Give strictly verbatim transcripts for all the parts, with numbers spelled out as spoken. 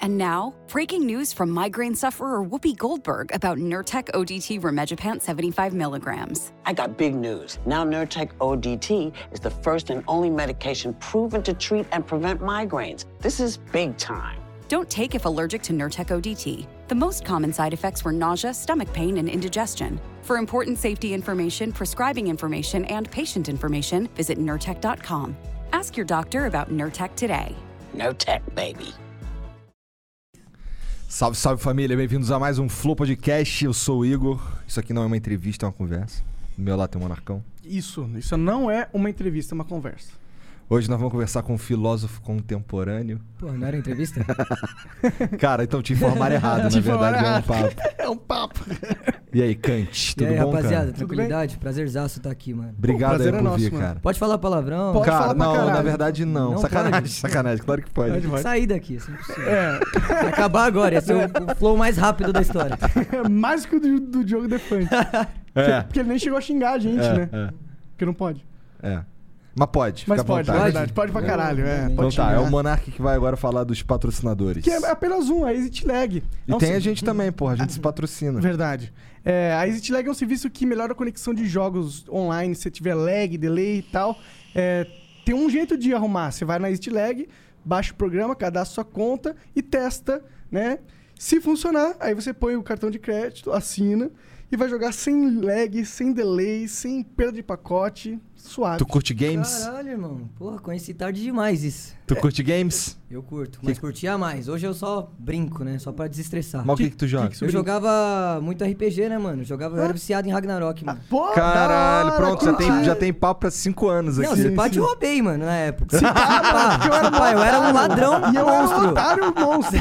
And now, breaking news from migraine sufferer Whoopi Goldberg about Nurtec O D T Rimegepant seventy-five milligrams. I got big news. Now Nurtec O D T is the first and only medication proven to treat and prevent migraines. This is big time. Don't take if allergic to Nurtec O D T. The most common side effects were nausea, stomach pain, and indigestion. For important safety information, prescribing information, and patient information, visit Nurtec dot com. Ask your doctor about Nurtec today. Nurtec, baby. Salve, salve família, bem-vindos a mais um Flow Podcast. Eu sou o Igor. Isso aqui não é uma entrevista, é uma conversa. Do meu lado tem o Monarcão. Isso, isso não é uma entrevista, é uma conversa. Hoje nós vamos conversar com um filósofo contemporâneo. Pô, não era entrevista? Cara, então te informaram errado, na verdade é um papo. É um papo. E aí, Kant, tudo e aí, bom, rapaziada, cara? tranquilidade, prazerzaço estar aqui, mano. Obrigado Pô, aí por é nosso, vir, mano. cara. Pode falar palavrão? Pode Cara, falar pra não, caralho. na verdade não. Não sacanagem, pode. sacanagem, claro que pode. Pode, Tem que sair daqui, assim, possível. É, Vai acabar agora, ia ser o, o flow mais rápido da história. é mais que o do, do Diogo Defante. É, Porque ele nem chegou a xingar a gente, é, né? é, Porque não pode. é. Mas pode, Mas fica à pode, é vontade. verdade. Pode pra caralho, é. Então Pode tá, é xingar. o Monark que vai agora falar dos patrocinadores. Que é apenas um, a Exit Lag. E É um tem ser- a gente também, porra, a gente se patrocina. Verdade. É, a Exit Lag é um serviço que melhora a conexão de jogos online, se tiver lag, delay e tal. É, tem um jeito de arrumar. Você vai na Exit Lag, baixa o programa, cadastra sua conta e testa, né? Se funcionar, aí você põe o cartão de crédito, assina e vai jogar sem lag, sem delay, sem perda de pacote, suave. Tu curte games? Caralho, irmão. Porra, conheci tarde demais isso. Tu curte games? Eu curto, mas curtia mais. Hoje eu só brinco, né? Só pra desestressar. Mas o que que tu joga? que Eu jogava muito R P G, né, mano? Eu jogava, eu era viciado em Ragnarok, mano. Pô, Caralho, da hora, pronto, já curti. tem, já tem papo pra cinco anos Não, aqui. se pá, te roubei, mano, na época. Se pá, porque eu era um Pai, eu era um ladrão E eu era um monstro. otário monstro.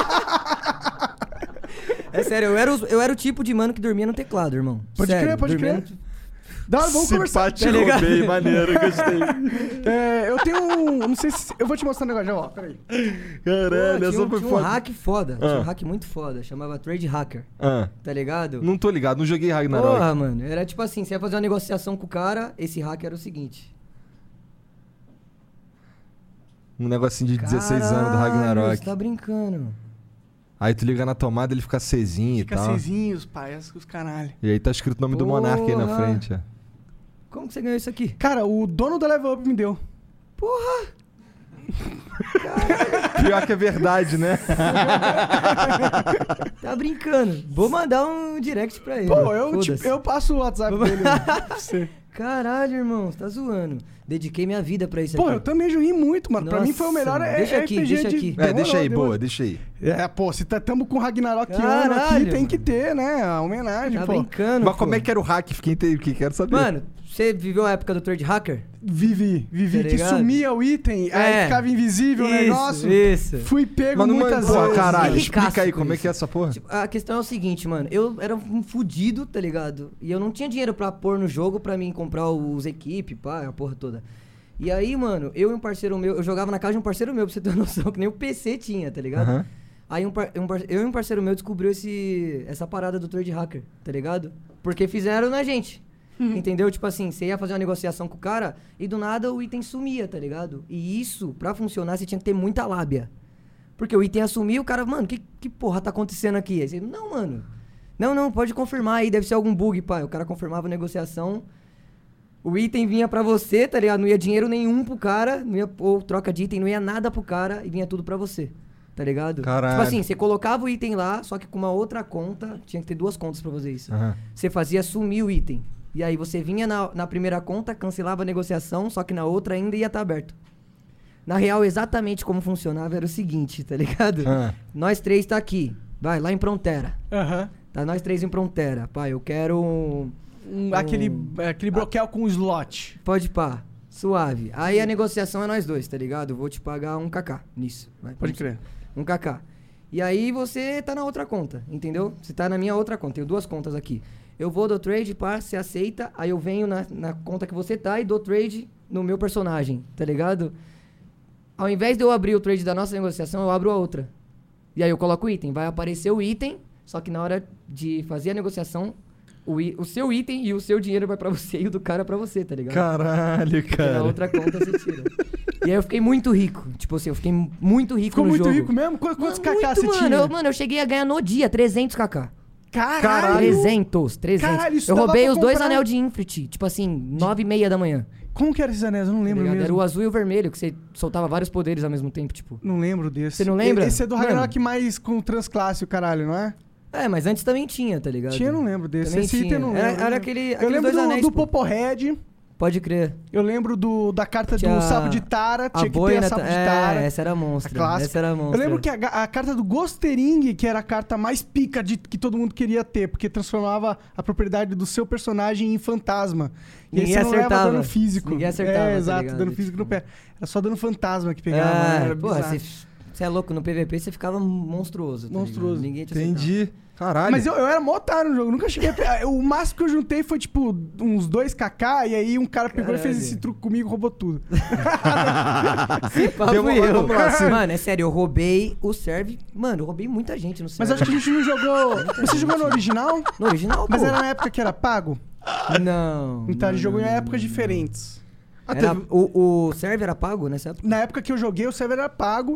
É sério, eu era, o, eu era o tipo de mano que dormia no teclado, irmão. Pode Sério, crer, pode dormia crer. no- Dá, vamos Se conversar. pá, te tá ligado? roubei, maneiro, gostei. É, eu tenho um... Não sei se... Eu vou te mostrar um negócio já, ó. Peraí. Caralho, Pô, essa tinha, um, foi tinha um foda. hack foda, tinha Ah. um hack muito foda, chamava Trade Hacker, Ah, tá ligado? não tô ligado, não joguei Ragnarok. Porra, mano, era tipo assim, você ia fazer uma negociação com o cara, esse hack era o seguinte. Um negocinho de dezesseis anos do Caralho, Ragnarok. Você tá brincando. Aí tu liga na tomada, ele fica acesinho Fica e tal. cezinhos, pai. Os caralho. E aí tá escrito o nome do Monark aí na Porra. frente, ó. Como que você ganhou isso aqui? Cara, o dono da Level Up me deu. Porra! Pior que é verdade, né? Tá brincando. Vou mandar um direct pra ele. Pô, eu, Foda-se. tipo, eu passo o WhatsApp dele pra você. Caralho, irmão, você tá zoando. Dediquei minha vida pra isso Pô, aqui. eu também joguei muito, mano. pra Nossa, mim foi o melhor mano. é, Deixa aqui, R P G deixa de... aqui. É, Demorou, deixa aí, demorou. boa, deixa aí. É, pô, se tá, tamo com Ragnarok ano Caralho, aqui, tem mano. que ter, né? A homenagem, Tá pô. brincando, Mas pô. como é que era o hack? Fiquei inte- que quero saber. Mano, você viveu a época do Trade Hacker? Vivi, vivi. Tá que ligado? sumia o item, aí É. ficava invisível o Isso, negócio. isso. Fui pego Mas não muitas Pô, vezes. caralho, Ricaço explica aí com como é isso. que é essa porra. Tipo, a questão é o seguinte, mano. Eu era um fudido, tá ligado? E eu não tinha dinheiro pra pôr no jogo pra mim comprar os equipes, pá, a porra toda. E aí, mano, eu e um parceiro meu, eu jogava na casa de um parceiro meu, pra você ter uma noção, que nem o P C tinha, tá ligado? Aham. Aí um par- um par- eu e um parceiro meu descobriu esse, essa parada do Trade Hacker, tá ligado? Porque fizeram na gente. Entendeu? Tipo assim, você ia fazer uma negociação com o cara e do nada o item sumia, tá ligado? E isso, pra funcionar, você tinha que ter muita lábia. Porque o item assumia, o cara, mano, que, que porra tá acontecendo aqui? Aí você, não, mano. Não, não, pode confirmar aí, deve ser algum bug, pai. O cara confirmava a negociação, o item vinha pra você, tá ligado? Não ia dinheiro nenhum pro cara, não ia, ou troca de item, não ia nada pro cara e vinha tudo pra você. Tá ligado? Caralho. Tipo assim, você colocava o item lá, só que com uma outra conta, tinha que ter duas contas pra fazer isso. Aham. Você fazia sumir o item. E aí você vinha na, na primeira conta, cancelava a negociação, só que na outra ainda ia estar aberto. Na real, exatamente como funcionava era o seguinte, tá ligado? Ah. Nós três tá aqui. Vai, lá em Prontera. Aham. Tá nós três em Prontera. Pai, eu quero um... Um- aquele, aquele broquel com slot. Pode pá. Suave. Aí a negociação é nós dois, tá ligado? Eu vou te pagar um kk nisso. Vai, Pode vamos- crer. Um kk. E aí você tá na outra conta, entendeu? Você tá na minha outra conta. Tenho duas contas aqui. Eu vou do trade, pá, você aceita. Aí eu venho na, na conta que você tá e dou trade no meu personagem, tá ligado? Ao invés de eu abrir o trade da nossa negociação, eu abro a outra. E aí eu coloco o item. Vai aparecer o item, só que na hora de fazer a negociação, o, i- o seu item e o seu dinheiro vai pra você e o do cara pra você, tá ligado? Caralho, Porque cara. na outra conta você tira. E aí eu fiquei muito rico. Tipo assim, eu fiquei muito rico Ficou no muito jogo. rico mesmo? Qu- Quantos Mano, Kaká você muito, tinha? mano. Eu, mano, eu cheguei a ganhar no dia trezentos Kaká. Caralho! trezentos, trezentos. Caralho, isso eu dava roubei pra os dois comprar- anel de Infinity, tipo assim, nove e meia da manhã. Como que era esses anéis? Eu não Tá lembro ligado? mesmo. Era o azul e o vermelho, que você soltava vários poderes ao mesmo tempo, tipo. Não lembro desse. Você não lembra? Esse é do Ragnarok mais com transclasse, o caralho, não é? É, mas antes também tinha, tá ligado? Tinha, eu não lembro desse. Também Esse tinha. item eu não Era- lembro. era aquele- Eu aqueles lembro dois do, anéis, do pô. Popohead. Pode crer. Eu lembro do, da carta Tinha do Sapo de Tara. Tinha que ter boina a Sapo ta- de é, Tara. essa era A monstro. clássica. Essa era Eu monstro. lembro que a, ga- a carta do Gostering, que era a carta mais pica de, que todo mundo queria ter, porque transformava a propriedade do seu personagem em fantasma. E aí Ninguém você não leva acertava. dano físico. Ninguém acertava, É, tá exato, ligado? dano físico no Tipo- pé. Era só dano fantasma que pegava. É, era porra, bizarro. você é louco, no P V P você ficava monstruoso. Tá Monstruoso. ligado? Ninguém te acertava. Entendi. Caralho. Mas eu, eu era mó otário no jogo, nunca cheguei a pegar. O máximo que eu juntei foi tipo uns dois Kaká, e aí um cara pegou e fez Caralho. esse truque comigo e roubou tudo. Pá, Deu fui uma- eu. vamos lá, assim. Mano, é sério, eu roubei o serve. Mano, eu roubei muita gente no serve. Mas acho que a gente não jogou. Você jogou no original? No original, Mas pô. era na época que era pago? Não. Então a não, gente jogou em não, épocas não, diferentes. Ah, Era- teve- o, o serve era pago nessa época? Na época que eu joguei, o server era pago.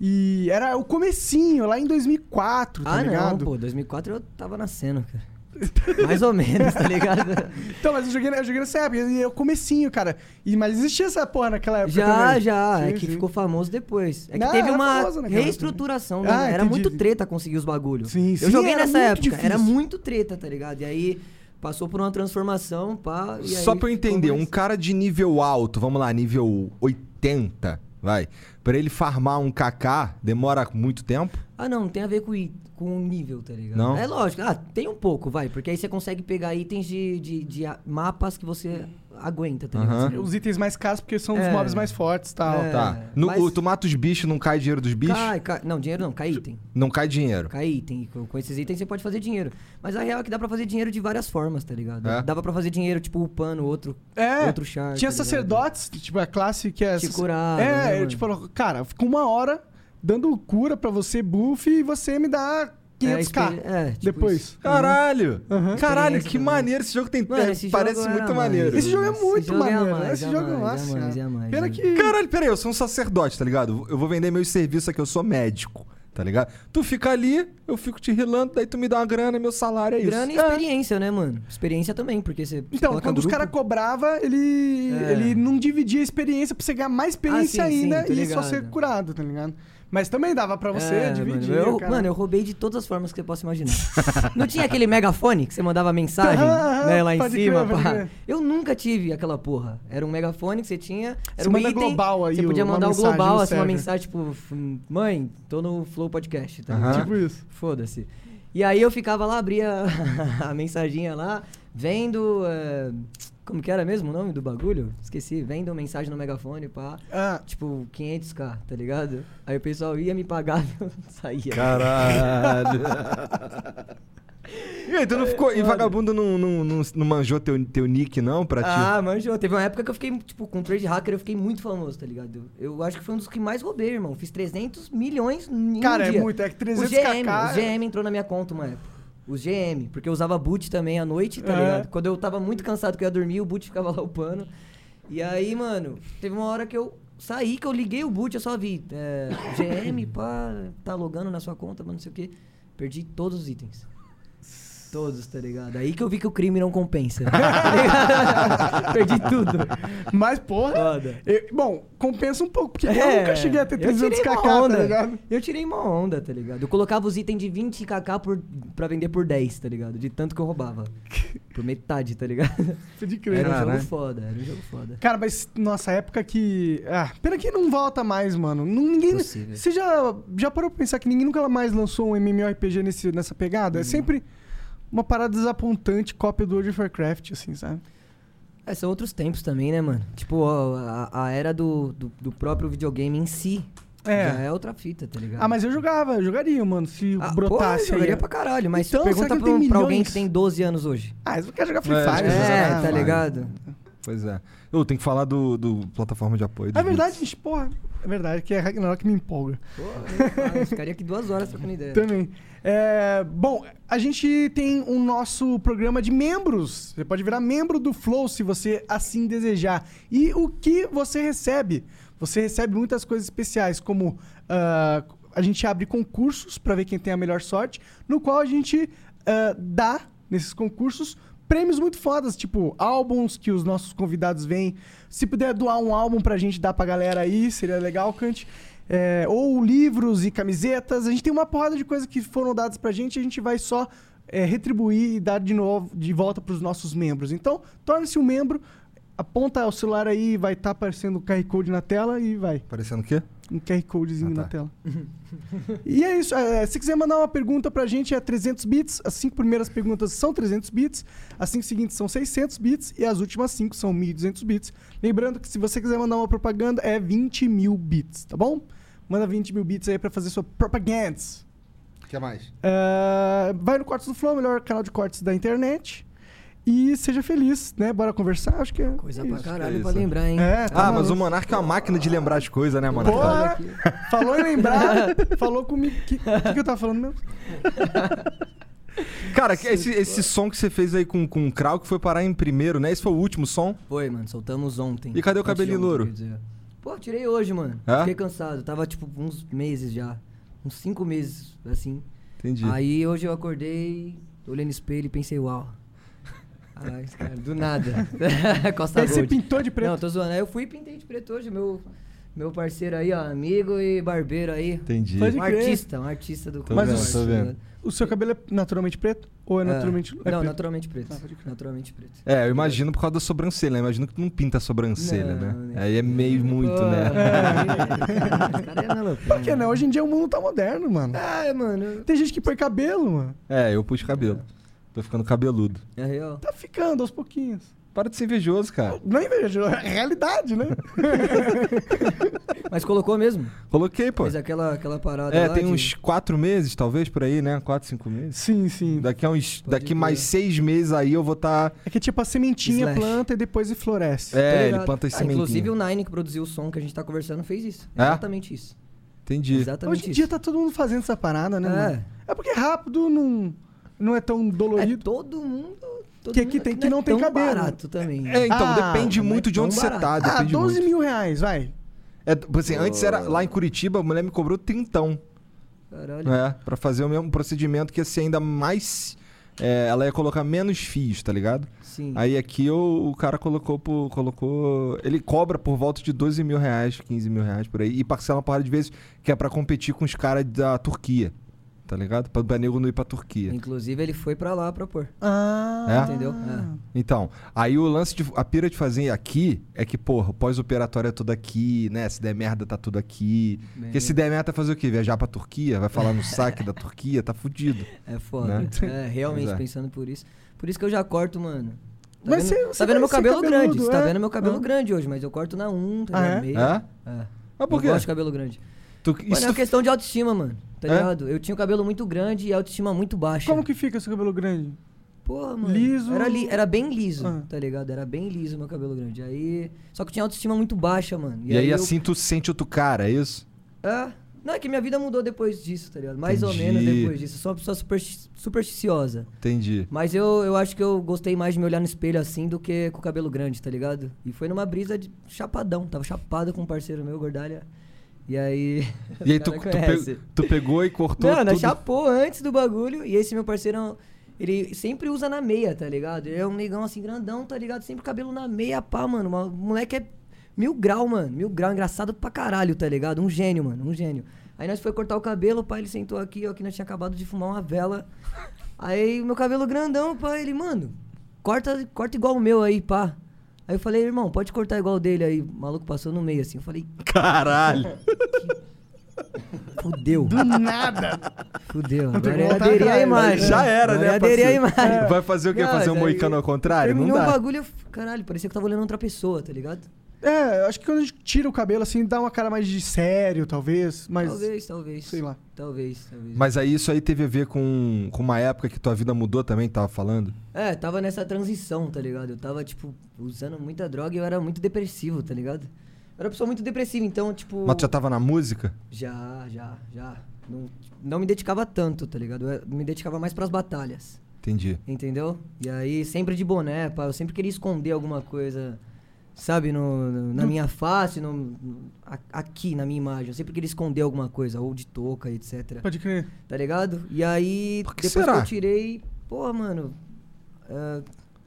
E era o comecinho, lá em dois mil e quatro, tá ah, ligado? não, pô. dois mil e quatro eu tava nascendo, cara. Mais ou menos, tá ligado? Então, mas eu joguei, eu joguei nessa época, e é o comecinho, cara. E, mas existia essa porra naquela época Já, também. já. Sim, é que sim. ficou famoso depois. É que Não, teve era uma famoso naquela reestruturação. época. né? Ah, era entendi. muito treta conseguir os bagulhos. Sim, eu sim, joguei era nessa muito época. difícil. Era muito treta, tá ligado? E aí passou por uma transformação, pá. E Só aí pra eu ficou entender, mais- um cara de nível alto, vamos lá, nível oitenta, vai. Pra ele farmar um Kaká, demora muito tempo? Ah, não, não tem a ver com, i- com o nível, tá ligado? Não? É lógico. Ah, tem um pouco, vai. Porque aí você consegue pegar itens de, de, de a- mapas que você aguenta, tá ligado? Aham. Você- Os itens mais caros porque são os É. mobs mais fortes e tal. É. Tá. No, mas- o- tu mata os bichos, não cai dinheiro dos bichos? Cai, cai. Não, dinheiro não, cai item. Não cai dinheiro. Cai item. Com, com esses itens você pode fazer dinheiro. Mas a real é que dá pra fazer dinheiro de várias formas, tá ligado? É? Dava pra fazer dinheiro, tipo, upando outro, É, outro char. tinha tá ligado? sacerdotes, tipo, a classe que é... Te curava, né, É, eu, mano? tipo, cara, fica uma hora dando cura pra você, buff, e você me dá quinhentos k experi- é, tipo depois. isso. Caralho! Aham. Caralho, Experiência que também. maneiro. Esse jogo tem. Mano, é, esse parece jogo muito era maneiro. mais. Esse jogo é Esse muito jogo é a maneiro. mais, Esse é a jogo, mais, nossa é a mais, senhora. é a mais, Pena é. que... Caralho, peraí, eu sou um sacerdote, tá ligado? Eu vou vender meus serviços aqui, eu sou médico, tá ligado? Tu fica ali, eu fico te rilando, daí tu me dá uma grana, meu salário é isso. Grana e É. experiência, né, mano? Experiência também, porque você. você Então, coloca quando os grupo- caras cobravam, ele, É. ele não dividia a experiência pra você ganhar mais experiência Ah, sim, ainda sim, tô e só ligado. ser curado, tá ligado? Mas também dava pra você É, dividir. Mano eu, cara. mano, eu roubei de todas as formas que você possa imaginar. Não tinha aquele megafone que você mandava mensagem, Aham, né, lá em pode cima, crer, pode pá. crer. Eu nunca tive aquela porra. Era um megafone que você tinha, era Você um manda item, global aí, você podia uma mandar o mensagem global, no assim, uma server. mensagem tipo, f- mãe, tô no Flow Podcast, tá Aham. ligado? Tipo isso. Foda-se. E aí eu ficava lá, abria a mensaginha lá, vendo... é, como que era mesmo o nome do bagulho? Esqueci. Vendo mensagem no megafone, pá. Ah, Tipo, quinhentos k, tá ligado? Aí o pessoal ia me pagar e eu saía. Caralho. E aí, tu não ficou. E vagabundo não, não, não, não manjou teu, teu nick, não, pra ti? Ah, manjou. Teve uma época que eu fiquei, tipo, com trade hacker, eu fiquei muito famoso, tá ligado? Eu, eu acho que foi um dos que mais roubei, irmão. Fiz trezentos milhões em cara, um é dia. muito. É que O trezentos G M, k. o G M entrou na minha conta uma época. Os G M, porque eu usava boot também à noite, tá É. ligado? Quando eu tava muito cansado que eu ia dormir, o boot ficava lá upando. E aí, mano, teve uma hora que eu saí, que eu liguei o boot, eu só vi. É, G M, pá, tá logando na sua conta, mas não sei o quê. Perdi todos os itens. Todos, tá ligado? Aí que eu vi que o crime não compensa. Tá ligado? Perdi tudo. Mas, porra. Foda. eu- bom, compensa um pouco, porque eu É, nunca cheguei a ter eu trezentos tirei k, uma onda. tá ligado? Eu tirei uma onda, tá ligado? Eu colocava os itens de vinte ká por, pra vender por dez, tá ligado? De tanto que eu roubava. Por metade, tá ligado? Pode crer. Era um Caralho. jogo foda, era um jogo foda. Cara, mas nossa época que. Ah, pena que não volta mais, mano. Não, ninguém. Possível. Você já, já parou pra pensar que ninguém nunca mais lançou um MMORPG nesse, nessa pegada? É sempre uma parada desapontante, cópia do World of Warcraft, assim, sabe? É, são outros tempos também, né, mano? Tipo, ó, a, a era do, do, do próprio videogame em si É. já é outra fita, tá ligado? Ah, mas eu jogava, eu jogaria, mano, se Ah, brotasse pô, eu jogaria aí. pra caralho, mas Então, pergunta será que ele pra, tem pra alguém milhões? que tem doze anos hoje. Ah, você quer jogar Free É, Fire? acho que você É, sabe, tá mano. ligado? Pois é. Eu tenho que falar do, do plataforma de apoio. É dos verdade, vídeos. gente, porra. É verdade, que é Ragnarok que me empolga. Pô, eu, eu ficaria aqui duas horas trocando ideia. Também. É, bom, a gente tem um nosso programa de membros. Você pode virar membro do Flow se você assim desejar. E o que você recebe? você recebe muitas coisas especiais, como ah, a gente abre concursos para ver quem tem a melhor sorte, no qual a gente ah, dá, nesses concursos, prêmios muito fodas, tipo álbuns que os nossos convidados vêm. Se puder doar um álbum pra gente dar pra galera aí, seria legal, Cante. É, ou livros e camisetas. A gente tem uma porrada de coisas que foram dadas pra gente e a gente vai só é, retribuir e dar de novo, de volta pros nossos membros. Então, torne-se um membro, aponta o celular aí, vai estar tá aparecendo o Q R Code na tela e vai. Parecendo o quê? Um Q R Codezinho Ah, tá. na tela. E é isso. É, se quiser mandar uma pergunta pra gente, é trezentos bits. As cinco primeiras perguntas são trezentos bits. As cinco seguintes são seiscentos bits. E as últimas cinco são mil e duzentos bits. Lembrando que se você quiser mandar uma propaganda, é vinte mil bits, tá bom? Manda vinte mil bits aí pra fazer sua propaganda. O que mais? É, vai no Cortes do Flow, melhor canal de cortes da internet. E seja feliz, né? Bora conversar, acho que é Coisa isso. pra caralho é pra isso. lembrar, hein? É, tá Ah, mas maluco. o Monark é uma máquina de lembrar as coisas, né, Monark? Porra! Falou em lembrar, falou comigo. O que, que, que eu tava falando mesmo? Cara, que esse, esse som que você fez aí com, com o Krau, que foi parar em primeiro, né? Esse foi o último som? Foi, mano, soltamos ontem. E cadê o Antes de cabelinho ontem, louro? quer dizer. Pô, tirei hoje, mano. É? Fiquei cansado. Tava, tipo, uns meses já. Uns cinco meses, assim. Entendi. Aí hoje eu acordei, olhei no espelho e pensei, uau. Ai, cara, do nada. Costa Aí você Gold. pintou de preto. Não, tô zoando. Aí eu fui e pintei de preto hoje, meu, meu parceiro aí, ó, amigo e barbeiro aí. Entendi. Pode Um crer. artista, um artista do Tô Mas vendo, os- tô vendo. O seu cabelo é naturalmente preto? Ou é naturalmente... é Não, preto? naturalmente preto. Ah, pode crer. Naturalmente preto. É, eu imagino por causa da sobrancelha, né? Imagino que tu não pinta a sobrancelha, Não, né? né? Aí é meio muito, Pô, né? Esse cara é maluco. Por que não? Hoje em dia o mundo tá moderno, mano. Ah, mano. Tem gente que põe cabelo, mano. É, eu pus cabelo. Tô ficando cabeludo. É real. Tá ficando aos pouquinhos. Para de ser invejoso, cara. Não é inveja, é realidade, né? Mas colocou mesmo? Coloquei, pô. Fez aquela, aquela parada É, lá tem de- uns quatro meses, talvez, por aí, né? Quatro, cinco meses. Sim, sim. Daqui a uns. Pode Daqui crer. mais seis meses aí eu vou estar. Tá... É que tipo a sementinha Slash. planta e depois floresce. Tá É, ele ligado? planta as Ah, sementinhas. inclusive o Nine que produziu o som que a gente tá conversando fez isso. É? Exatamente isso. Entendi. Exatamente Hoje em isso. dia tá todo mundo fazendo essa parada, né, É. mano? É porque rápido não, não é tão É dolorido. todo mundo. Todo Que mundo aqui tem- não que é não tem tão cabelo. barato também. É, então, Ah, depende não é muito de tão onde você barato. tá. Ah, Depende doze muito. mil reais, vai. É, tipo assim, antes era lá em Curitiba, a mulher me cobrou trintão. Caralho. É, pra fazer o mesmo procedimento que ia ser ainda mais. É, ela ia colocar menos fios, tá ligado? Sim. Aí aqui o, o cara colocou por. colocou. Ele cobra por volta de doze mil reais, quinze mil reais por aí. E parcela uma porrada de vezes que é pra competir com os caras da Turquia. Tá ligado? Pra, pra nego não ir pra Turquia. Inclusive ele foi pra lá pra pôr. Ah. É? Entendeu? É. Então, aí o lance de. A pira de fazer aqui é que, porra, o pós-operatório é tudo aqui, né? Se der merda, tá tudo aqui. Bem- Porque se der merda, fazer o quê? Viajar pra Turquia? Vai falar no saque da Turquia? Tá fudido. É foda. Né? É, realmente Pois é. pensando por isso. Por isso que eu já corto, mano. Tá Mas vendo, você- tá você vendo vai meu ser cabelo cabeludo, grande? Você tá é? vendo meu cabelo Ah. grande hoje, mas eu corto na um, tá Ah, ligado? é? Meio. É? É. Mas por Eu quê? gosto de cabelo grande. Tu, Mano, isso é uma questão de autoestima, mano. Tá É? ligado? Eu tinha o cabelo muito grande e a autoestima muito baixa. Como que fica seu cabelo grande? Porra, mano. Liso? Era, li- era bem liso, Ah. tá ligado? Era bem liso meu cabelo grande. Aí. Só que eu tinha autoestima muito baixa, mano. E, aí, eu- assim tu sente outro cara, é isso? É. Não, é que minha vida mudou depois disso, tá ligado? Mais ou Entendi. menos depois disso. Eu sou uma pessoa supersti- supersticiosa. Entendi. Mas eu, eu acho que eu gostei mais de me olhar no espelho assim do que com o cabelo grande, tá ligado? E foi numa brisa de chapadão. Tava chapado com um parceiro meu, Gordalha. E aí. E aí os tu, cara tu, conhece. pe- tu pegou e cortou Mano, tudo. chapou antes do bagulho. E esse meu parceiro, ele sempre usa na meia, tá ligado? Ele é um negão assim, grandão, tá ligado? Sempre cabelo na meia, pá, mano. O moleque é mil grau, mano. Mil grau, engraçado pra caralho, tá ligado? Um gênio, mano, um gênio. Aí nós foi cortar o cabelo, pai, ele sentou aqui, ó, que nós tinha acabado de fumar uma vela. Aí meu cabelo grandão, pai, ele, mano, corta, corta igual o meu aí, pá. Aí eu falei, irmão, pode cortar igual o dele aí. O maluco passou no meio assim. Eu falei, Caralho! fudeu. Do nada. Fudeu. tem Agora que é voltar aderir a atrás, imagem. Já era, Agora né, é aderir a parceiro? imagem. Vai fazer o quê? Não, Fazer um mas aí moicano ao contrário? Não Terminou o dá. bagulho, eu- caralho, parecia que eu tava olhando outra pessoa, tá ligado? É, acho que quando a gente tira o cabelo assim, dá uma cara mais de sério, talvez. Mas. Talvez, talvez. sei lá. Talvez, talvez. Mas aí isso aí teve a ver com, com uma época que tua vida mudou também, tava falando? É, tava nessa transição, tá ligado? Eu tava, tipo, usando muita droga e eu era muito depressivo, tá ligado? Eu era uma pessoa muito depressiva, então, tipo... Mas tu já tava na música? Já, já, já. Não, não me dedicava tanto, tá ligado? Eu me dedicava mais pras batalhas, Entendi. entendeu? E aí, sempre de boné, pá. Eu sempre queria esconder alguma coisa... sabe, no, no- na minha face, no, no- a- aqui na minha imagem. Eu sempre queria esconder alguma coisa, ou de touca, etcétera. Pode crer. Tá ligado? E aí, Por que depois será? que eu tirei, pô, mano. é,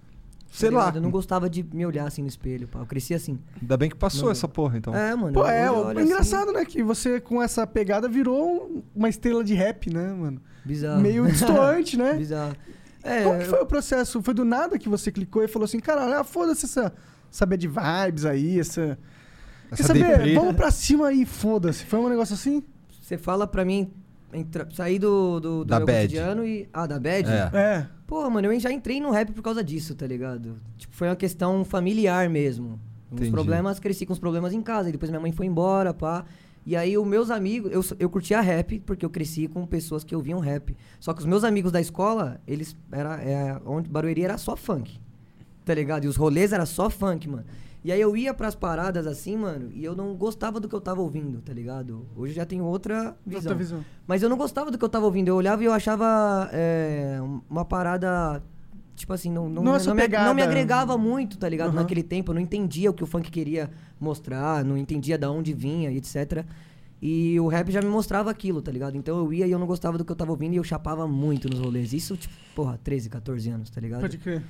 Sei tá lá. ligado? Eu não gostava de me olhar assim no espelho, pá. Eu cresci assim. Ainda bem que passou Não. essa porra, então. É, mano. Pô, hoje é, eu ó, olho é assim, engraçado, né? Que você, com essa pegada, virou uma estrela de rap, né, mano? Bizarro. Meio distoante, né? Bizarro. É, Como que eu- foi o processo? Foi do nada que você clicou e falou assim, caralho, ah, foda-se essa, essa bad vibes aí, essa... Quer Essa saber? deprê. Vamos pra cima aí, foda-se. Foi um negócio assim? Você fala pra mim entra- sair do, do, do Da meu bad. cotidiano e. Ah, da bad? É. É. Pô, mano, eu já entrei no rap por causa disso, tá ligado? Tipo, foi uma questão familiar mesmo. Uns Entendi. problemas, cresci com os problemas em casa, e depois minha mãe foi embora, pá. E aí os meus amigos, eu, eu curtia rap, porque eu cresci com pessoas que ouviam rap. Só que os meus amigos da escola, eles, era, é, onde Barueri era só funk, tá ligado? E os rolês era só funk, mano. E aí eu ia pras paradas assim, mano, e eu não gostava do que eu tava ouvindo, tá ligado? Hoje eu já tenho outra visão. Outra visão. Mas eu não gostava do que eu tava ouvindo. Eu olhava e eu achava é, uma parada, tipo assim, não, não, Não é não, sua me, pegada. não me agregava muito, tá ligado? Uhum. Naquele tempo, eu não entendia o que o funk queria mostrar, não entendia de onde vinha e etcétera. E o rap já me mostrava aquilo, tá ligado? Então eu ia e eu não gostava do que eu tava ouvindo e eu chapava muito nos rolês. Isso, tipo, porra, treze, catorze anos, tá ligado? Pode crer.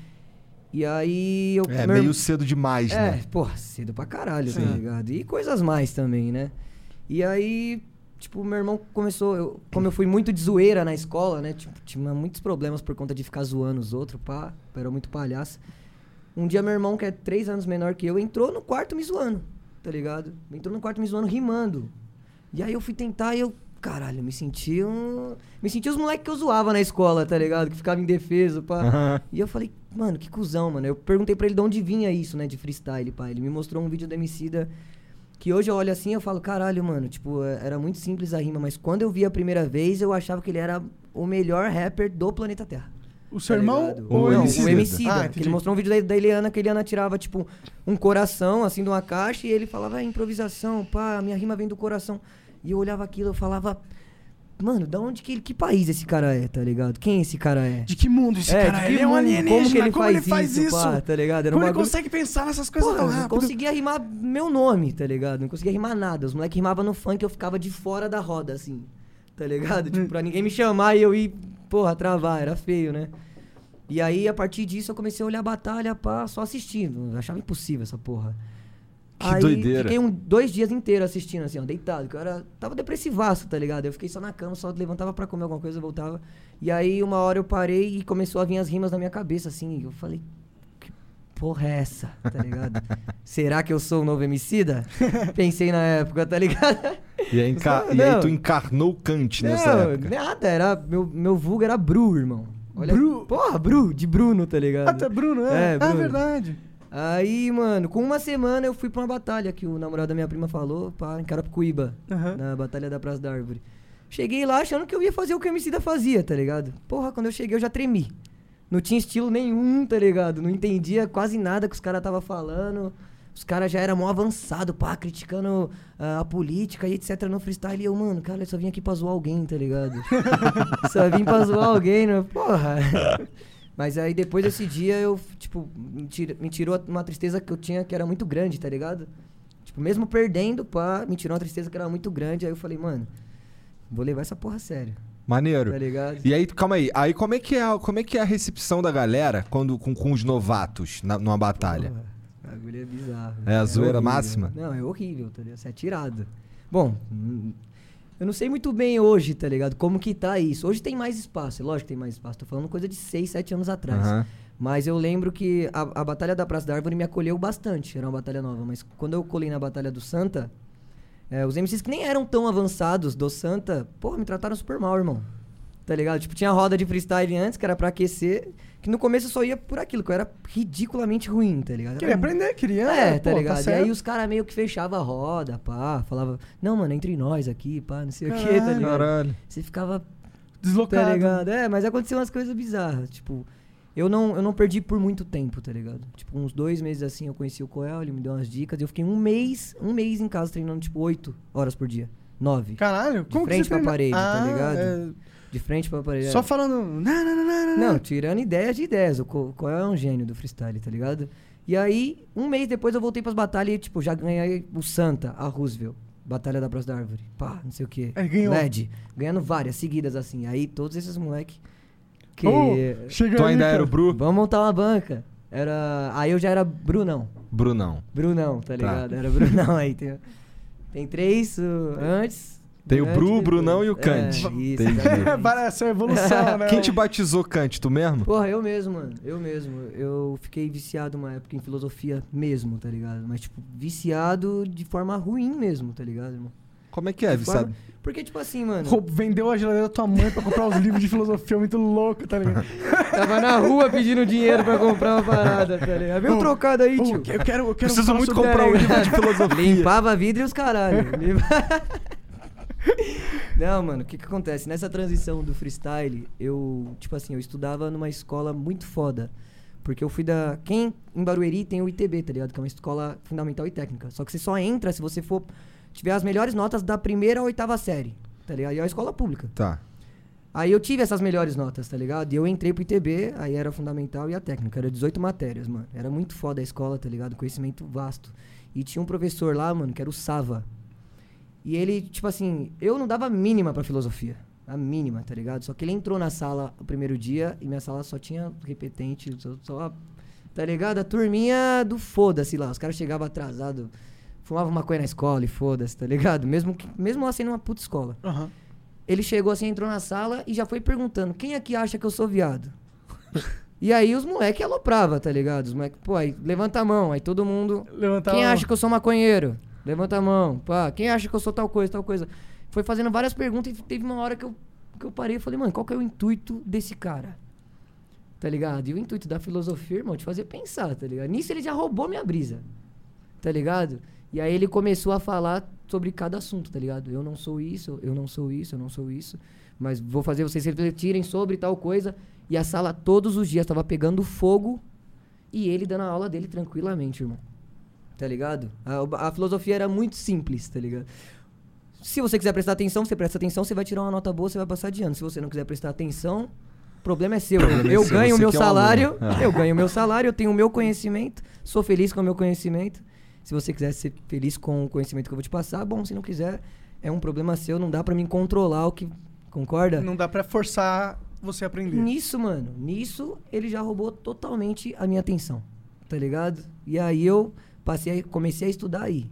E aí eu... É, meu meio irmão- cedo demais, é, né? porra, cedo pra caralho, Sim. tá ligado? E coisas mais também, né? E aí, tipo, meu irmão começou... Eu, como eu fui muito de zoeira na escola, né? Tipo, tinha muitos problemas por conta de ficar zoando os outros, pá. Era muito palhaço. Um dia meu irmão, que é três anos menor que eu, entrou no quarto me zoando, tá ligado? Entrou no quarto me zoando, rimando. E aí eu fui tentar e eu... Caralho, eu me senti um... Me senti os moleques que eu zoava na escola, tá ligado? Que ficava indefeso, pá. Aham. E eu falei, mano, que cuzão, mano. Eu perguntei pra ele de onde vinha isso, né, de freestyle, pá. Ele me mostrou um vídeo do Emicida que hoje eu olho assim e eu falo, caralho, mano, tipo, é- era muito simples a rima, mas quando eu vi a primeira vez, eu achava que ele era o melhor rapper do planeta Terra. O seu Tá irmão ligado? ou O Não, Emicida? o Emicida. Ah, que entendi. ele mostrou um vídeo da, da Eliana, que a Eliana tirava, tipo, um coração, assim, de uma caixa, e ele falava, é improvisação, pá, a minha rima vem do coração. E eu olhava aquilo, eu falava, mano, da onde que ele, que país esse cara é, tá ligado? Quem esse cara é? De que mundo esse É, cara de é? que Ele é um mundo? alienígena. Como que ele como faz, ele faz isso, isso? pá, tá ligado? Era um Como ele bagulho- consegue pensar nessas coisas Porra, tão eu não rápido? conseguia rimar meu nome, tá ligado? Não conseguia rimar nada. Os moleques rimavam no funk, eu ficava de fora da roda, assim. Tá ligado? Tipo, pra ninguém me chamar e eu ir, porra, travar. Era feio, né? E aí, a partir disso, eu comecei a olhar a batalha, pá, só assistindo. Eu achava impossível essa porra. Que aí, doideira. Fiquei um, dois dias inteiros assistindo, assim, ó, deitado. Que eu era, tava depressivaço, tá ligado? Eu fiquei só na cama, só levantava pra comer alguma coisa, voltava. E aí, uma hora eu parei e começou a vir as rimas na minha cabeça, assim. E eu falei, que porra é essa, tá ligado? Será que eu sou o novo Emicida? Pensei na época, tá ligado? E aí, enca- Não. e aí tu encarnou o Kant nessa Não, época. nada, era, meu, meu vulgo era Bru, irmão. Olha, Bru? Porra, Bru, de Bruno, tá ligado? Até Bruno, é? É, Ah, Bruno. verdade. Aí, mano, com uma semana eu fui pra uma batalha que o namorado da minha prima falou, pá, em Carapicuíba, Aham. na Batalha da Praça da Árvore. Cheguei lá achando que eu ia fazer o que o Emicida fazia, tá ligado? Porra, quando eu cheguei eu já tremi. Não tinha estilo nenhum, tá ligado? Não entendia quase nada que os caras tava falando. Os caras já eram mó avançado, pá, criticando ah, a política e etcétera no freestyle. E eu, mano, cara, eu só vim aqui pra zoar alguém, tá ligado? Só vim pra zoar alguém, né? Porra. Mas aí depois desse dia eu, tipo, me, tira- me tirou uma tristeza que eu tinha que era muito grande, tá ligado? Tipo, mesmo perdendo, pá, me tirou uma tristeza que era muito grande. Aí eu falei, mano, vou levar essa porra a sério, Maneiro. tá ligado? E aí, calma aí. Aí como é que é, a- como é, que é a recepção da galera quando, com, com os novatos na, numa batalha? Porra, o bagulho é bizarro. É a zoeira horrível. máxima? Não, é horrível, tá ligado? Você é tirado. Bom, hum, eu não sei muito bem hoje, tá ligado? Como que tá isso. Hoje tem mais espaço, é lógico que tem mais espaço. Tô falando coisa de seis, sete anos atrás. Aham. Mas eu lembro que a, a Batalha da Praça da Árvore me acolheu bastante. Era uma batalha nova. Mas quando eu colei na Batalha do Santa, é, os M Cs que nem eram tão avançados do Santa, porra, me trataram super mal, irmão. Tá ligado? Tipo, tinha roda de freestyle antes, que era pra aquecer, que no começo eu só ia por aquilo, que eu era ridiculamente ruim, tá ligado? Queria Era- aprender, queria. É, pô, tá ligado? e certo. aí os caras meio que fechavam a roda, pá, falava, não, mano, entre nós aqui, pá, não sei o que, tá Caralho. ligado? Caralho. Você ficava, Deslocado. tá ligado? É, mas aconteceu umas coisas bizarras, tipo, eu não, eu não perdi por muito tempo, tá ligado? Tipo, uns dois meses assim eu conheci o Coel, ele me deu umas dicas, e eu fiquei um mês, um mês em casa treinando, tipo, oito horas por dia, nove. Caralho, como que frente você pra treina? parede, tá Ah, ligado? é. De frente pra parede. Só é. falando. Não, não, não, não, Não, tirando ideias de ideias. O Co- Coel é um gênio do freestyle, tá ligado? E aí, um mês depois eu voltei pras batalhas e, tipo, já ganhei o Santa, a Roosevelt. Batalha da Praça da Árvore. Pá, não sei o quê. Aí ganhou. L E D. Ganhando várias, seguidas, assim. Aí todos esses moleque que... Oh, chega Tu aí, ainda cara. era o Bru? Vamos montar uma banca. Era... Aí eu já era Brunão. Brunão. Brunão, tá ligado? Era Brunão aí. Tem, tem três uh, antes. Tem o durante, Bru, o depois. Brunão e o Kant. É, isso, Entendi. exatamente. Parece uma evolução, né? Quem te batizou Kant, tu mesmo? Porra, eu mesmo, mano. Eu mesmo. Eu fiquei viciado uma época em filosofia mesmo, tá ligado? Mas, tipo, viciado de forma ruim mesmo, tá ligado, irmão? Como é que é, De forma- sabe? Porque, tipo assim, mano... Rou- Vendeu a geladeira da tua mãe pra comprar os livros de filosofia, muito louco, tá ligado? Tava na rua pedindo dinheiro pra comprar uma parada, tá ligado? Vem um trocado aí, Ô, tio. eu quero, eu quero Preciso falar muito sobre- comprar um Tá livro de ligado? filosofia. Limpava vidro e os caralho. Limpa- Não, mano, o que que acontece? Nessa transição do freestyle, eu, tipo assim, eu estudava numa escola muito foda. Porque eu fui da... Quem em Barueri tem o I T B, tá ligado? Que é uma escola fundamental e técnica. Só que você só entra se você for... Tiver as melhores notas da primeira à oitava série, tá ligado? E é uma escola pública. Tá. Aí eu tive essas melhores notas, tá ligado? E eu entrei pro I T B, aí era a fundamental e a técnica. Era dezoito matérias, mano. Era muito foda a escola, tá ligado? Conhecimento vasto. E tinha um professor lá, mano, que era o Sava. E ele, tipo assim, eu não dava mínima pra filosofia. A mínima, tá ligado? Só que ele entrou na sala o primeiro dia e minha sala só tinha repetente, só, só tá ligado? A turminha do foda-se lá. Os caras chegavam atrasados, fumavam maconha na escola e foda-se, tá ligado? Mesmo, que, mesmo lá sendo uma puta escola. Aham. Ele chegou assim, entrou na sala e já foi perguntando: quem aqui acha que eu sou viado? E aí os moleques alopravam, tá ligado? Os moleques, pô, aí levanta a mão, aí todo mundo. Levantava Quem a mão. acha que eu sou maconheiro? Levanta a mão. Pá, quem acha que eu sou tal coisa, tal coisa? Foi fazendo várias perguntas e teve uma hora que eu, que eu parei e falei, mano, qual que é o intuito desse cara? Tá ligado? E o intuito da filosofia, irmão, de fazer pensar, tá ligado? Nisso ele já roubou minha brisa, tá ligado? E aí ele começou a falar sobre cada assunto, tá ligado? Eu não sou isso, eu não sou isso, eu não sou isso, mas vou fazer vocês refletirem sobre tal coisa. E a sala todos os dias tava pegando fogo e ele dando a aula dele tranquilamente, irmão. Tá ligado? A, a filosofia era muito simples, tá ligado? Se você quiser prestar atenção, você presta atenção, você vai tirar uma nota boa, você vai passar de ano. Se você não quiser prestar atenção, o problema é seu. Problema é eu seu, ganho o você meu que é um salário, aluno. Ah. eu ganho o meu salário, eu tenho o meu conhecimento, sou feliz com o meu conhecimento. Se você quiser ser feliz com o conhecimento que eu vou te passar, bom, se não quiser, é um problema seu, não dá pra mim controlar o que... Concorda? Não dá pra forçar você a aprender. Nisso, mano, nisso ele já roubou totalmente a minha atenção, tá ligado? E aí eu passei, a- comecei a estudar aí.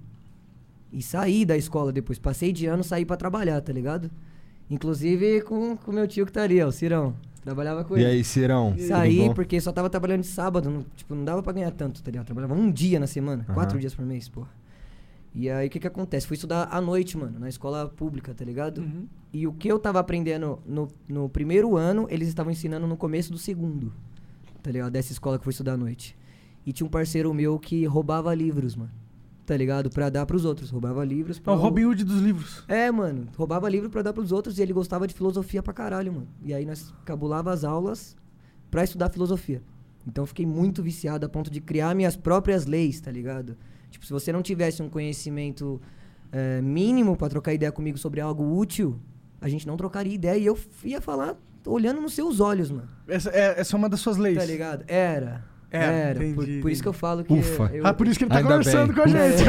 E saí da escola depois, passei de ano, saí pra trabalhar, tá ligado? Inclusive com o meu tio que tá ali, ó, o Cirão. Trabalhava com E ele. aí, Cirão? tudo Saí bom? porque só tava trabalhando de sábado, não, tipo, não dava pra ganhar tanto, tá ligado? Trabalhava um dia na semana, Aham. quatro dias por mês, porra. E aí o que que acontece? Fui estudar à noite, mano, na escola pública, tá ligado? Uhum. E o que eu tava aprendendo no, no primeiro ano, eles estavam ensinando no começo do segundo, tá ligado? Dessa escola que eu fui estudar à noite. E tinha um parceiro meu que roubava livros, mano, tá ligado? Pra dar pros outros. Roubava livros É pra... o Robin Hood dos livros. É, mano. Roubava livro pra dar pros outros e ele gostava de filosofia pra caralho, mano. E aí nós cabulava as aulas pra estudar filosofia. Então eu fiquei muito viciado a ponto de criar minhas próprias leis, tá ligado? Tipo, se você não tivesse um conhecimento é, mínimo pra trocar ideia comigo sobre algo útil, a gente não trocaria ideia e eu f- ia falar olhando nos seus olhos, mano. Essa é, essa é uma das suas leis. Tá ligado? Era. É, Era. entendi, por, por entendi. isso que eu falo que... Ufa. Eu, Ah, por isso que ele tá Ainda conversando bem. com a gente.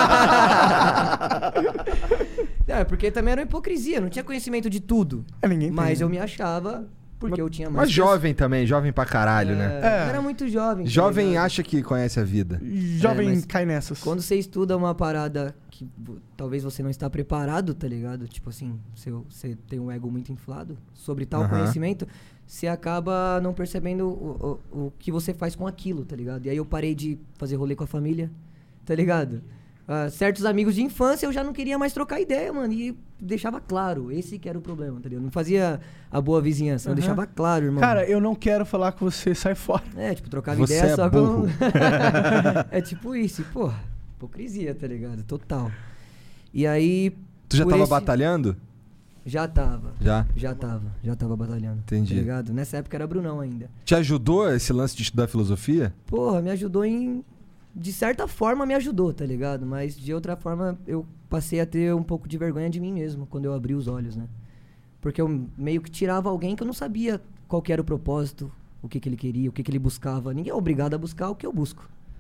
É, porque também era uma hipocrisia, não tinha conhecimento de tudo. É, ninguém tem, Mas né? eu me achava porque eu tinha mais... Mas jovem também, jovem pra caralho, né? É, É. eu era muito jovem. tá Jovem ligado? acha que conhece a vida. Jovem É, mas cai nessas. Quando você estuda uma parada que vo- talvez você não está preparado, tá ligado? Tipo assim, seu- você tem um ego muito inflado sobre tal Aham. conhecimento, você acaba não percebendo o, o, o que você faz com aquilo, tá ligado? E aí eu parei de fazer rolê com a família, tá ligado? Ah, certos amigos de infância eu já não queria mais trocar ideia, mano. E deixava claro, esse que era o problema, tá ligado? Não fazia a boa vizinhança, eu Aham. deixava claro, irmão. Cara, eu não quero falar com você, sai fora. É, tipo, trocava Você ideia é só burro. com... É tipo isso, e, porra, hipocrisia, tá ligado? Total. E aí... Tu já por tava esse- batalhando? Já tava. Já? Já tava, já tava batalhando. Entendi. Tá ligado? Nessa época era Brunão ainda. Te ajudou esse lance de estudar filosofia? Porra, me ajudou em... De certa forma me ajudou, tá ligado? Mas de outra forma eu passei a ter um pouco de vergonha de mim mesmo quando eu abri os olhos, né? Porque eu meio que tirava alguém que eu não sabia qual que era o propósito, o que que ele queria, o que que ele buscava. Ninguém é obrigado a buscar o que eu busco.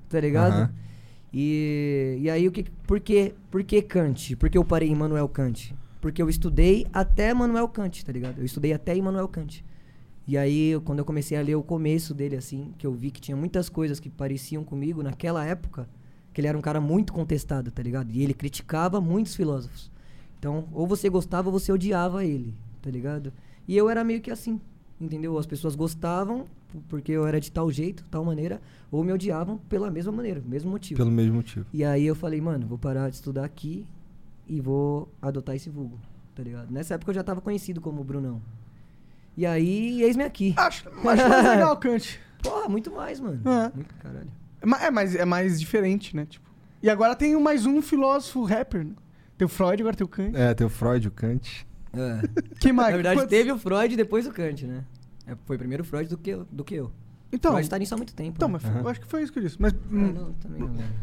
tá ligado? Aham. E, e aí, o que, por, que, por que Kant? Por que eu parei em Immanuel Kant? Porque eu estudei até Immanuel Kant, tá ligado? Eu estudei até Immanuel Kant. E aí, eu- quando eu comecei a ler o começo dele, assim, que eu vi que tinha muitas coisas que pareciam comigo naquela época, que ele era um cara muito contestado, tá ligado? E ele criticava muitos filósofos. Então, ou você gostava ou você odiava ele, tá ligado? E eu era meio que assim, entendeu? As pessoas gostavam p- porque eu era de tal jeito, tal maneira, ou me odiavam pela mesma maneira, mesmo motivo. Pelo mesmo motivo. E aí eu falei, mano, vou parar de estudar aqui e vou adotar esse vulgo, tá ligado? Nessa época eu já tava conhecido como Brunão. E aí, eis-me aqui. Acho, acho mais legal, Kant. Porra, muito mais, mano. É. Muito caralho. É ma- É mais, é mais diferente, né? Tipo. E agora tem o mais um filósofo rapper, né? Tem o Freud, agora tem o Kant. É, tem o Freud, o Kant. É. Quem mais? Na verdade, Quantos- teve o Freud e depois o Kant, né? É, foi primeiro o Freud do que eu. Do que eu. Então, Freud tá nisso há muito tempo. então né? mas foi- eu acho que foi isso que eu disse. Mas, Ah, hum, não, também não lembro.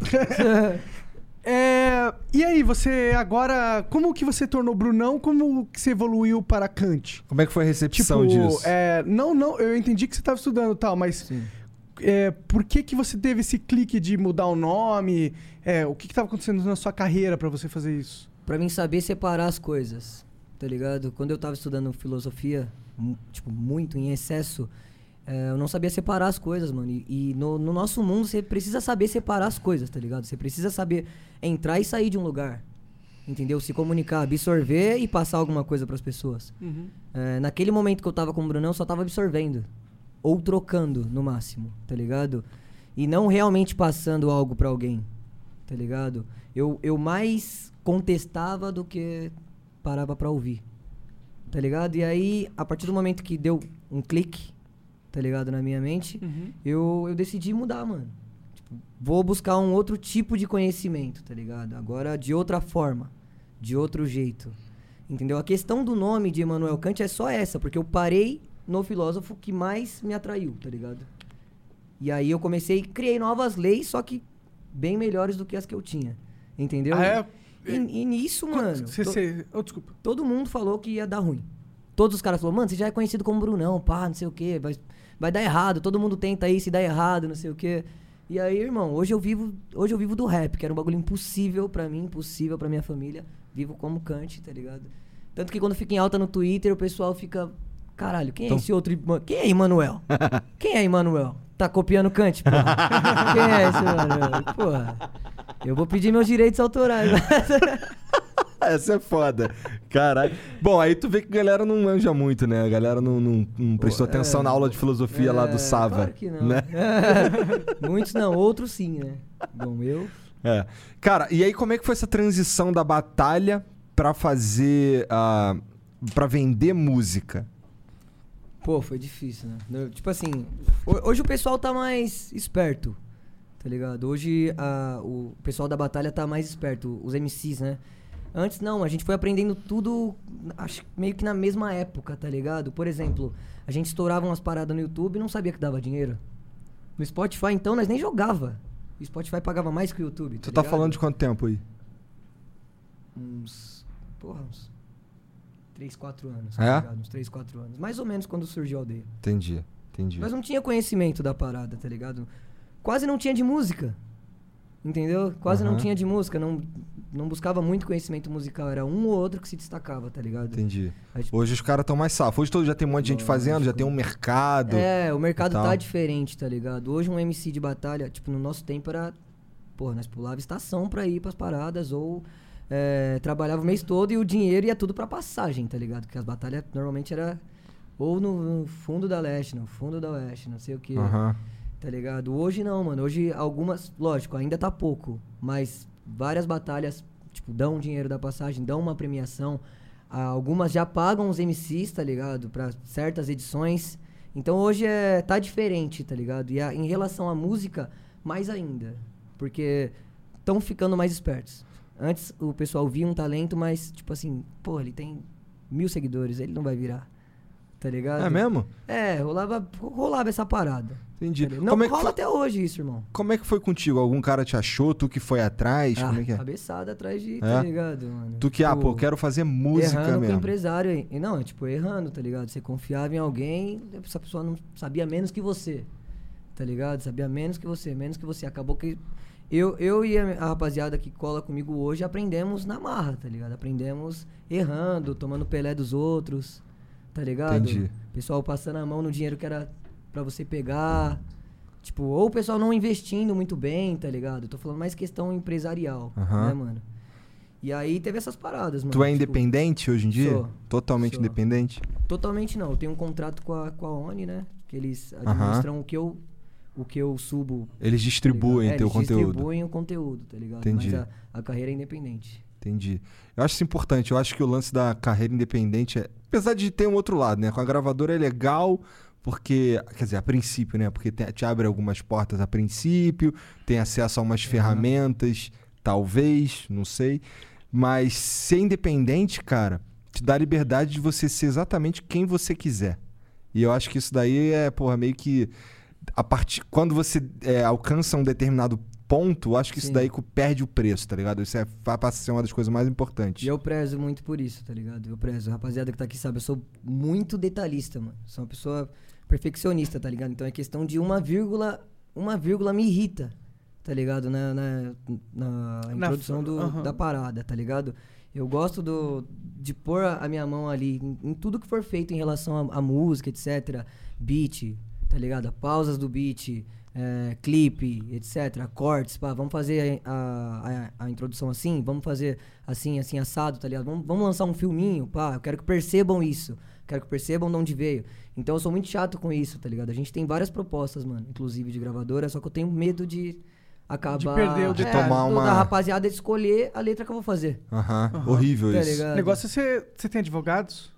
é, e aí, você agora... Como que você tornou Brunão? Como que você evoluiu para Kant? Como é que foi a recepção Tipo, disso? é, não, não, eu entendi que você estava estudando e tal, mas Sim. é, por que que você teve esse clique de mudar o nome? É, o que estava acontecendo na sua carreira para você fazer isso? Pra mim saber separar as coisas, tá ligado? Quando eu tava estudando filosofia, mu- tipo, muito, em excesso, é, eu não sabia separar as coisas, mano. E, e no, no nosso mundo você precisa saber separar as coisas, tá ligado? Você precisa saber entrar e sair de um lugar, entendeu? Se comunicar, absorver e passar alguma coisa pras pessoas. É, naquele momento que eu tava com o Brunão, eu só tava absorvendo. Ou trocando, no máximo, tá ligado? E não realmente passando algo pra alguém, tá ligado? Eu, eu mais contestava do que parava pra ouvir, tá ligado? E aí, a partir do momento que deu um clique, tá ligado, na minha mente, eu, eu decidi mudar, mano. Tipo, vou buscar um outro tipo de conhecimento, tá ligado? Agora de outra forma, de outro jeito, entendeu? A questão do nome de Immanuel Kant é só essa, porque eu parei no filósofo que mais me atraiu, tá ligado? E aí eu comecei, criei novas leis, só que bem melhores do que as que eu tinha, entendeu? Ah, é? E, e nisso, mano, Você, to- você- oh, desculpa. todo mundo falou que ia dar ruim. Todos os caras falaram, mano, você já é conhecido como Brunão, pá, não sei o quê, vai, vai dar errado, todo mundo tenta aí, se dá errado, não sei o quê. E aí, irmão, hoje eu vivo, hoje eu vivo do rap, que era um bagulho impossível pra mim, impossível pra minha família. Vivo como Kant, tá ligado? Tanto que quando fica em alta no Twitter, o pessoal fica, caralho, quem é Então- esse outro, Ima- quem é Immanuel? Quem é Immanuel? Tá copiando Kant, porra? Quem é esse Immanuel? Porra, eu vou pedir meus direitos autorais. Essa é foda. Caralho. Bom, aí tu vê que a galera não manja muito, né? A galera não, não- não prestou Pô, atenção é, na aula de filosofia lá do É, Sava. Claro que não. Né? Muitos não, outros sim, né? Bom, eu. É. Cara, e aí como é que foi essa transição da batalha pra fazer. Uh, pra vender música? Pô, foi difícil, né? No- Tipo assim, ho- hoje o pessoal tá mais esperto, tá ligado? Hoje a- o pessoal da batalha tá mais esperto, os M Cs, né? Antes não, a gente foi aprendendo tudo, acho que meio que na mesma época, tá ligado? Por exemplo, a gente estourava umas paradas no YouTube e não sabia que dava dinheiro. No Spotify, então, nós nem jogava. O Spotify pagava mais que o YouTube, Tu tá ligado? falando de quanto tempo aí? Uns. Porra, uns. três, quatro anos, É? tá ligado? Uns três, quatro anos. Mais ou menos quando surgiu a aldeia. Entendi, entendi. Mas não tinha conhecimento da parada, tá ligado? Quase não tinha de música. Entendeu? Quase Aham. não tinha de música. Não, não buscava muito conhecimento musical. Era um ou outro que se destacava, tá ligado? Entendi. Aí, tipo, Hoje os caras estão mais safos. Hoje todo, já tem um monte de gente fazendo, já tem um mercado. É, o mercado e tal. tá diferente, tá ligado? Hoje um M C de batalha, tipo, no nosso tempo era... Porra, nós pulava estação pra ir pras paradas ou... é, trabalhava o mês todo e o dinheiro ia tudo pra passagem, tá ligado? Porque as batalhas normalmente era ou no, no fundo da leste, no fundo da oeste, não sei o que, Aham. tá ligado? Hoje não, mano. Hoje algumas, lógico, ainda tá pouco, mas várias batalhas, tipo, dão dinheiro da passagem, dão uma premiação. Ah, algumas já pagam os M Cs, tá ligado? Pra certas edições. Então hoje é, tá diferente, tá ligado? E a- em relação à música, mais ainda. Porque estão ficando mais espertos. Antes o pessoal via um talento, mas, tipo assim, pô, ele tem mil seguidores, ele não vai virar. Tá ligado? É mesmo? É, rolava, rolava essa parada. Entendi. Entendeu? Não Como é que rola foi- até hoje isso, irmão. Como é que foi contigo? Algum cara te achou? Tu que foi atrás? Ah, Como é que é? cabeçada atrás de, É? tá ligado, mano? Tu que, ah, Tipo, pô, quero fazer música errando com o mesmo. empresário aí. E não, é tipo, errando, tá ligado? Você confiava em alguém, essa pessoa não sabia menos que você. tá ligado? Sabia menos que você, menos que você. Acabou que eu, eu e a, a rapaziada que cola comigo hoje aprendemos na marra, tá ligado? Aprendemos errando, tomando pelé dos outros, tá ligado? Entendi. Pessoal passando a mão no dinheiro que era pra você pegar. Tipo, ou o pessoal não investindo muito bem, tá ligado? Eu tô falando mais questão empresarial, Aham. né, mano? E aí teve essas paradas, mano. Tu é tipo, independente hoje em dia? sou. Totalmente Sou. independente? Totalmente não. Eu tenho um contrato com a, com a ONI, né? Que eles administram o que eu o que eu subo. Eles distribuem tá ligado? É, teu eles conteúdo. distribuem o conteúdo, tá ligado? Entendi. Mas a, a carreira é independente. Entendi. Eu acho isso importante. Eu acho que o lance da carreira independente é... Apesar de ter um outro lado, né? Com a gravadora é legal... Porque, quer dizer, a princípio, né? Porque te, te abre algumas portas a princípio, tem acesso a umas uhum. ferramentas, talvez, não sei. Mas ser independente, cara, te dá a liberdade de você ser exatamente quem você quiser. E eu acho que isso daí é, porra, meio que... A part... Quando você é, alcança um determinado ponto, eu acho que Sim. isso daí perde o preço, tá ligado? Isso é, passa a ser uma das coisas mais importantes. E eu prezo muito por isso, tá ligado? Eu prezo. A rapaziada que tá aqui sabe, eu sou muito detalhista, mano. Sou uma pessoa... perfeccionista, tá ligado? Então é questão de uma vírgula, uma vírgula me irrita, tá ligado? Na, na, na introdução do, uhum. da parada, tá ligado? Eu gosto do, de pôr a minha mão ali em, em tudo que for feito em relação à música, etcétera. Beat, tá ligado? Pausas do beat, é, clipe, etcétera. Cortes, pá, vamos fazer a, a, a introdução assim, vamos fazer assim, assim, assado, tá ligado? Vamos, vamos lançar um filminho, pá, eu quero que percebam isso. Quero que percebam de onde veio. Então eu sou muito chato com isso, tá ligado? A gente tem várias propostas, mano, inclusive de gravadora, só que eu tenho medo de acabar... De perder o de é, tomar do, uma... da rapaziada escolher a letra que eu vou fazer. Aham, Uhum. horrível Tá isso. ligado? O negócio é você, você tem advogados?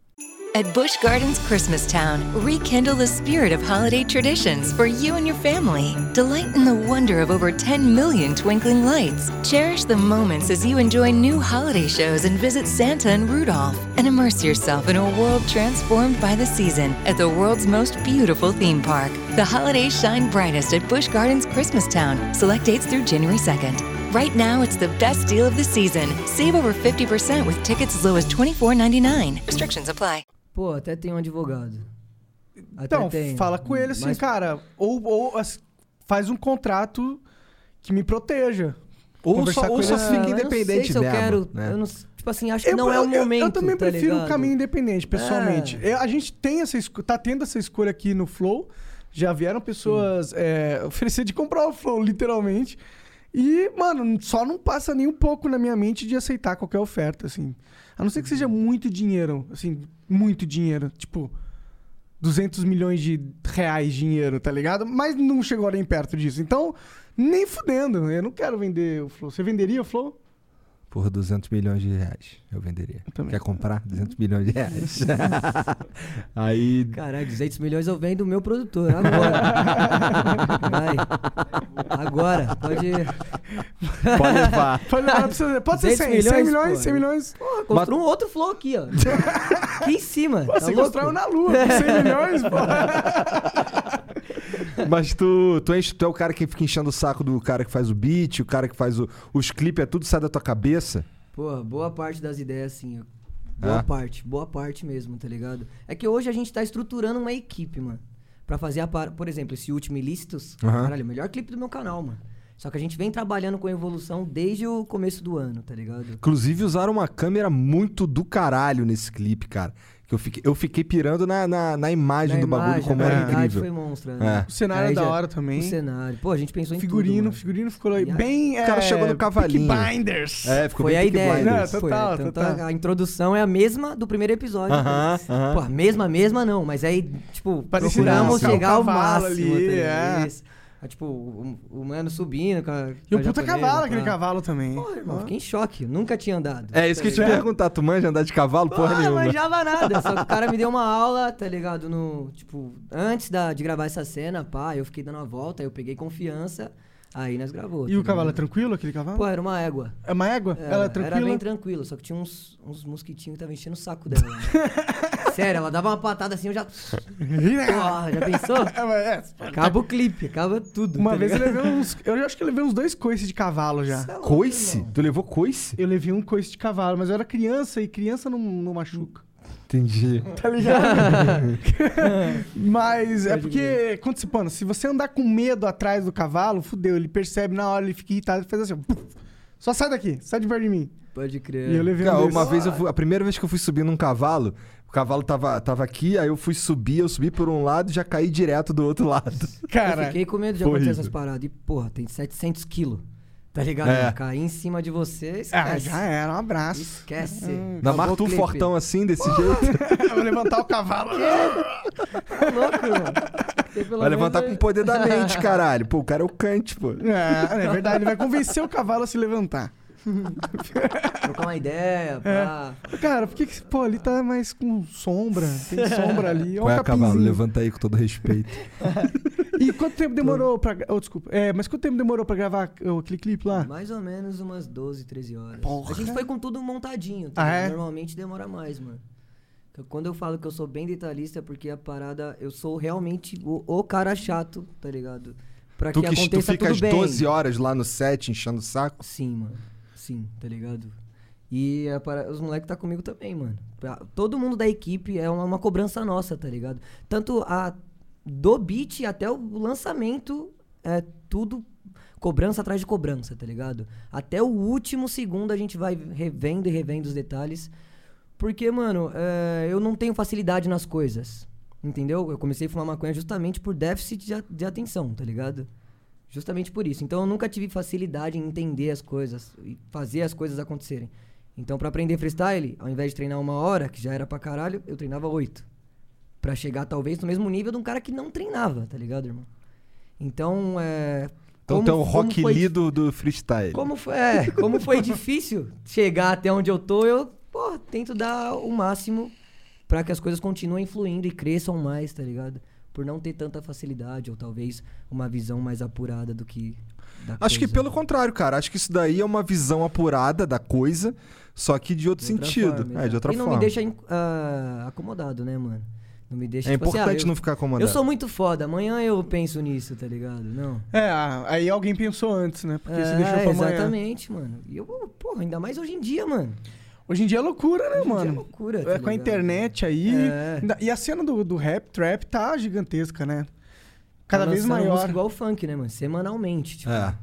At Busch Gardens Christmastown, rekindle the spirit of holiday traditions for you and your family. Delight in the wonder of over ten million twinkling lights. Cherish the moments as you enjoy new holiday shows and visit Santa and Rudolph. And immerse yourself in a world transformed by the season at the world's most beautiful theme park. The holidays shine brightest at Busch Gardens Christmastown. Select dates through January second. Right now, it's the best deal of the season. Save over fifty percent with tickets as low as twenty-four ninety-nine. Restrictions apply. Pô, até tem um advogado. Até Então, tem. fala com ele assim, Mas- cara, ou, ou as- faz um contrato que me proteja. Ou Conversar só, com ou ele, só é, fica eu não sei independente se eu mesmo, quero, né? eu não, tipo assim, acho que Eu- não é o eu- eu- momento, Eu também tá prefiro o ligado? caminho independente, pessoalmente. É. Eu- a gente tem essa esco- tá tendo essa escolha aqui no Flow. Já vieram pessoas é, oferecer de comprar o Flow, literalmente. E, mano, só não passa nem um pouco na minha mente de aceitar qualquer oferta, assim. A não ser que seja muito dinheiro, assim, muito dinheiro. Tipo, duzentos milhões de reais de dinheiro, tá ligado? Mas não chegou nem perto disso. Então, nem fudendo. Eu não quero vender o Flow. Você venderia o Flow? Por duzentos milhões de reais, eu venderia. também. Quer comprar? duzentos milhões de reais. Aí... Caralho, duzentos milhões eu vendo do meu produtor, agora. Vai. Agora, pode... Pode levar. Pode, levar pra você- pode ser duzentos cem, cem milhões, milhões, pô. cem milhões. Pô, construa um outro flow aqui, ó. Aqui em cima. Pô, tá você louco? constrói um na lua, com cem milhões, pô. Mas tu, tu, enche, tu é o cara que fica enchendo o saco do cara que faz o beat, o cara que faz o, os clipes, é tudo sai da tua cabeça? Pô, boa parte das ideias, assim, ó. Boa É? parte, boa parte mesmo, tá ligado? É que hoje a gente tá estruturando uma equipe, mano. Pra fazer a par... Por exemplo, esse último Ilícitos, Aham. caralho, é o melhor clipe do meu canal, mano. Só que a gente vem trabalhando com evolução desde o começo do ano, tá ligado? Inclusive usaram uma câmera muito do caralho nesse clipe, cara. Que eu fiquei, eu fiquei pirando na, na, na imagem Na do bagulho, imagem, como a era qualidade incrível. foi monstra, né? É. O cenário Aí é da já- hora também. O cenário. Pô, a gente pensou em Figurino, tudo, mano. figurino ficou E aí- bem... O cara é, chegou no cavalinho. Peaky Blinders. É, ficou Foi bem a Peaky ideia. Blinders. Não, Foi, total, tanto total. A, a introdução é a mesma do primeiro episódio. Aham, pô. aham. Pô, a mesma, a mesma não. Mas aí, tipo, Parecia procuramos um chegar ao cavalo máximo. ali, tá ligado? é. Isso. Aí, tipo, o, o mano subindo com a, E com o a puta japonesa, cavalo, pá. aquele cavalo também. Porra, irmão, fiquei em choque. Eu nunca tinha andado. É isso que eu te tá ligado? perguntar, tu manja andar de cavalo? Porra Ah, não nenhuma. manjava nada. Só que o cara me deu uma aula, tá ligado? No, tipo, antes da, de gravar essa cena, pá, eu fiquei dando uma volta, aí eu peguei confiança, aí nós gravou. E tá o cavalo é ligado? tranquilo, aquele cavalo? Pô, era uma égua. É uma égua? Era, Ela é Era tranquila? bem tranquila, só que tinha uns, uns mosquitinhos que estavam enchendo o saco dela. né? Sério, ela dava uma patada assim, eu já... Porra, já pensou? É, mas é. Acaba o clipe, acaba tudo. Uma tá vez eu ligado? levei uns... Eu acho que eu levei uns dois coices de cavalo já. Cê é louco, Coice? irmão. Tu levou coice? Eu levei um coice de cavalo, mas eu era criança e criança não, não machuca. Entendi. Tá ligado? Mas é porque, quando você, mano, se você andar com medo atrás do cavalo, fudeu, ele percebe na hora, ele fica irritado e faz assim, ó, só sai daqui, sai de perto de mim. Pode crer. E eu levei Cara, um uma desse. vez eu fui, a primeira vez que eu fui subir num cavalo, o cavalo tava, tava aqui, aí eu fui subir, eu subi por um lado e já caí direto do outro lado. Cara, Eu fiquei com medo de foi acontecer horrível. essas paradas. E, porra, tem setecentos quilos. Tá ligado? É. Cair em cima de você, esquece. ah, já era, um abraço. Esquece. Ainda Acabou mais o tu clipe. fortão assim, desse jeito. Eu vou levantar o cavalo. Tá louco, mano. Porque pelo Vai levantar menos com o poder da mente, caralho. Pô, o cara é o Kant, pô. É, é verdade, ele vai convencer o cavalo a se levantar. trocar uma ideia, pá. Cara, por que que, pô, ali tá mais com sombra, tem sombra ali, Qual olha é, o cavalo? capinzinho. Levanta aí com todo respeito. E quanto tempo demorou pra... Oh, desculpa. É, mas quanto tempo demorou pra gravar oh, aquele clipe lá? Mais ou menos umas doze, treze horas. Porra. A gente foi com tudo montadinho, tá Ah, ligado? é? Normalmente demora mais, mano. Então, quando eu falo que eu sou bem detalhista é porque a parada, eu sou realmente o, o cara chato, tá ligado? Pra Tu que que tu aconteça fica tudo as bem. doze horas lá no set enchendo o saco. Sim, mano. Sim, tá ligado? E a para- os moleques tá comigo também, mano. Pra- Todo mundo da equipe é uma, uma cobrança nossa, tá ligado? Tanto a do beat até o lançamento é tudo cobrança atrás de cobrança, tá ligado? Até o último segundo a gente vai revendo e revendo os detalhes. Porque, mano, é, eu não tenho facilidade nas coisas, entendeu? Eu comecei a fumar maconha justamente por déficit de, a- de atenção, tá ligado? Justamente por isso. Então eu nunca tive facilidade em entender as coisas e fazer as coisas acontecerem. Então pra aprender freestyle, ao invés de treinar uma hora, que já era pra caralho, eu treinava oito. Pra chegar talvez no mesmo nível de um cara que não treinava, tá ligado, irmão? Então, é... Então como- tu é o como Rock foi Lee do, do freestyle. Como foi, é, como foi difícil chegar até onde eu tô, eu, pô, tento dar o máximo pra que as coisas continuem fluindo e cresçam mais, tá ligado? Por não ter tanta facilidade, ou talvez uma visão mais apurada do que da Acho que coisa. pelo contrário, cara. Acho que isso daí é uma visão apurada da coisa, só que de outro De outra sentido. forma, é, de exato. outra e não forma. me deixa in- ah, acomodado, né, mano? Não me deixa, É tipo assim, importante ah, eu- não ficar acomodado. Eu sou muito foda, amanhã eu penso nisso, tá ligado? Não. É, ah, aí alguém pensou antes, né? Porque você É, deixou pra amanhã. exatamente, mano. E eu, porra, ainda mais hoje em dia, mano. Hoje em dia é loucura, né, Hoje em dia mano? é loucura, tá É, com a ligado? internet aí. É. ainda- E a cena do, do rap, trap, tá gigantesca, né? Cada Tá vez lançando maior. música igual o funk, né, mano? Semanalmente, tipo. É.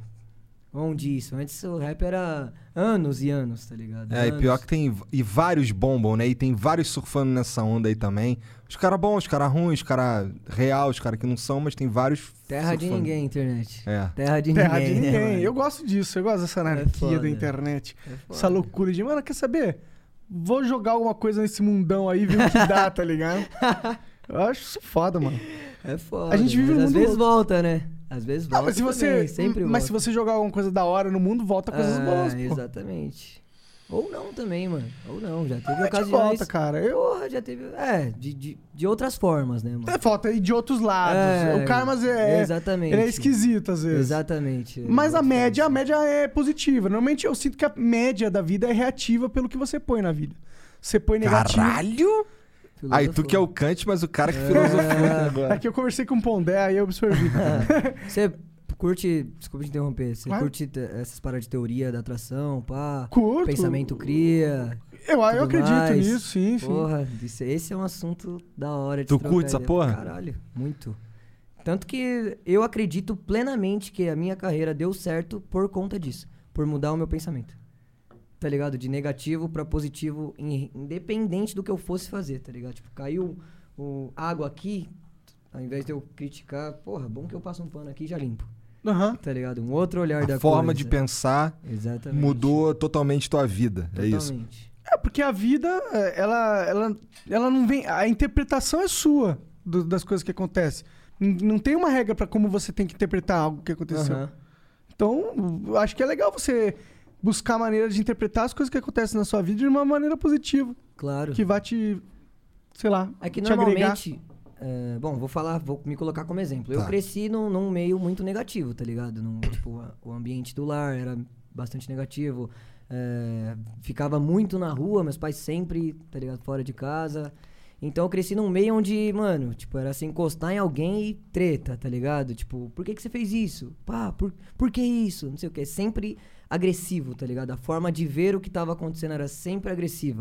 Onde isso? Antes o rap era anos e anos, tá ligado? É, e Anos. pior que tem. E vários bombam, né? E tem vários surfando nessa onda aí também. Os caras bons, os caras ruins, os caras real, os caras que não são, mas tem vários. Terra de surfando. ninguém, internet. É. Terra de Terra ninguém. de né, ninguém. mano? Eu gosto disso, eu gosto dessa anarquia foda. da internet. É foda. Essa loucura de, mano, quer saber? Vou jogar alguma coisa nesse mundão aí, ver o que dá, tá ligado? Eu acho isso foda, mano. É foda. A gente vive mas num às mundo vezes louco. volta, né? Às vezes volta. Não, mas se você, também, sempre mas se volta. você jogar alguma coisa da hora no mundo, volta coisas Ah, boas, pô. exatamente. Ou não também, mano. Ou não, já teve A gente ocasiões. volta, cara. Eu... Porra, já teve. É, de, de, de outras formas, né, mano? É, falta aí de outros lados. É, o Karmas é, exatamente. ele é esquisito às vezes. Exatamente. Mas a Eu boto média, fé a média é positiva. Normalmente eu sinto que a média da vida é reativa pelo que você põe na vida. Você põe negativo. Caralho! Aí tu que é o Kant, mas o cara que filosofou aqui agora. Aqui eu conversei com o Pondé, aí eu absorvi. Você curte. Desculpa te interromper. Você Claro. curte te- essas paradas de teoria da atração, pá? Curto. Pensamento cria. Eu, eu tudo acredito mais. nisso, sim, sim. Porra, isso- esse é um assunto da hora de Tu trocar curte essa ideia. porra? Caralho, muito. Tanto que eu acredito plenamente que a minha carreira deu certo por conta disso. Por mudar o meu pensamento. Tá ligado? De negativo pra positivo, in- independente do que eu fosse fazer, tá ligado? Tipo, caiu o água aqui, ao invés de eu criticar, porra, bom que eu passo um pano aqui e já limpo. Aham. Tá ligado? Um outro olhar da A forma coisa. de pensar Exatamente. mudou totalmente tua vida. É isso. Totalmente. É, porque a vida, é, ela, ela, ela não vem. A interpretação é sua do- das coisas que acontecem. N- Não tem uma regra pra como você tem que interpretar algo que aconteceu. Aham. Então, eu acho que é legal você buscar maneiras de interpretar as coisas que acontecem na sua vida de uma maneira positiva. Claro. Que vai te, sei lá, É que te agregar. normalmente. é, bom, vou falar, vou me colocar como exemplo. Eu Tá. cresci num, num meio muito negativo, tá ligado? Num, tipo, a- o ambiente do lar era bastante negativo. é, ficava muito na rua, meus pais sempre, tá ligado? Fora de casa. Então eu cresci num meio onde, mano, tipo, era se encostar em alguém e treta, tá ligado? Tipo, por que que você fez isso? Pá, por, por que isso? Não sei o que. Sempre agressivo, tá ligado? A forma de ver o que tava acontecendo era sempre agressiva.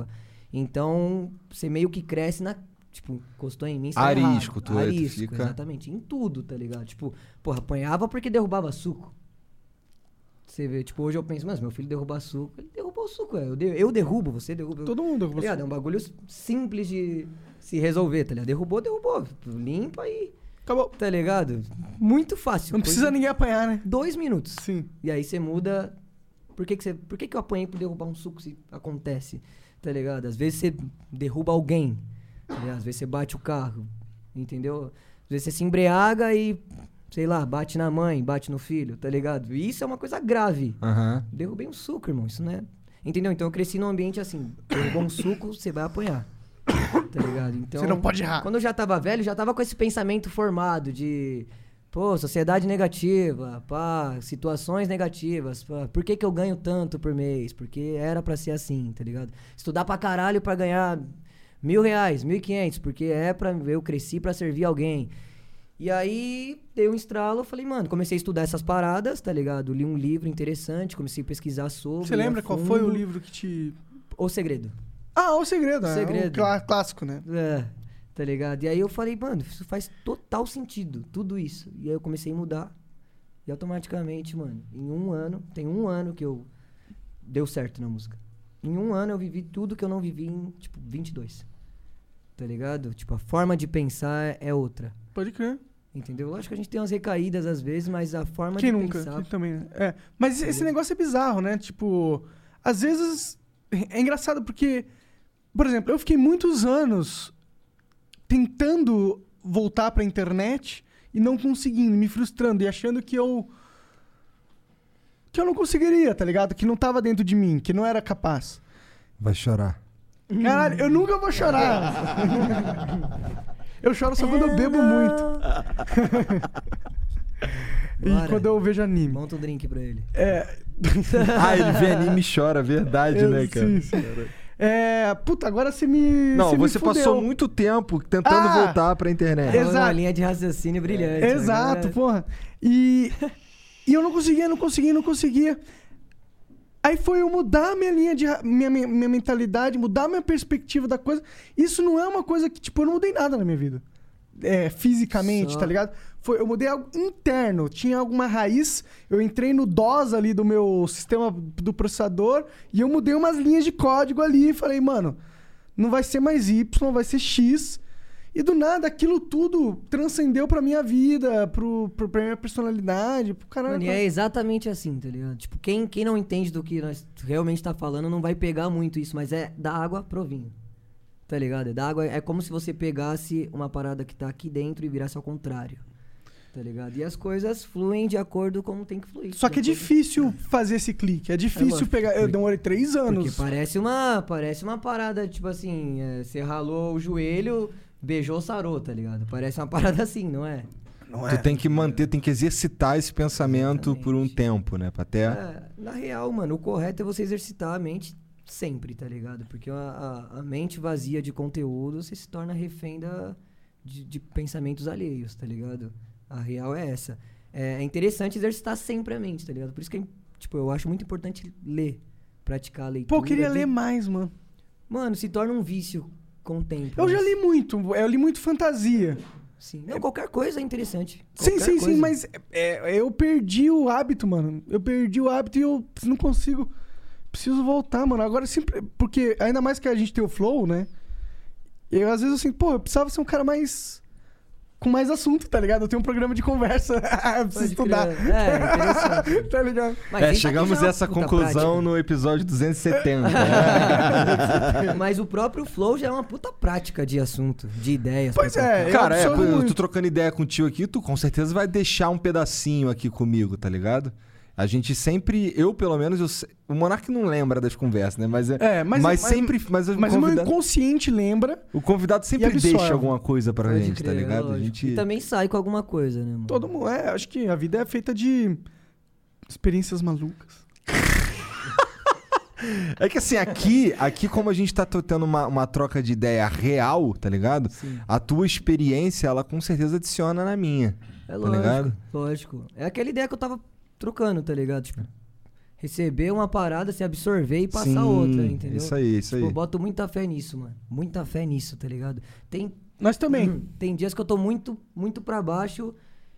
Então, você meio que cresce na... Tipo, encostou em mim, você Arisco, tá tu, errado. tu Arisco, fica... exatamente. Em tudo, tá ligado? Tipo, porra, apanhava porque derrubava suco. Você vê, tipo, hoje eu penso, mas meu filho derrubar suco, ele derrubou o suco, é. Eu, de, eu derrubo, você derruba. Todo mundo derruba tá ligado? suco. É um bagulho simples de se resolver, tá ligado? Derrubou, derrubou. Limpa e... Acabou. Tá ligado? Muito fácil. Não precisa Coisa- ninguém apanhar, né? Dois minutos. Sim. E aí você muda. Por que, que você. Por que, que eu apanhei por derrubar um suco se acontece? Tá ligado? Às vezes você derruba alguém. Tá ligado? Às vezes você bate o carro. Entendeu? Às vezes você se embriaga e, sei lá, bate na mãe, bate no filho, tá ligado? E isso é uma coisa grave. Aham. Derrubei um suco, irmão. Isso não é. Entendeu? Então eu cresci num ambiente assim. Derrubou um suco, você vai apanhar. Tá ligado? Então, Você não pode errar. Quando eu já tava velho, já tava com esse pensamento formado de. Pô, sociedade negativa, pá, situações negativas, pá, por que que eu ganho tanto por mês? Porque era pra ser assim, tá ligado? Estudar pra caralho pra ganhar mil reais, mil e quinhentos, porque é pra... Eu cresci pra servir alguém. E aí, dei um estralo, falei, mano, comecei a estudar essas paradas, tá ligado? Li um livro interessante, comecei a pesquisar sobre... Você lembra a qual foi o fundo. livro que te... O Segredo. Ah, O Segredo. O é Segredo. um clá- clássico, né? É, tá ligado? E aí eu falei, mano, isso faz total sentido, tudo isso. E aí eu comecei a mudar. E automaticamente, mano, em um ano, tem um ano que eu deu certo na música. Em um ano eu vivi tudo que eu não vivi em, tipo, vinte e dois. Tá ligado? Tipo, a forma de pensar é outra. Pode crer. Entendeu? Lógico que a gente tem umas recaídas às vezes, mas a forma Quem de nunca? pensar... Quem também, né? É. Mas esse negócio é bizarro, né? Tipo, às vezes é engraçado porque, por exemplo, eu fiquei muitos anos tentando voltar pra internet e não conseguindo, me frustrando e achando que eu que eu não conseguiria, tá ligado? Que não tava dentro de mim, que não era capaz. Vai chorar. Caralho, eu nunca vou chorar. Eu choro só quando eu bebo muito. E Bora. quando eu vejo anime. Monta um drink pra ele. É. Ah, ele vê anime e chora, verdade, Eu- né, cara? sim, sim. É, puta, agora você me. Não, me você fudeu. passou muito tempo tentando Ah! voltar pra internet. Exato. Uma linha de raciocínio brilhante. Exato, Agora- porra. E, e eu não conseguia, não conseguia, não conseguia. Aí foi eu mudar minha linha de. ra- Minha, minha, minha mentalidade, mudar minha perspectiva da coisa. Isso não é uma coisa que, tipo, eu não mudei nada na minha vida. É, fisicamente, Só. tá ligado? Foi, eu mudei algo interno. Tinha alguma raiz. Eu entrei no D O S ali do meu sistema do processador. E eu mudei umas linhas de código ali. E falei, mano, não vai ser mais Y, vai ser X. E do nada, aquilo tudo transcendeu pra minha vida, pro, pro, pra minha personalidade, pro caralho. Mano, e é exatamente assim, tá ligado? Tipo, quem, quem não entende do que nós realmente tá falando não vai pegar muito isso, mas é da água pro vinho. Tá ligado? É da água, é como se você pegasse uma parada que tá aqui dentro e virasse ao contrário. Tá ligado? E as coisas fluem de acordo com como tem que fluir. Só que é De acordo- difícil fazer esse clique. É difícil mano, pegar. Eu porque- demorei três anos. Porque parece uma, parece uma parada, tipo assim, é, você ralou o joelho, beijou, sarou, tá ligado? Parece uma parada assim, não é? Não Tu tem que manter, tem que exercitar esse pensamento por um Exatamente. tempo, né? Pra até... É, na real, mano, o correto é você exercitar a mente sempre, tá ligado? Porque a, a, a mente vazia de conteúdo, você se torna refém da, de, de pensamentos alheios, tá ligado? A real é essa. É, é interessante exercitar sempre a mente, tá ligado? Por isso que, é, tipo, eu acho muito importante ler, praticar a leitura. Pô, eu queria de- ler mais, mano. Mano, se torna um vício com o tempo. Eu já mas- li muito. Eu li muito fantasia. Sim. Não, qualquer coisa é interessante. Sim, Qualquer sim, sim, coisa. mas é, eu perdi o hábito, mano. Eu perdi o hábito e eu não consigo. Preciso voltar, mano. Agora sempre. Porque ainda mais que a gente tem o flow, né? Eu às vezes assim, pô, eu precisava ser um cara mais. Com mais assunto, tá ligado? Eu tenho um programa de conversa. Eu preciso Pode estudar. crer. É, interessante. Tá ligado? Mas É, isso aqui chegamos já é a uma essa puta conclusão prática. no episódio duzentos e setenta. Mas o próprio flow já é uma puta prática de assunto, de ideias. Pois pra é, trocar. eu Cara, é, absorvo eu muito. tô trocando ideia contigo aqui, tu com certeza vai deixar um pedacinho aqui comigo, tá ligado? A gente sempre, eu pelo menos, eu se- o Monark não lembra das conversas, né? Mas, é, É, mas- mas, mas- sempre, mas, o, Mas o meu convidado, inconsciente lembra. o convidado sempre absorve. deixa alguma coisa pra Pode gente, crer, tá ligado? A lógico. gente... E também sai com alguma coisa, né, mano? Todo mundo. É, acho que a vida é feita de experiências malucas. É que assim, aqui, aqui como a gente tá to- tendo uma, uma troca de ideia real, tá ligado? Sim. A tua experiência, ela com certeza adiciona na minha. É tá lógico, ligado? lógico. É aquela ideia que eu tava trocando, tá ligado? Tipo, receber uma parada, se absorver e passar Sim, outra, entendeu? Isso aí, isso Tipo, aí. eu boto muita fé nisso, mano. Muita fé nisso, tá ligado? Tem, Nós também. tem dias que eu tô muito, muito pra baixo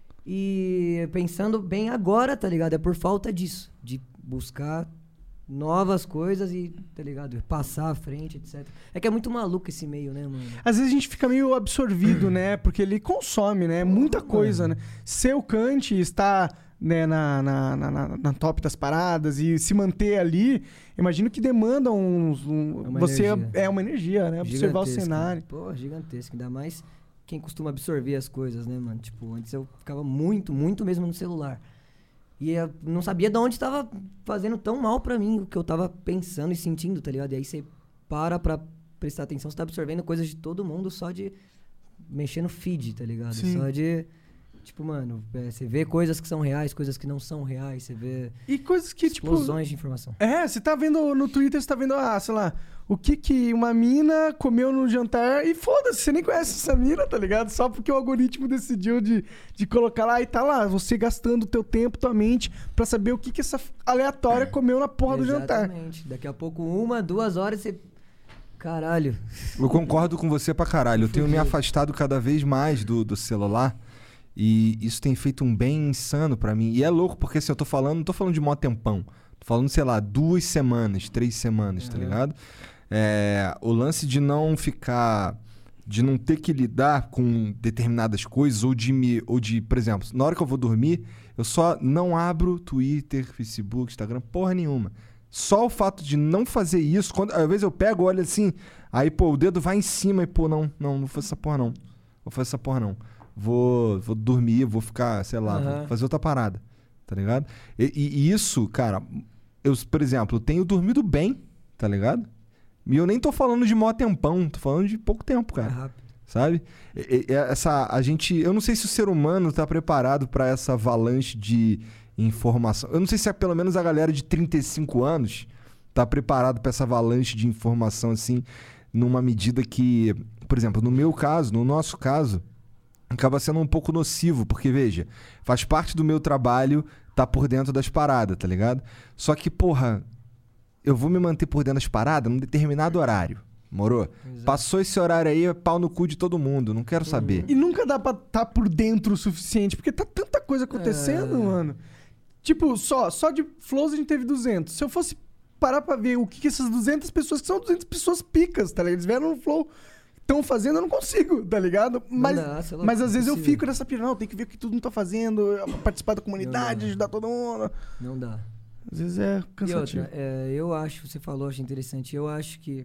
e pensando bem agora, tá ligado? É por falta disso, de buscar novas coisas e, tá ligado? Passar à frente, etcétera. É que é muito maluco esse meio, né, mano? Às vezes a gente fica meio absorvido, né? Porque ele consome, né? Muita coisa, né? Seu Kant está, né, na, na, na, na- na top das paradas e se manter ali, imagino que demanda uns... Um, É uma você energia. é uma energia, né? Observar o Gigantesca. cenário. Pô, gigantesco. Ainda mais quem costuma absorver as coisas, né, mano? Tipo, antes eu ficava muito, muito mesmo no celular. E eu não sabia de onde tava fazendo tão mal pra mim o que eu tava pensando e sentindo, tá ligado? E aí você para pra prestar atenção, você tá absorvendo coisas de todo mundo só de mexer no feed, tá ligado? Sim. Só de... Tipo, mano, é, você vê coisas que são reais, coisas que não são reais, você vê E coisas que, tipo... explosões de informação. É, você tá vendo no Twitter, você tá vendo, ah, sei lá, o que que uma mina comeu no jantar e foda-se, você nem conhece essa mina, tá ligado? Só porque o algoritmo decidiu de, de colocar lá e tá lá, você gastando o teu tempo, tua mente, pra saber o que que essa aleatória comeu na porra do jantar. Exatamente. Daqui a pouco, uma, duas horas, você... Caralho. Eu concordo com você pra caralho. Eu tenho me afastado cada vez mais do, do celular e isso tem feito um bem insano pra mim. E é louco, porque assim, eu tô falando, não tô falando de mó tempão. Tô falando, sei lá, duas semanas, três semanas, tá ligado? É, o lance de não ficar... De não ter que lidar com determinadas coisas ou de me... Ou de, por exemplo, na hora que eu vou dormir, eu só não abro Twitter, Facebook, Instagram, porra nenhuma. Só o fato de não fazer isso, quando, às vezes eu pego, olho assim, aí, pô, o dedo vai em cima e, pô, não, não, não vou fazer essa porra não. Vou fazer essa porra não. Vou, vou dormir, vou ficar, sei lá, Aham. vou fazer outra parada, tá ligado? E, e- e isso, cara, eu, por exemplo, eu tenho dormido bem, tá ligado? E eu nem tô falando de mó tempão, tô falando de pouco tempo, É cara. rápido. Sabe? E- e- essa, a gente, eu não sei se o ser humano tá preparado pra essa avalanche de informação. Eu não sei se é pelo menos a galera de trinta e cinco anos tá preparado pra essa avalanche de informação assim, numa medida que, por exemplo, no meu caso, no nosso caso, acaba sendo um pouco nocivo, porque veja, faz parte do meu trabalho tá por dentro das paradas, tá ligado? Só que, porra, eu vou me manter por dentro das paradas num determinado horário. Morou? Passou esse horário aí, é pau no cu de todo mundo. Não quero saber. E nunca dá pra tá por dentro o suficiente, porque tá tanta coisa acontecendo, É. mano. Tipo, só, só de flows a gente teve duzentos. Se eu fosse parar pra ver o que, que essas duzentas pessoas, que são duzentas pessoas picas, tá ligado? Eles vieram no flow, estão fazendo, eu não consigo, tá ligado? Mas, dá, sei lá, mas às vezes eu impossível. fico nessa pira, não, tem que ver o que todo mundo tá fazendo, participar da comunidade, Não dá. ajudar todo mundo. Não dá. Às vezes é E cansativo. outra, é, eu acho, você falou, acho interessante, eu acho que...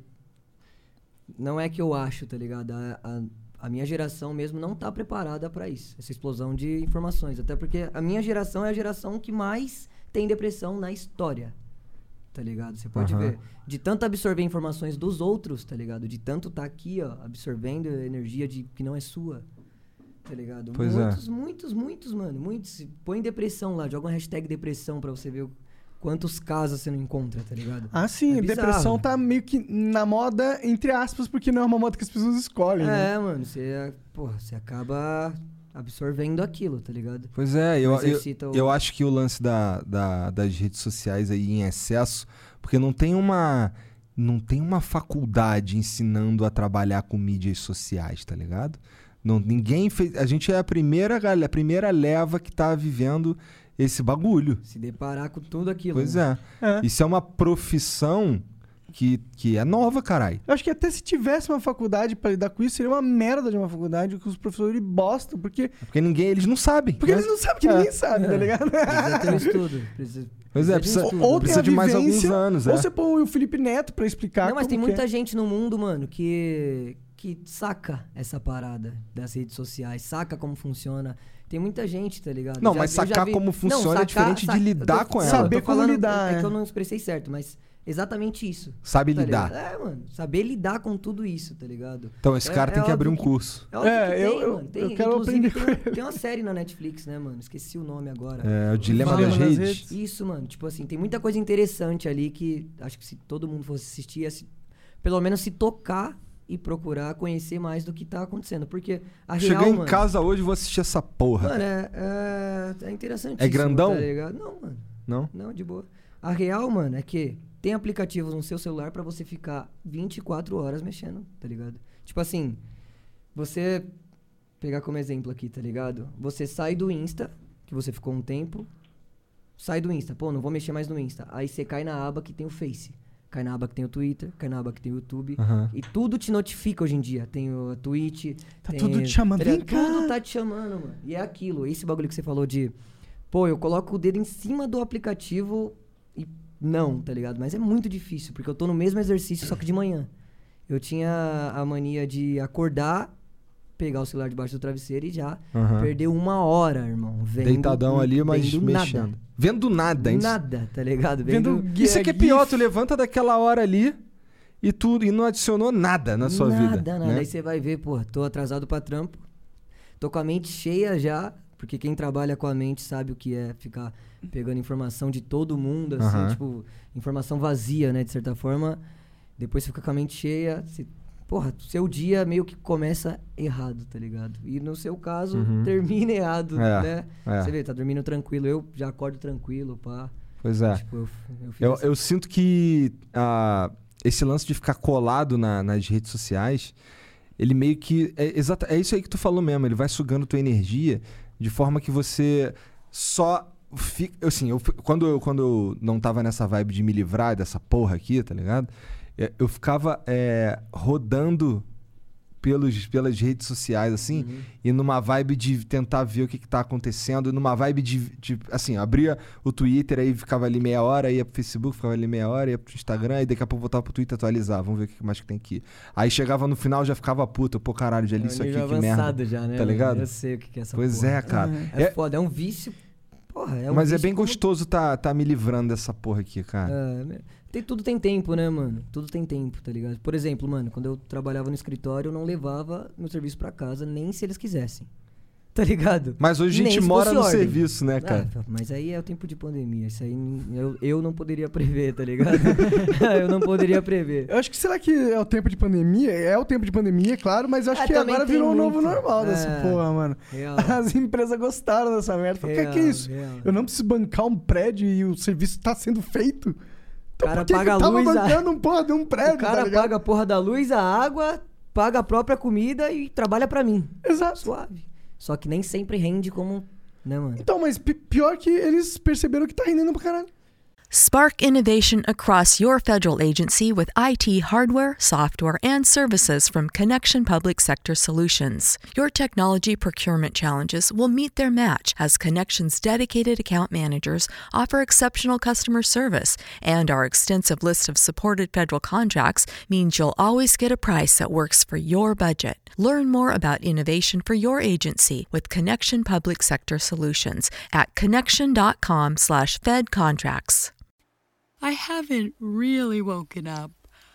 Não é que eu acho, tá ligado? A, a, a minha geração mesmo não tá preparada pra isso, essa explosão de informações. Até porque a minha geração é a geração que mais tem depressão na história, tá ligado? Você pode Aham. ver. De tanto absorver informações dos outros, tá ligado? De tanto tá aqui, ó, absorvendo energia de, que não é sua, tá ligado? Pois é. muitos, muitos, muitos, mano, muitos. Põe depressão lá, joga uma hashtag depressão pra você ver o, quantos casos você não encontra, tá ligado? Ah, sim, É a bizarro. depressão tá meio que na moda, entre aspas, porque não é uma moda que as pessoas escolhem, né? É, mano, você, porra, você acaba absorvendo aquilo, tá ligado? Pois é, eu, eu, Exercita o- eu acho que o lance da, da- das redes sociais aí em excesso, porque não tem uma não tem uma faculdade ensinando a trabalhar com mídias sociais, tá ligado? Não, ninguém fez, a gente é a primeira galera, a primeira leva que tá vivendo esse bagulho. Se deparar com tudo aquilo. Pois né? é. É. Isso é uma profissão que, que é nova, caralho. Eu acho que até se tivesse uma faculdade pra lidar com isso, seria uma merda de uma faculdade que os professores bostam, porque, Porque ninguém, eles não sabem. porque né? eles não sabem que É. ninguém sabe, tá ligado? Precisa ter um estudo. Precisa, Pois é, de um precisa- estudo. Ou tem Precisa a de mais alguns vivência, anos, ou é. você põe o Felipe Neto pra explicar Não, mas como tem que muita é. gente no mundo, mano, que, que saca essa parada das redes sociais, saca como funciona. Tem muita gente, tá ligado? Não, Já- mas eu já sacar vi- como funciona é diferente de saca- lidar eu tô- com ela. Não, eu tô Saber como falando- lidar, É, é é. que eu não expressei certo, mas exatamente isso. Sabe tá lidar. ligado? É, mano, saber lidar com tudo isso, tá ligado? Então esse É- cara é tem que abrir um óbvio curso. É, óbvio É, que tem, eu- eu- mano. Tem, eu quero inclusive, aprender tem, com tem uma série na Netflix, né, mano? Esqueci o nome agora. É, o dilema Dilema das nas redes. redes. Isso, mano. Tipo assim, tem muita coisa interessante ali que acho que se todo mundo fosse assistir, ia se, pelo menos se tocar e procurar conhecer mais do que tá acontecendo. Porque a Cheguei real, em mano, casa hoje e vou assistir essa porra. Mano, é, é, é interessante. É grandão? Tá ligado? Não, mano. Não? Não, de boa. A real, mano, é que tem aplicativos no seu celular pra você ficar vinte e quatro horas mexendo, tá ligado? Tipo assim, você... Pegar como exemplo aqui, tá ligado? Você sai do Insta, que você ficou um tempo, sai do Insta, pô, não vou mexer mais no Insta. Aí você cai na aba que tem o Face, cai na aba que tem o Twitter, cai na aba que tem o YouTube. Aham. E tudo te notifica hoje em dia. Tem o Twitch. Tá tem- tudo te chamando, tá vem ligado? cá. Tudo tá te chamando, mano. E é aquilo, esse bagulho que você falou de... Pô, eu coloco o dedo em cima do aplicativo e não, tá ligado? Mas é muito difícil, porque eu tô no mesmo exercício, só que de manhã. Eu tinha a mania de acordar, pegar o celular debaixo do travesseiro e já Aham. perder uma hora, irmão. Vendo, Deitadão ali, mas vendo mexendo. Nada. Vendo nada, hein? Nada, tá ligado? Vendo Vendo... Isso é que é pior, GIF. tu levanta daquela hora ali e tu e não adicionou nada na sua nada, vida. Nada, né? Aí você vai ver, pô, tô atrasado pra trampo, tô com a mente cheia já, porque quem trabalha com a mente sabe o que é ficar pegando informação de todo mundo, assim, Aham. tipo, informação vazia, né, de certa forma. Depois você fica com a mente cheia, você, porra, seu dia meio que começa errado, tá ligado? E no seu caso, Uhum. termina errado, É, né? é. Você vê, tá dormindo tranquilo, eu já acordo tranquilo, pá. Pois é. Tipo, eu, eu fiz Eu, essa- eu sinto que ah, esse lance de ficar colado na- nas redes sociais, ele meio que. É, exata, é isso aí que tu falou mesmo, ele vai sugando tua energia de forma que você só fica. Assim, eu, fi- quando, eu, quando eu não tava nessa vibe de me livrar dessa porra aqui, tá ligado? É, Eu ficava é, rodando pelos, pelas redes sociais, assim, Uhum. e numa vibe de tentar ver o que, que tá acontecendo, e numa vibe de, de, assim, abria o Twitter, aí ficava ali meia hora, ia pro Facebook, ficava ali meia hora, ia pro Instagram, e daqui a pouco voltava pro Twitter atualizar, vamos ver o que mais que tem aqui. Aí chegava no final, já ficava puta, pô, caralho, já li É um isso aqui, nível que avançado merda. já, né? Tá mano? ligado? Eu sei o que que é essa Pois porra. é, cara. É, É- foda, é um vício. Porra, é um mas é vício bem como- gostoso tá, tá me livrando dessa porra aqui, cara. É, né? tem, tudo tem tempo, né, mano? Tudo tem tempo, tá ligado? Por exemplo, mano, quando eu trabalhava no escritório, eu não levava meu serviço pra casa, nem se eles quisessem. Tá ligado? Mas hoje a Nem gente se mora fosse no ordem. serviço, né, cara? Ah, mas aí é o tempo de pandemia. Isso aí eu, eu não poderia prever, tá ligado? eu não poderia prever. Eu acho que será que é o tempo de pandemia? É o tempo de pandemia, claro, mas eu acho É, que também agora tem virou um novo muito. normal dessa É. porra, mano. Real. As empresas gostaram dessa merda. Falaram, que que é Real, isso? real. Eu não preciso bancar um prédio e o serviço tá sendo feito. Então Cara por que paga que eu a tava luz, a- bancando um porra de um prédio, O cara tá ligado? paga a porra da luz, a água, paga a própria comida e trabalha pra mim. Exato. Suave. Só que nem sempre rende como, né, mano? Então, mas pi- pior que eles perceberam que tá rendendo pra caralho. Spark innovation across your federal agency with I T hardware, software, and services from Connection Public Sector Solutions. Your technology procurement challenges will meet their match as Connection's dedicated account managers offer exceptional customer service, and our extensive list of supported federal contracts means you'll always get a price that works for your budget. Learn more about innovation for your agency with Connection Public Sector Solutions at connection.com slash fed contracts. I haven't really woken up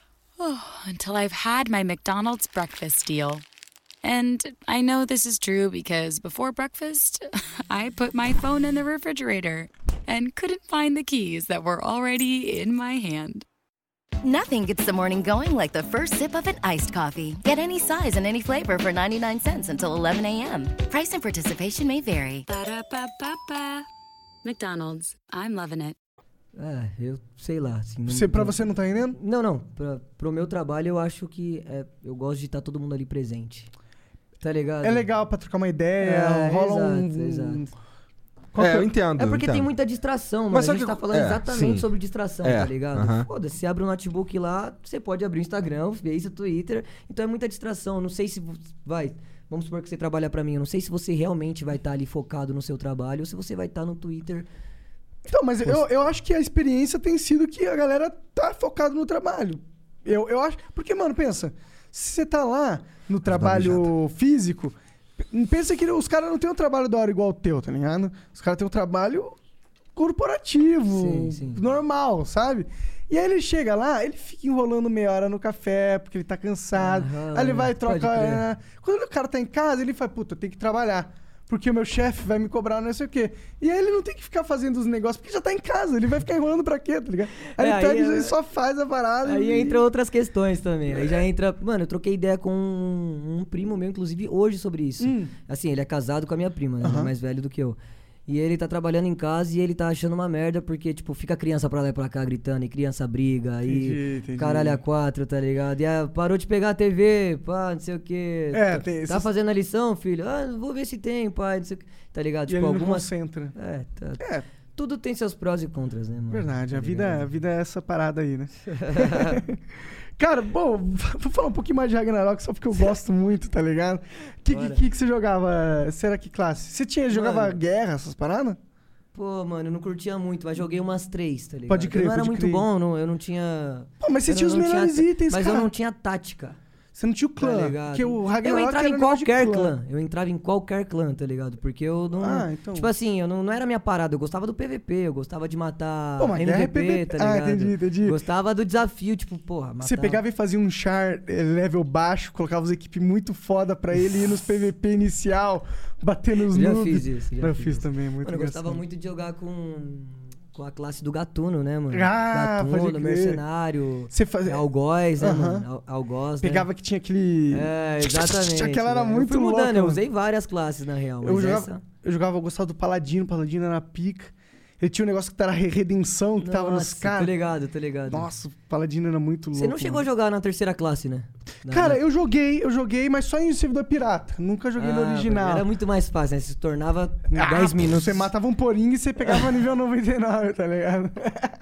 oh, until I've had my McDonald's breakfast deal. And I know this is true because before breakfast, I put my phone in the refrigerator and couldn't find the keys that were already in my hand. Nothing gets the morning going like the first sip of an iced coffee. Get any size and any flavor for ninety-nine cents until eleven a.m. Price and participation may vary. Ba-da-ba-ba-ba. McDonald's. I'm loving it. É, eu sei lá. Assim, não- Você, pra não- você não tá rendendo? Não, não. Pra, pro meu trabalho, eu acho que é, eu gosto de estar todo mundo ali presente. Tá ligado? É legal pra trocar uma ideia, É, rola um... exato, exato. Qual É, que eu entendo. É porque entendo. tem muita distração, mano. Mas A só gente que- tá falando é, exatamente sim. sobre distração, É, tá ligado? aham. Foda-se, você abre o notebook lá, você pode abrir o Instagram, o Face, o Twitter. Então é muita distração. Eu não sei se vo- vai. Vamos supor que você trabalha pra mim. Eu não sei se você realmente vai estar ali focado no seu trabalho ou se você vai estar no Twitter. Então, mas eu, eu acho que a experiência tem sido que a galera tá focada no trabalho. Eu, eu acho... Porque, mano, pensa. Se você tá lá no trabalho físico, p- pensa que os caras não têm um trabalho da hora igual o teu, tá ligado? Os caras têm um trabalho corporativo, Sim, sim. normal, sabe? E aí ele chega lá, ele fica enrolando meia hora no café, porque ele tá cansado. Aham, aí ele vai e pode troca... crer. é. Quando o cara tá em casa, ele fala, puta, eu tenho que trabalhar. Porque o meu chefe vai me cobrar não sei o quê. E aí ele não tem que ficar fazendo os negócios, porque já tá em casa. Ele vai ficar enrolando pra quê, tá ligado? Aí É, ele aí pega é- e só faz a parada. Aí e... entra outras questões também. Aí já entra. Mano, eu troquei ideia com um, um primo meu, inclusive, hoje sobre isso. Hum. Assim, ele é casado com a minha prima, né? Ele é Aham. mais velho do que eu. E ele tá trabalhando em casa e ele tá achando uma merda, porque, tipo, fica criança pra lá e pra cá gritando, e criança briga, aí Entendi, entendi. caralho a quatro, tá ligado? E ah, parou de pegar a T V, pá, não sei o quê. É, tá, tem tá esses- fazendo a lição, filho? Ah, vou ver se tem, pai, não sei o quê. Tá ligado? E Tipo, ele não algumas... concentra. É, tá... É, Tudo tem seus prós e contras, né, mano? verdade. A Tá vida, ligado? a vida é essa parada aí, né? Cara, bom, vou falar um pouquinho mais de Ragnarok só porque eu gosto muito, tá ligado? Que, que, Bora. que que você jogava? Será que classe? Você tinha, jogava Mano. guerra, essas paradas? Pô, mano, eu não curtia muito, mas joguei umas três, tá ligado? Pode crer, Eu não era pode muito crer. bom, não, eu não tinha... Pô, mas você eu tinha os não melhores tinha- itens, Mas cara. eu não tinha tática. Você não tinha o Tá clã, ligado? porque o Eu Ragnarok entrava era em um negócio de qualquer clã. clã. Eu entrava em qualquer clã, tá ligado? Porque eu não. Ah, então. Tipo assim, eu não, não era minha parada. Eu gostava do P V P, eu gostava de matar Pô, mas guerra é M V P, P V P. tá Ah, ligado? entendi, entendi. Gostava do desafio, tipo, porra, matar... Você pegava e fazia um char eh, level baixo, colocava as equipes muito foda pra ele ir nos P V P inicial, bater nos Já noobs. fiz isso, já eu fiz fiz isso. também, muito Mano, eu gostava engraçado. muito de jogar com, com a classe do Gatuno, né, mano? Ah, pode Gatuno, crer. Mercenário, Você fazia... Algoz, né, Aham. mano? Al- Algoz, né? Pegava que tinha aquele... É, exatamente. Aquela era né? muito eu fui mudando, louca, eu mano. usei várias classes, na real. Eu mas jogava, essa... eu jogava, eu gostava do Paladino, o Paladino era pica. Ele tinha um negócio que era re- redenção, que tava nos Nossa, caras. tô ligado, tô ligado. Nossa, o Paladino era muito louco. Você não chegou mano. a jogar na terceira classe, né? Na- Cara, na- eu joguei, eu joguei, mas só em servidor pirata. Nunca joguei no Ah, original. Era muito mais fácil, né? Se tornava em Ah, dez pô, minutos. Você matava um porinho e você pegava nível noventa e nove, tá ligado?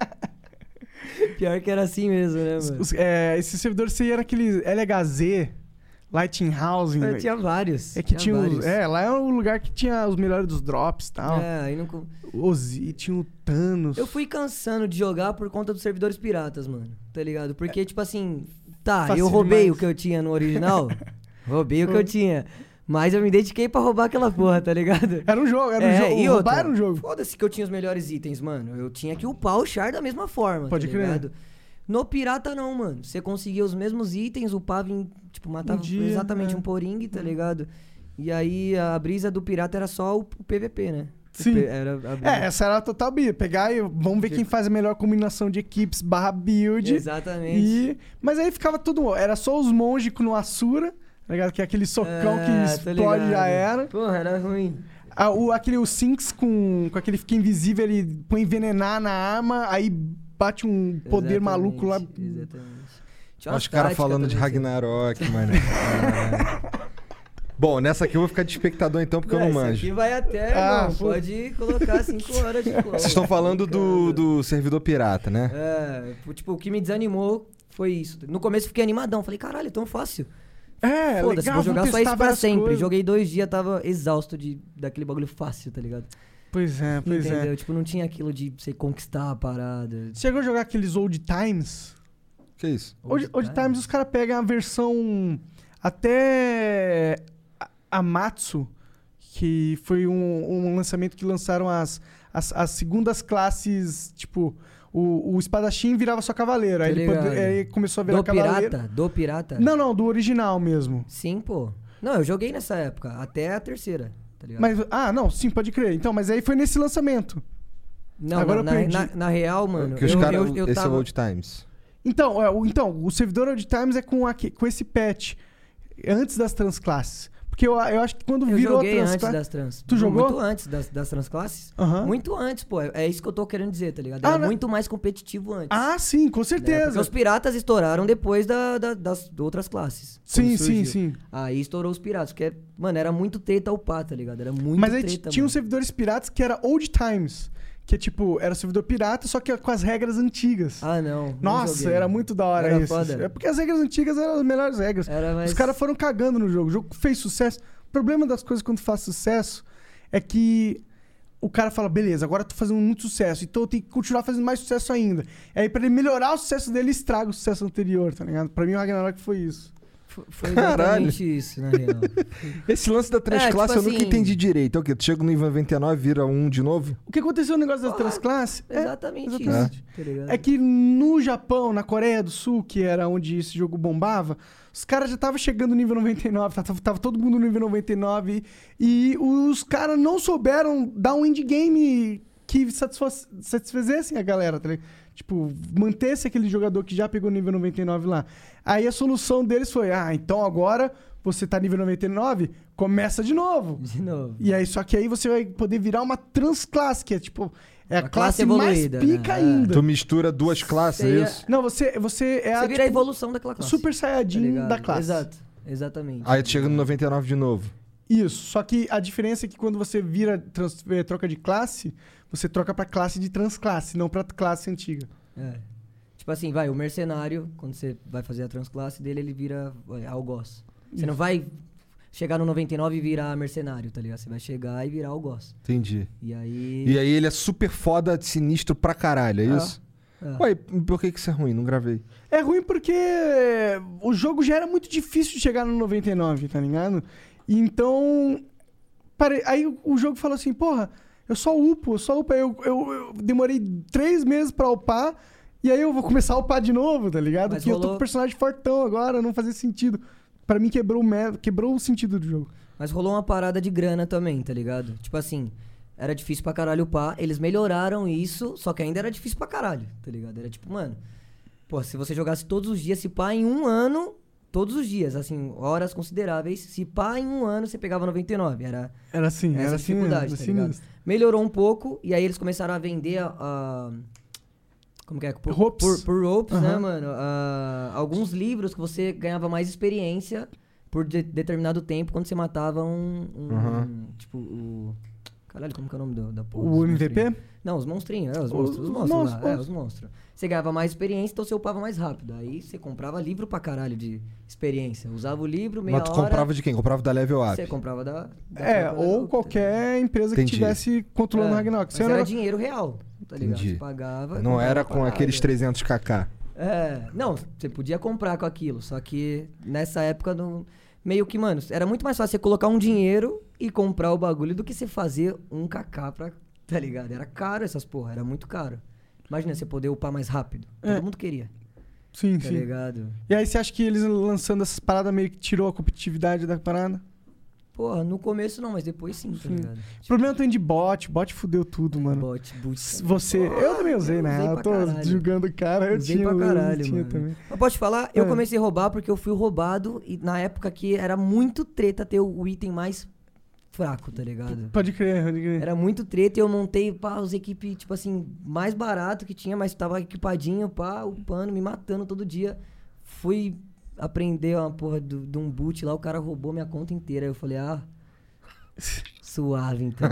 Pior que era assim mesmo, né, mano? Os- é, esse servidor você ia naquele L H Z, Lighthouse. Eu tinha vários. É que tinha, os, vários. é, lá é o lugar que tinha os melhores dos drops e tal. É, aí não... co- Os, e tinha o Thanos. Eu fui cansando de jogar por conta dos servidores piratas, mano. Tá ligado? Porque, tipo assim, tá, Fácil eu roubei demais. o que eu tinha no original. roubei o que eu tinha. Mas eu me dediquei pra roubar aquela porra, tá ligado? Era um jogo, era um É, jogo. e Roubar outra, era um jogo. Foda-se que eu tinha os melhores itens, mano. Eu tinha que upar o char da mesma forma, Pode tá crer. ligado? No pirata não, mano. Você conseguia os mesmos itens, upava em, tipo, matava Um dia, exatamente é. um poring, tá ligado? E aí a brisa do pirata era só o, o P V P, né? O Sim. P- Era a brisa. É, essa era a total build. Pegar e vamos ver quem faz a melhor combinação de equipes barra build. Exatamente. E... Mas aí ficava tudo... Era só os monges no Asura, tá ligado? Que é aquele socão É, que tô explode ligado. já era. Porra, era ruim. Ah, o, aquele o Sinks com, com aquele fica invisível, ele põe envenenar na arma, aí bate um poder Exatamente, maluco lá. Exatamente. Tinha Olha umas os caras táticas falando de também, assim. Ragnarok, mano. Caralho. Bom, nessa aqui eu vou ficar de espectador então, porque eu não Esse manjo. aqui vai até, Ah, irmão. pô. Pode colocar cinco horas de cola. Vocês estão falando do, do servidor pirata, né? É, tipo, o que me desanimou foi isso. No começo eu fiquei animadão. Falei, caralho, é tão fácil. É, Foda-se, legal, vou jogar vamos só testar isso pra várias sempre. coisas. Joguei dois dias, tava exausto de, daquele bagulho fácil, tá ligado? Pois é, pois Entendeu? é. Tipo, não tinha aquilo de você conquistar a parada. Você chegou a jogar aqueles Old Times? Que isso? Old, Old Times os caras pegam a versão até a- Amatsu, que foi um, um lançamento que lançaram as, as, as segundas classes, tipo, o, o espadachim virava só cavaleiro, aí Tô ele, pode- ligado. aí começou a virar Do cavaleiro. pirata? Do pirata? Não, não, do original mesmo. Sim, pô. Não, eu joguei nessa época, até a terceira, tá ligado? Mas, ah, não, sim, pode crer. Então, mas aí foi nesse lançamento. não, agora na, eu perdi. na, na real, mano, que os eu, caras. eu, eu Esse é tava... o Old Times. Então, é, o, então, o servidor Old Times é com, aque- com esse patch, antes das transclasses. Porque eu, eu acho que quando Eu virou joguei antes transclasse... das trans. Tu jogou? Muito antes das, das transclasses. Aham. Muito antes, pô. É isso que eu tô querendo dizer, tá ligado? Ah, Era né? muito mais competitivo antes. Ah, sim, com né? certeza. Porque os piratas estouraram depois da, da- das outras classes. Sim, quando sim, surgiu. sim. Aí estourou os piratas. Porque, mano, era muito treta upar, tá ligado? Era muito Mas aí treta, tinha mano. uns servidores piratas que era Old Times. Que é tipo, era servidor pirata, só que com as regras antigas. Ah, não. não Nossa, joguei. era muito da hora Era isso. foda. É porque as regras antigas eram as melhores regras. Era mais... Os caras foram cagando no jogo. O jogo fez sucesso. O problema das coisas quando faz sucesso é que o cara fala, beleza, agora eu tô fazendo muito sucesso, então eu tenho que continuar fazendo mais sucesso ainda. Aí pra ele melhorar o sucesso dele, estraga o sucesso anterior, tá ligado? Pra mim o Ragnarok foi isso. Foi- Foi Caralho. exatamente isso, na real. Esse lance da três É, tipo classes eu nunca assim- entendi direito. É o quê? Tu chega no nível noventa e nove, vira um de novo? O que aconteceu no negócio das Ah, transclasses? é- Exatamente, exatamente. isso. Tá ligado? É que no Japão, na Coreia do Sul, que era onde esse jogo bombava, os caras já estavam chegando no nível noventa e nove, tava, tava todo mundo no nível noventa e nove, e os caras não souberam dar um endgame que satisfaz, satisfizessem a galera, tá ligado? Tipo, mantesse aquele jogador que já pegou o nível noventa e nove lá. Aí a solução deles foi, ah, então agora você tá nível noventa e nove, começa de novo. De novo. E aí, só que aí você vai poder virar uma transclasse, que é tipo... É a Uma classe, classe mais evoluída, pica né? ainda. Tu mistura duas classes, Você é ia- isso? Não, você, você é Você a, vira a tipo, evolução daquela classe. Super Saiyajin tá ligado? da classe. Exato, exatamente. Aí tu chega no noventa e nove de novo. Isso, só que a diferença é que quando você vira trans- eh, troca de classe, você troca pra classe de transclasse, não pra classe antiga. É. Tipo assim, vai, o mercenário, quando você vai fazer a transclasse dele, ele vira é, algoz. Você não vai chegar no noventa e nove e virar mercenário, tá ligado? Você vai chegar e virar algoz. Entendi. E aí... E aí ele é super foda, sinistro pra caralho, é Ah, isso? ah. Ué, por que que isso é ruim? Não gravei. É ruim porque o jogo já era muito difícil de chegar no noventa e nove, tá ligado? Então, pare- aí o- o jogo falou assim, porra, eu só upo, eu só upo. Eu, eu, eu demorei três meses pra upar, e aí eu vou começar a upar de novo, tá ligado? Mas Porque eu tô rolou- com o personagem fortão agora, não fazia sentido. Pra mim quebrou o, me- quebrou o sentido do jogo. Mas rolou uma parada de grana também, tá ligado? Tipo assim, era difícil pra caralho upar, eles melhoraram isso, só que ainda era difícil pra caralho, tá ligado? Era tipo, mano, pô, se você jogasse todos os dias, se pá, em um ano, todos os dias, assim, horas consideráveis, se pá, em um ano você pegava noventa e nove, era Era assim, essa era assim, dificuldade, era tá assim ligado? mesmo. Melhorou um pouco, e aí eles começaram a vender a... a- como que é? Por Ropes. Por, por ropes, né, Aham. mano? Ah, alguns livros que você ganhava mais experiência por de- determinado tempo quando você matava um... um- Aham. Tipo, o... Caralho, como que é o nome do, da porra? O dos M V P? monstrinhos? Não, os monstrinhos, é, os Os- monstros. Os os monstros lá, monstros, é, os monstros. Você ganhava mais experiência, então você upava mais rápido. Aí você comprava livro pra caralho de experiência. Usava o livro, meia Mas tu hora... comprava de quem? Comprava da Level Up. Você comprava da... da É, própria ou Level, qualquer empresa que Entendi. tivesse controlando o É, Ragnarok. mas Você era era- dinheiro real, tá ligado? Entendi. Você pagava... Não comprava era pra com caralho. aqueles trezentos kk. É, não, você podia comprar com aquilo, só que nessa época não, meio que, mano, era muito mais fácil você colocar um dinheiro e comprar o bagulho do que você fazer um kk pra, tá ligado? Era caro essas porra, era muito caro. Imagina você poder upar mais rápido, todo É. mundo queria, Sim, tá sim. ligado? E aí você acha que eles lançando essas paradas meio que tirou a competitividade da parada? Porra, no começo não, mas depois sim, tá Sim. ligado? O problema tem de bot, bot fudeu tudo, mano. Bot, boot. Você, eu também usei, né? usei Eu pra tô caralho. julgando o cara, eu Usei tinha, pra eu caralho, tinha mano. também. Mas posso te falar? Eu É. comecei a roubar porque eu fui roubado e na época que era muito treta ter o item mais fraco, tá ligado? Pode crer, pode crer. Era muito treta e eu montei, pá, os equipes, tipo assim, mais barato que tinha, mas tava equipadinho, pá, upando, me matando todo dia. Fui aprender uma porra do- de um boot lá, o cara roubou minha conta inteira. Aí eu falei, ah, suave então.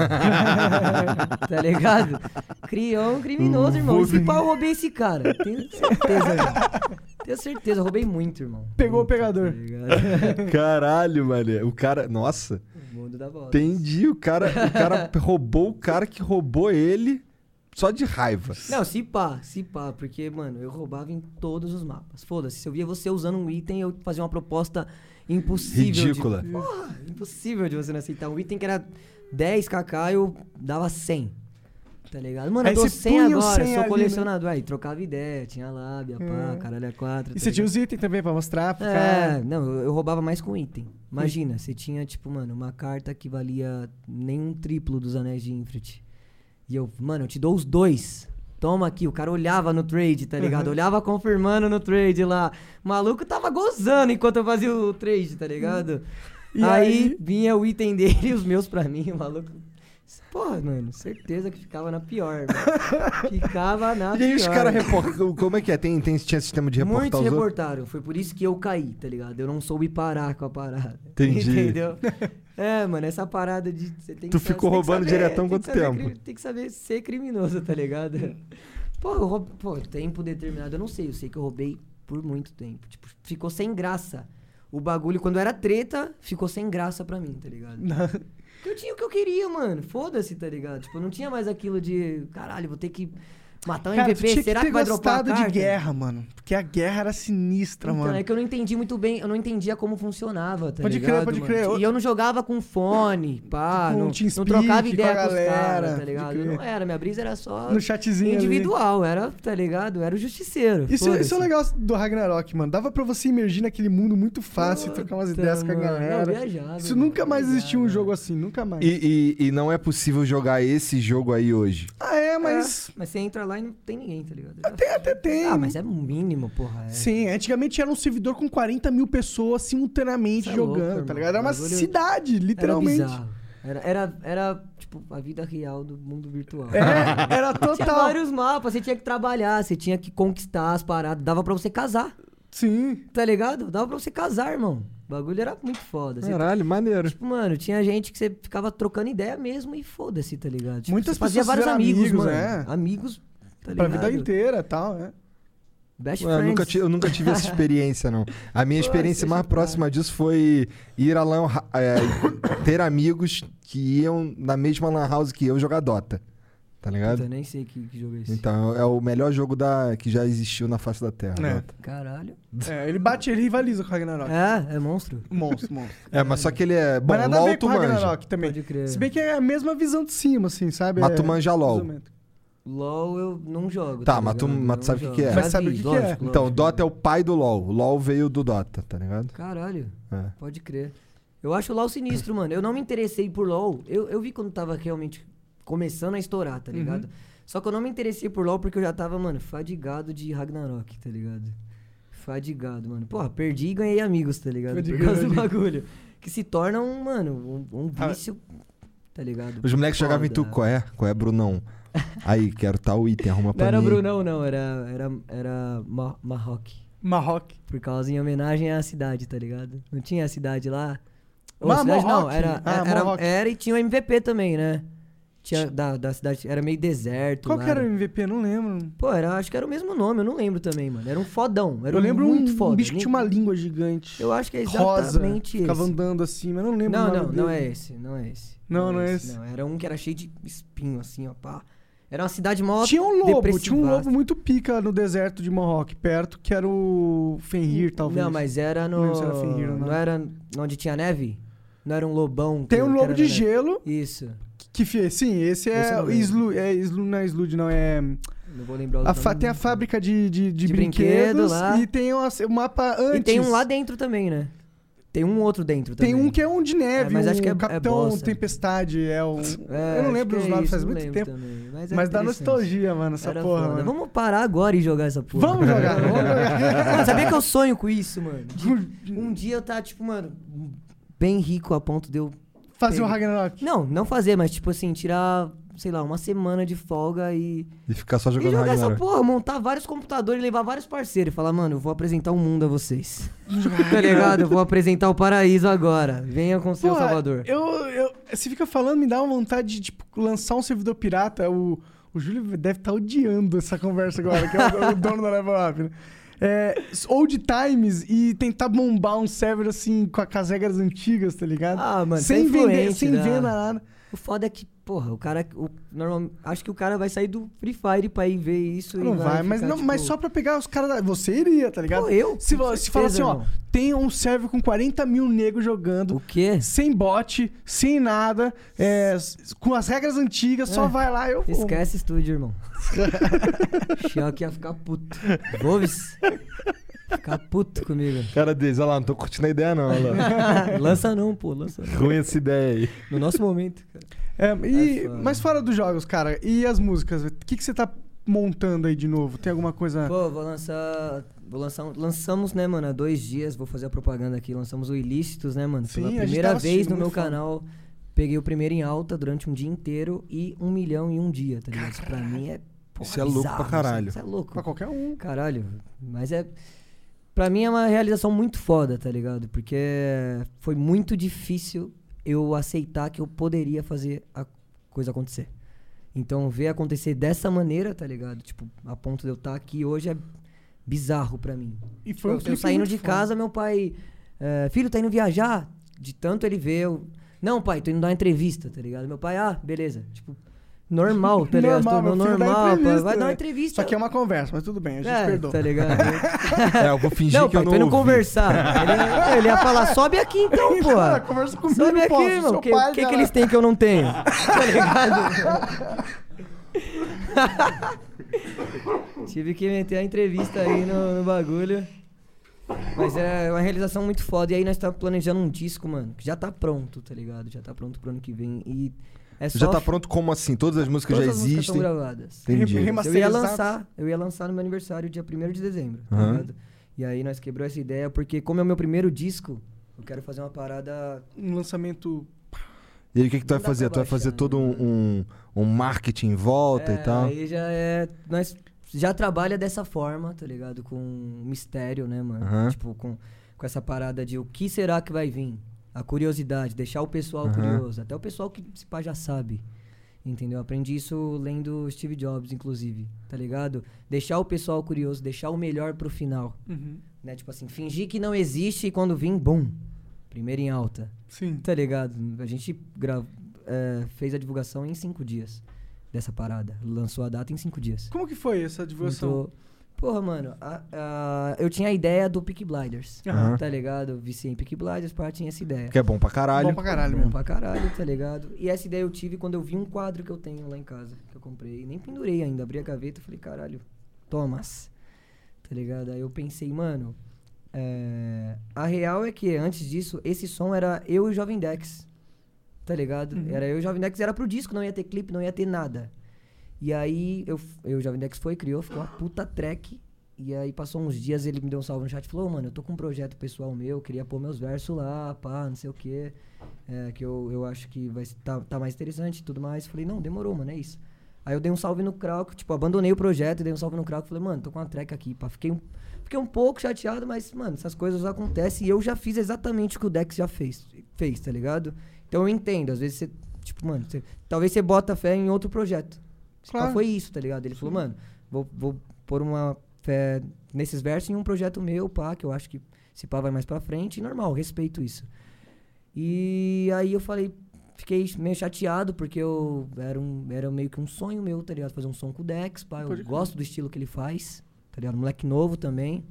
Tá ligado? Criou um criminoso, irmão. E se pá, eu roubei esse cara. Tenho certeza, velho. Tenho certeza, eu roubei muito, irmão. Pegou o Muito, pegador. tá ligado? Caralho, mano. O cara. Nossa. O mundo dá volta. Entendi. O cara, o cara roubou o cara que roubou ele só de raiva. Não, se pá, se pá, porque, mano, eu roubava em todos os mapas. Foda-se, se eu via você usando um item, eu fazia uma proposta impossível. Ridícula. De, porra, impossível de você não aceitar. Um item que era dez kk, eu dava cem. Tá ligado? Mano, Aí eu dou você cem punha o agora, cem sou ali, colecionador. Aí trocava ideia, tinha lábia, pá, É. caralho, é quatro. E tá você tinha ligado? os itens também pra mostrar pro É, cara. não, eu, eu roubava mais com item. Imagina, você tinha, tipo, mano, uma carta que valia nem um triplo dos anéis de Infrit. E eu, mano, eu te dou os dois. Toma aqui. O cara olhava no trade, tá ligado? Uhum. Olhava confirmando no trade lá. O maluco tava gozando enquanto eu fazia o trade, tá ligado? E aí, aí? vinha o item dele e os meus pra mim, o maluco. Porra, mano, certeza que ficava na pior, mano. Ficava na E pior. aí os caras reportam. Como é que é? Tem, tem, tinha sistema de reportar Muitos os outros? reportaram. Foi por isso que eu caí, tá ligado? Eu não soube parar com a parada. Entendi. Entendeu? É, mano, essa parada de... Você tem Tu que sa- ficou você tem que roubando saber- diretão tem que quanto saber tempo? cri- Tem que saber ser criminoso, tá ligado? Pô, eu roub... Pô, tempo determinado, eu não sei. Eu sei que eu roubei por muito tempo. Tipo, ficou sem graça. O bagulho, quando era treta, ficou sem graça pra mim, tá ligado? Porque eu tinha o que eu queria, mano. Foda-se, tá ligado? Tipo, não tinha mais aquilo de... Caralho, vou ter que matar um Cara, tu M V P. tinha Será que que, ter vai dropar a gostado carta? de guerra, mano. Porque a guerra era sinistra, Então, mano. é que eu não entendi muito bem, eu não entendia como funcionava, tá Pode crer, ligado? pode mano? crer. E eu não jogava com fone, pá, Com não, TeamSpeak, não trocava com a ideia com, os galera, caras, tá pode ligado? crer. Não era, minha brisa era só No chatzinho ali. individual, era, tá ligado? Era o justiceiro. Isso, foda-se. isso é legal do Ragnarok, mano. Dava pra você imergir naquele mundo muito fácil, Puta, trocar umas ideias com a mano. galera. Não, viajava, Isso mano, nunca mais viajava. existiu um jogo assim, nunca mais. E, e, e não é possível jogar esse jogo aí hoje. Ah, é, mas... É, mas você entra lá e não tem ninguém, tá ligado? Até, até tem. Ah, mas é o mínimo, porra. É. Sim, antigamente era um servidor com quarenta mil pessoas simultaneamente Isso é jogando, louco, tá irmão. ligado? Era uma Bagulho- cidade, literalmente. Era bizarro. Era, era, era, tipo, a vida real do mundo virtual. É, era Tinha total. vários mapas, você tinha que trabalhar, você tinha que conquistar as paradas. Dava pra você casar, Sim. tá ligado? Dava pra você casar, irmão. O bagulho era muito foda. Você- Caralho, maneiro. Tipo, mano, tinha gente que você ficava trocando ideia mesmo e foda-se, tá ligado? Tipo, Muitas você fazia pessoas vários fizeram amigos, amigos, mano. é. Amigos, tá Pra ligado? vida inteira e tal, né? Best Ué, eu, friends. nunca ti- eu nunca tive essa experiência, não. A minha Pô, experiência isso é mais chato. próxima disso foi ir a lan, ha- é, ter amigos que iam na mesma lan house que eu jogar Dota. Tá ligado? Puta, nem sei que, que jogo é esse. Então, é o melhor jogo da, que já existiu na face da Terra. É. Dota. Caralho. É, ele bate, ele rivaliza com o Ragnarok. É, é monstro. Monstro, monstro. É, mas só que ele é. Bom, Mas nada a LOL ver tu com o manja. Ragnarok também. Pode crer. Se bem que é a mesma visão de cima, assim, sabe? Mas é... tu manja LOL. LOL eu não jogo. Tá, mas tu- ligado? mas tu Eu sabe o não que que jogo. é? Mas Já sabe vi, o que que lógico, é? lógico. Então, Dota é o pai do LOL. O LOL veio do Dota, tá ligado? Caralho, É. pode crer. Eu acho o LoL sinistro, mano. Eu não me interessei por LoL. Eu, eu vi quando tava realmente começando a estourar, tá ligado? Uhum. Só que eu não me interessei por LoL porque eu já tava, mano, fadigado de Ragnarok, tá ligado? Fadigado, mano. Porra, perdi e ganhei amigos, tá ligado? Por Fadigado. causa do bagulho. Que se torna um, mano, um, um Ah. vício, tá ligado? Os moleques chegavam em tu, Foda. qual é? Qual é, Brunão? Aí, quero tal item, arruma pra Não era mim. Brunão, não. Era, era, era Ma Marroque. Marroque. Por causa em homenagem à cidade, tá ligado? Não tinha a cidade lá? Ou Ma- cidade não, Mohawk. era, Ah, era, Mohawk. era e tinha o M V P também, né? Tinha da, da cidade, era meio deserto. Qual lá. que era o M V P? Não lembro. Pô, era, acho que era o mesmo nome, eu não lembro também, mano. Era um fodão, era eu lembro muito um, foda. um bicho que Nem- tinha uma língua gigante. Eu acho que é rosa, exatamente esse. ficava andando assim, mas eu não lembro o Não, nome não, não dele. é esse, não é esse. Não, não é esse. Não, era um que era cheio de espinho, assim, ó, pá. Era uma cidade mó Tinha um lobo, tinha um depressivaça. lobo muito pica no deserto de Mohawk, perto, que era o Fenrir, talvez. Não, mas era Não no... lembro se era Fenrir ou não. Não era onde tinha neve? Não era um lobão? Tem que- um que lobo era de na neve? gelo, Isso. que fez. Sim, esse Esse é eu não o lembro. Islu, é Islu, não é Slud, não, é... Não vou lembrar o A nome. fa- tem a fábrica de, de, de De brinquedos brinquedo lá. e tem o, o mapa antes. E tem um lá dentro também, né? Tem um outro dentro também. Tem um que é um de neve, É, mas o acho que é- é Capitão bossa. Tempestade, é o... É, eu não acho lembro que os é nomes, isso, faz não muito lembro tempo. também, Mas, é Mas dá interessante. nostalgia, mano, essa Era porra, foda. mano. Vamos parar agora e jogar essa porra. Vamos jogar, vamos jogar. Mano, sabia que eu sonho com isso, mano? De um dia eu tá, tipo, mano, bem rico a ponto de eu... Fazer o pegar- Ragnarok. Não, não fazer, mas tipo assim, tirar, sei lá, uma semana de folga e... E ficar só E jogando jogar essa Ragnarok. porra, montar vários computadores e levar vários parceiros e falar, mano, eu vou apresentar o mundo a vocês. Tá ligado? Eu vou apresentar o paraíso agora. Venha com o seu Pô, Salvador. Eu, eu, você fica falando, me dá uma vontade de, tipo, lançar um servidor pirata. O, o Júlio deve estar odiando essa conversa agora, que é o, o dono da Level Up, né? É, old times e tentar bombar um server assim com, a- com as regras antigas, tá ligado? Ah, mano, sem você é vender, influente, sem né? vender nada. O foda é que, porra, o cara. O, normal, acho que o cara vai sair do Free Fire pra ir ver isso Não e vai, mas, ficar, não, mas tipo, só pra pegar os caras. da- Você iria, tá ligado? Pô, eu? Se, Com vo- se certeza, falar assim, ó, irmão. tem um server com quarenta mil negros jogando. O quê? Sem bot, sem nada, é, s- com as regras antigas, só É. vai lá eu vou. Esquece estúdio, irmão. Choque ia ficar puto. Voves? Ficar puto comigo. Cara deles, olha lá, não tô curtindo a ideia não, olha lá. Lança não, pô, lança não. Ruim essa ideia aí. No nosso momento, cara. É, e, É foda. mas fora dos jogos, cara, e as músicas? O que, que você tá montando aí de novo? Tem alguma coisa. Pô, vou lançar. Vou lançar um, lançamos, né, mano, há dois dias, vou fazer a propaganda aqui. Lançamos o Ilícitos, né, mano? Sim, Pela a gente primeira tava vez assistindo, no meu muito foda. canal. Peguei o primeiro em alta durante um dia inteiro e um milhão em um dia, tá ligado? Isso pra mim é. Porra, Isso é louco bizarro, pra caralho. Isso é louco. Pra qualquer um. Caralho, mas é. Pra mim é uma realização muito foda, tá ligado? Porque foi muito difícil eu aceitar que eu poderia fazer a coisa acontecer. Então, ver acontecer dessa maneira, tá ligado? Tipo, a ponto de eu estar aqui hoje é bizarro pra mim. E foi um eu, eu clipe saindo muito de foda. casa, meu pai. é, filho, tá indo viajar? De tanto ele ver. Eu, não, pai, tô indo dar uma entrevista, tá ligado? Meu pai, ah, beleza. Tipo, normal, tá ligado? Normal, Tô no meu filho dá normal, pai, entrevista, vai dar uma né? entrevista. Só que é uma conversa, mas tudo bem, a gente É, perdoa. tá ligado? É, eu vou fingir Não, que pai, eu não tô indo ouvi. conversar. Ele, ele ia falar, sobe aqui então, pô. Cara, conversa comigo, Sobe aqui, posso, irmão. seu O que, pai, que, que cara. eles têm que eu não tenho? Tá ligado? Tive que meter a entrevista aí no, no bagulho. Mas é uma realização muito foda. E aí nós tá planejando um disco, mano, que já tá pronto, tá ligado? Já tá pronto pro ano que vem. E é só Já tá pronto como assim? Todas as músicas Todas já as músicas existem? estão gravadas. Entendi. Eu ia Remasterizadas. lançar, eu ia lançar no meu aniversário, dia primeiro de dezembro, tá Aham. ligado? E aí nós quebrou essa ideia, porque como é o meu primeiro disco, eu quero fazer uma parada... Um lançamento... E aí o que, que tu Não vai dá fazer? pra Tu vai fazer baixar, todo né? um, um, um marketing em volta É, e tal? aí já é... Nós já trabalha dessa forma, tá ligado? Com mistério, né, mano? Aham. Tipo, com, com essa parada de o que será que vai vir? A curiosidade, deixar o pessoal Aham. curioso. Até o pessoal que se pá já sabe. Entendeu? Aprendi isso lendo Steve Jobs, inclusive, tá ligado? Deixar o pessoal curioso, deixar o melhor pro final. Uhum. Né? Tipo assim, fingir que não existe e quando vir, bum, primeiro em alta. Sim. Tá ligado? A gente gra- é, fez a divulgação em cinco dias dessa parada. Lançou a data em cinco dias. Como que foi essa divulgação? Então, porra, mano, a- a- eu tinha a ideia do Peaky Blinders, Aham. tá ligado? Viciei em Peaky Blinders, pá, tinha essa ideia. Que é bom pra caralho. Bom pra caralho Bom mesmo. pra caralho, tá ligado? E essa ideia eu tive quando eu vi um quadro que eu tenho lá em casa, que eu comprei. Nem pendurei ainda, abri a gaveta e falei, caralho, Thomas, tá ligado? Aí eu pensei, mano, é, a real é que antes disso, esse som era eu e o Jovem Dex, tá ligado? Uhum. Era eu e o Jovem Dex, era pro disco, não ia ter clipe, não ia ter nada. E aí, eu, eu o Jovem Dex foi, criou, ficou uma puta track. E aí, passou uns dias, ele me deu um salve no chat e falou, "Ô, mano, eu tô com um projeto pessoal meu, queria pôr meus versos lá, pá, não sei o quê. É, que eu, eu acho que vai tá, tá mais interessante e tudo mais." Falei, não, demorou, mano, é isso. Aí eu dei um salve no Krauk, tipo, abandonei o projeto e dei um salve no Krauk. Falei, mano, tô com uma track aqui, pá. Fiquei um, fiquei um pouco chateado, mas, mano, essas coisas acontecem e eu já fiz exatamente o que o Dex já fez, fez, tá ligado? Então eu entendo, às vezes você, tipo, mano, você, talvez você bota fé em outro projeto. Claro. Pá, foi isso, tá ligado? Ele falou, mano, vou, vou pôr uma fé nesses versos em um projeto meu, pá, que eu acho que esse pá vai mais pra frente, e normal, respeito isso. E aí eu falei, fiquei meio chateado, porque eu era, um, era meio que um sonho meu, tá ligado? Fazer um som com o Dex, pá, eu Pode crer. gosto do estilo que ele faz, tá ligado? Moleque novo também.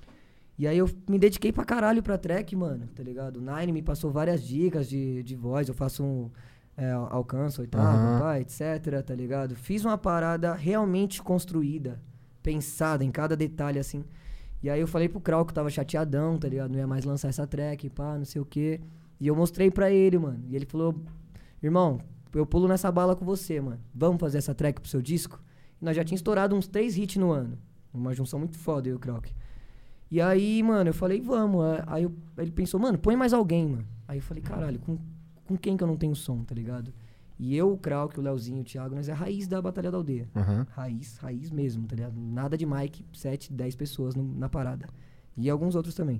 E aí eu me dediquei pra caralho pra track, mano, tá ligado? O Nine me passou várias dicas de, de voz, eu faço um é, alcanço, oitava, Aham. pá, etc, tá ligado? Fiz uma parada realmente construída, pensada em cada detalhe, assim. E aí eu falei pro Krau que eu tava chateadão, tá ligado? Não ia mais lançar essa track, pá, não sei o quê. E eu mostrei pra ele, mano. E ele falou, irmão, eu pulo nessa bala com você, mano. Vamos fazer essa track pro seu disco? E nós já tínhamos estourado uns três hits no ano. Uma junção muito foda, eu e o Krauk. E aí, mano, eu falei, vamos. Aí eu- ele pensou, mano, põe mais alguém, mano. Aí eu falei, caralho, com, com quem que eu não tenho som, tá ligado? E eu, o Krauk, o Leozinho, o Thiago, nós é a raiz da Batalha da Aldeia. Aham. Raiz, raiz mesmo, tá ligado? Nada de Mike, sete, dez pessoas no- na parada. E alguns outros também.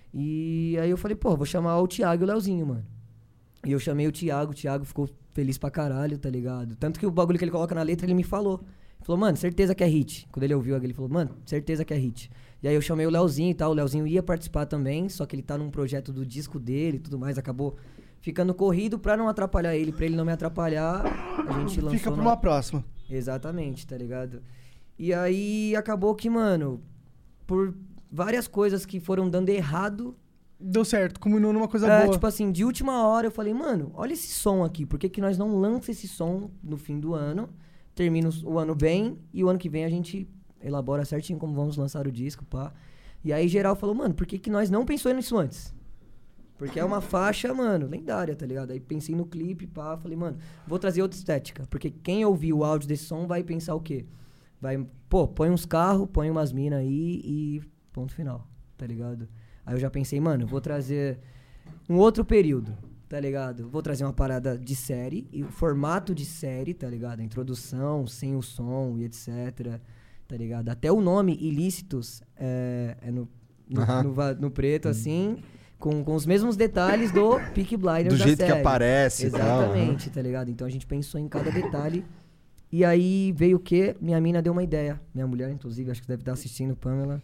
E aí eu falei, pô, vou chamar o Thiago e o Leozinho, mano. E eu chamei o Thiago, o Thiago ficou feliz pra caralho, tá ligado? Tanto que o bagulho que ele coloca na letra, ele me falou. Ele falou, mano, certeza que é hit. Quando ele ouviu, ele falou, mano, certeza que é hit. E aí eu chamei o Leozinho e tal, o Leozinho ia participar também, só que ele tá num projeto do disco dele e tudo mais, acabou ficando corrido pra não atrapalhar ele, pra ele não me atrapalhar, a gente lançou Fica pra na- uma próxima. Exatamente, tá ligado? E aí acabou que, mano, por várias coisas que foram dando errado. Deu certo, combinou numa coisa É, boa. tipo assim, de última hora eu falei, mano, olha esse som aqui, por que, que nós não lançamos esse som no fim do ano? Termina os- o ano bem e o ano que vem a gente elabora certinho como vamos lançar o disco, pá. E aí geral falou, mano, por que, que nós não pensou nisso antes? Porque é uma faixa, mano, lendária, tá ligado? Aí pensei no clipe, pá, falei, mano, vou trazer outra estética. Porque quem ouvir o áudio desse som vai pensar o quê? Vai, pô, põe uns carros, põe umas minas aí e ponto final, tá ligado? Aí eu já pensei, mano, vou trazer um outro período, tá ligado? Vou trazer uma parada de série, e o formato de série, tá ligado? A introdução, sem o som e etc, tá ligado? Até o nome, Ilícitos, é, é no, no, Aham. no, va- no preto, assim... Com, com os mesmos detalhes do Peaky Blinders Do da jeito que série. aparece e tal, Exatamente, tá ligado? Então a gente pensou em cada detalhe. E aí veio o quê? Minha mina deu uma ideia. Minha mulher, inclusive, acho que deve estar assistindo, Pamela.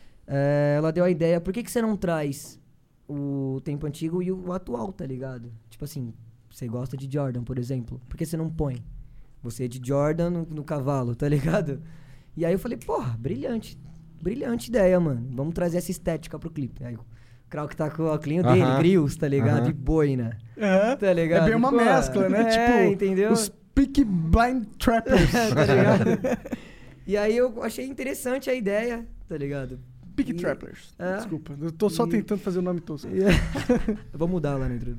É, ela deu a ideia, por que, que você não traz o tempo antigo e o atual, tá ligado? Tipo assim, você gosta de Jordan, por exemplo. Por que você não põe? Você é de Jordan no, no cavalo, tá ligado? E aí eu falei, porra, brilhante. Brilhante ideia, mano. Vamos trazer essa estética pro clipe. Aí o Krauk tá com o óculos dele, Aham. grills, tá ligado? Aham. E boina. É, Tá ligado? é bem uma Pô, mescla, né? é, tipo, entendeu? os Peaky Blind Trappers. Tá ligado? E aí eu achei interessante a ideia, tá ligado? Pick E- Trappers. É. Desculpa, eu tô só E- tentando fazer o nome tosco. Eu vou mudar lá dentro.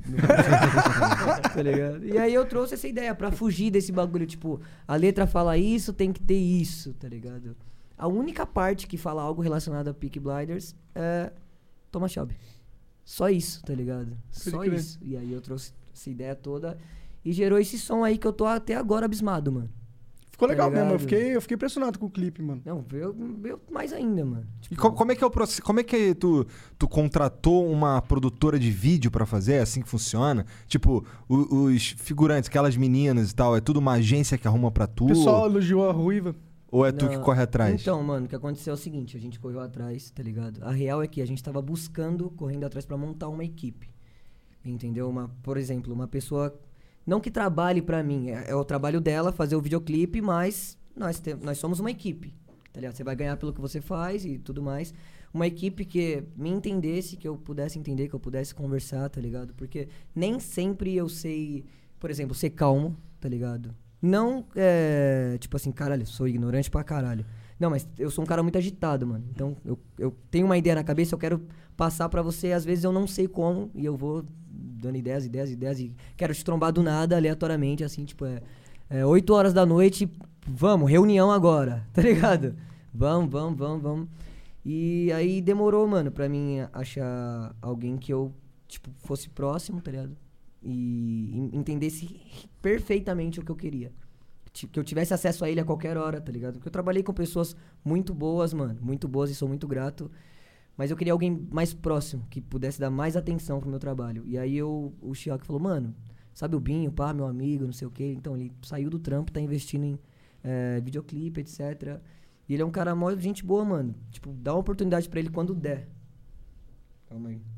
Tá ligado? E aí eu trouxe essa ideia pra fugir desse bagulho, tipo, a letra fala isso, tem que ter isso, tá ligado? A única parte que fala algo relacionado a Peaky Blinders é Thomas Shelby. Só isso, tá ligado? Pode Só crer. isso. E aí eu trouxe essa ideia toda e gerou esse som aí que eu tô até agora abismado, mano. Ficou Tá legal mesmo, eu ligado? fiquei, eu fiquei impressionado com o clipe, mano. Não, veio, veio mais ainda, mano. E Tipo, co- como é que é o processo? Como é que tu, tu contratou uma produtora de vídeo pra fazer? É assim que funciona? Tipo, o- os figurantes, aquelas meninas e tal, é tudo uma agência que arruma pra tu? O pessoal elogiou a Ruiva. Ou é tu Não. que corre atrás? Então, mano, o que aconteceu é o seguinte, a gente correu atrás, tá ligado? A real é que a gente tava buscando, correndo atrás pra montar uma equipe. Entendeu? Uma, por exemplo, uma pessoa, não que trabalhe pra mim, é, é o trabalho dela fazer o videoclipe, mas nós, te, nós somos uma equipe, tá ligado? Você vai ganhar pelo que você faz e tudo mais. Uma equipe que me entendesse, que eu pudesse entender, que eu pudesse conversar, tá ligado? Porque nem sempre eu sei, por exemplo, ser calmo, tá ligado? Não, é, tipo assim, caralho, sou ignorante pra caralho. Não, mas eu sou um cara muito agitado, mano. Então, eu, eu tenho uma ideia na cabeça, eu quero passar pra você, às vezes eu não sei como, e eu vou dando ideias, ideias, ideias, e quero te trombar do nada, aleatoriamente, assim, tipo, é... é oito horas da noite, vamos, reunião agora, tá ligado? Vamos, vamos, vamos, vamos. E aí demorou, mano, pra mim achar alguém que eu, tipo, fosse próximo, tá ligado? E en- entendesse perfeitamente o que eu queria. Ti- Que eu tivesse acesso a ele a qualquer hora, tá ligado? Porque eu trabalhei com pessoas muito boas, mano. Muito boas e sou muito grato. Mas eu queria alguém mais próximo, que pudesse dar mais atenção pro meu trabalho. E aí eu, o Chiaki falou, mano, sabe o Binho, pá, meu amigo, não sei o quê. Então ele saiu do trampo, tá investindo em eh, videoclipe, etcétera. E ele é um cara mó gente boa, mano. Tipo, dá uma oportunidade pra ele quando der. Calma aí.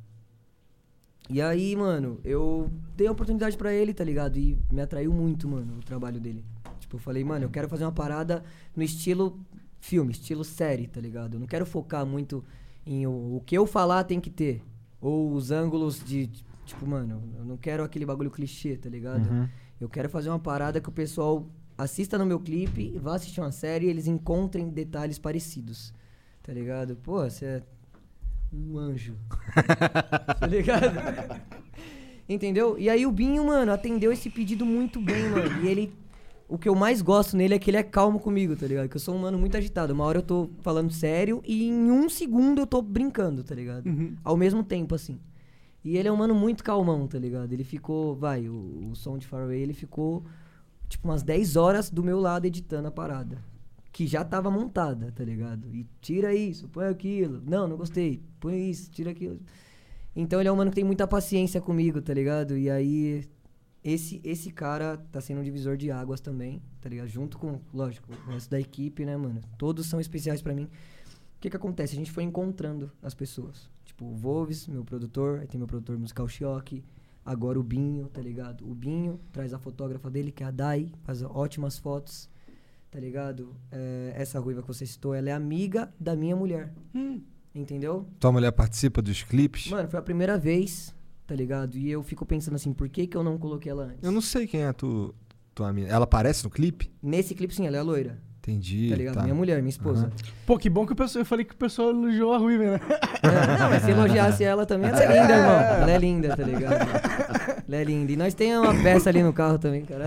E aí, mano, eu dei a oportunidade pra ele, tá ligado? E me atraiu muito, mano, o trabalho dele. Tipo, eu falei, mano, eu quero fazer uma parada no estilo filme, estilo série, tá ligado? Eu não quero focar muito em o, o que eu falar tem que ter. Ou os ângulos de, tipo, mano, eu não quero aquele bagulho clichê, tá ligado? Uhum. Eu quero fazer uma parada que o pessoal assista no meu clipe, vá assistir uma série e eles encontrem detalhes parecidos, tá ligado? Pô, você é um anjo. Tá ligado? Entendeu? E aí o Binho, mano, atendeu esse pedido muito bem, mano. E ele... O que eu mais gosto nele é que ele é calmo comigo, tá ligado? Que eu sou um mano muito agitado. Uma hora eu tô falando sério e em um segundo eu tô brincando, tá ligado? Uhum. Ao mesmo tempo, assim. E ele é um mano muito calmão, tá ligado? Ele ficou... Vai, o, o som de Faraway, ele ficou... Tipo, umas dez horas do meu lado editando a parada. Que já tava montada, tá ligado? E tira isso, põe aquilo. Não, não gostei. Põe isso, tira aquilo. Então ele é um mano que tem muita paciência comigo, tá ligado? E aí, esse, esse cara tá sendo um divisor de águas também, tá ligado? Junto com, lógico, o resto da equipe, né, mano? Todos são especiais pra mim. O que que acontece? A gente foi encontrando as pessoas. Tipo, o Volves, meu produtor, aí tem meu produtor musical Chioque. Agora o Binho, tá ligado? O Binho traz a fotógrafa dele, que é a Dai, faz ótimas fotos, tá ligado? É, essa ruiva que você citou, ela é amiga da minha mulher. Hum. Entendeu? Tua mulher participa dos clipes? Mano, foi a primeira vez, tá ligado? E eu fico pensando assim, por que que eu não coloquei ela antes? Eu não sei quem é tu, tua mina. Ela aparece no clipe? Nesse clipe, sim, ela é a loira. Entendi. Tá ligado? tá. Minha mulher, minha esposa. Aham. Pô, que bom que o pessoal, eu falei que o pessoal elogiou a Ruiva, né? É, não, mas se elogiasse ela também, ela é linda, irmão. Ela é linda, tá ligado? Ela é linda. E nós temos uma peça ali no carro também, caralho.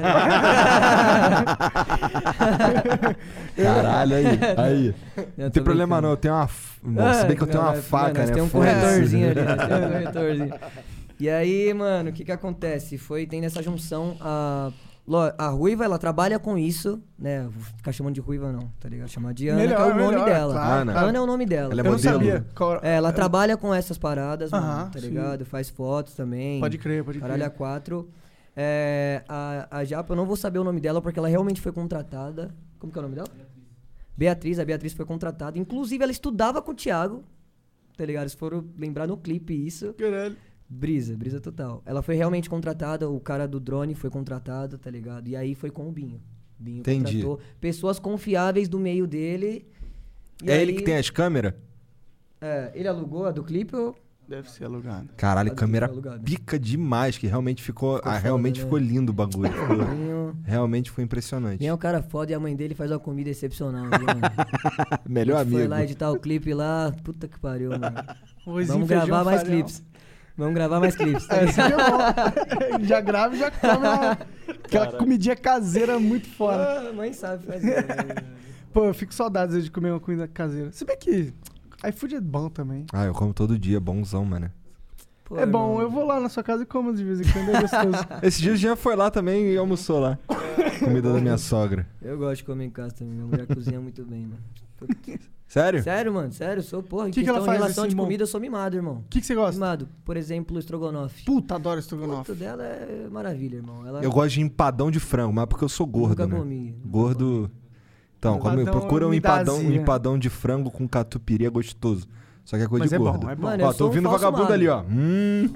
Caralho, aí. aí. Eu Não tô tem problema brincando. não, eu tenho uma. f- Nossa, se bem que eu tenho não, uma mas, faca, mano, nós né? tem um Foda-se. corretorzinho ali, nós temos um corretorzinho. E aí, mano, o que que acontece? Foi tendo essa junção, a, lo- a Ruiva, ela trabalha com isso, né? Vou ficar chamando de Ruiva não, tá ligado? Chamar de Ana, Melhor, que é o nome melhor, dela. claro, Ana. claro. Ana é o nome dela. Ela é Eu não modelo. sabia. Qual- É, ela trabalha com essas paradas, mano, Aham, tá sim. ligado? Faz fotos também. Pode crer, pode crer. Caralho, a quatro. É, a, a Japa, eu não vou saber o nome dela porque ela realmente foi contratada. Como que é o nome dela? Beatriz. A Beatriz foi contratada. Inclusive, ela estudava com o Thiago. Tá ligado? Eles foram lembrar no clipe isso. Caralho. Brisa, brisa total. Ela foi realmente contratada, o cara do drone foi contratado, tá ligado? E aí foi com o Binho. Binho Entendi. contratou pessoas confiáveis do meio dele. e É aí- ele que tem as câmeras? É, ele alugou a do clipe ou... Deve ser alugado. Caralho, Pode câmera ser alugado. pica demais, que realmente ficou. Ficou ah, foda, realmente né? ficou lindo o bagulho. Ficou- Vinho- realmente foi impressionante. Vinho é um cara foda e a mãe dele faz uma comida excepcional, viu, mano? Melhor A gente amigo. Foi lá editar o clipe lá, puta que pariu, mano. Arrozinho, Vamos feijão, gravar mais farelo. clipes. Vamos gravar mais clipes. tá É, isso ligado? que é bom. Já grava e já come uma- aquela comidinha caseira muito foda. Ah, a mãe sabe fazer. né? Pô, eu fico saudades de comer uma comida caseira. Se bem que iFood é bom também. Ah, eu como todo dia, bonzão, mano. Pô, É bom, irmão. eu vou lá na sua casa e como de vez em quando, é gostoso. Esse dia o Jean foi lá também e almoçou lá. Comida da minha sogra. Eu gosto de comer em casa também. Minha mulher cozinha muito bem, mano. Sério? Sério, mano, sério, eu sou, porra, em Que que questão ela em faz relação assim, de bom? comida, eu sou mimado, irmão. O que, que você gosta? Mimado, por exemplo, estrogonofe. Puta, adoro estrogonofe. Tudo dela é maravilha, irmão. Ela Eu gosto de empadão de frango, mas porque eu sou gordo, nunca né? comi. Gordo. Então, come, Empadão procura um me dá empadão, um azia. empadão de frango com catupiry, é gostoso. Só que é coisa Mas de é bom, gordo. é bom. Mano, Ó, eu tô sou um ouvindo o falso vagabundo magro. ali, ó. Hum.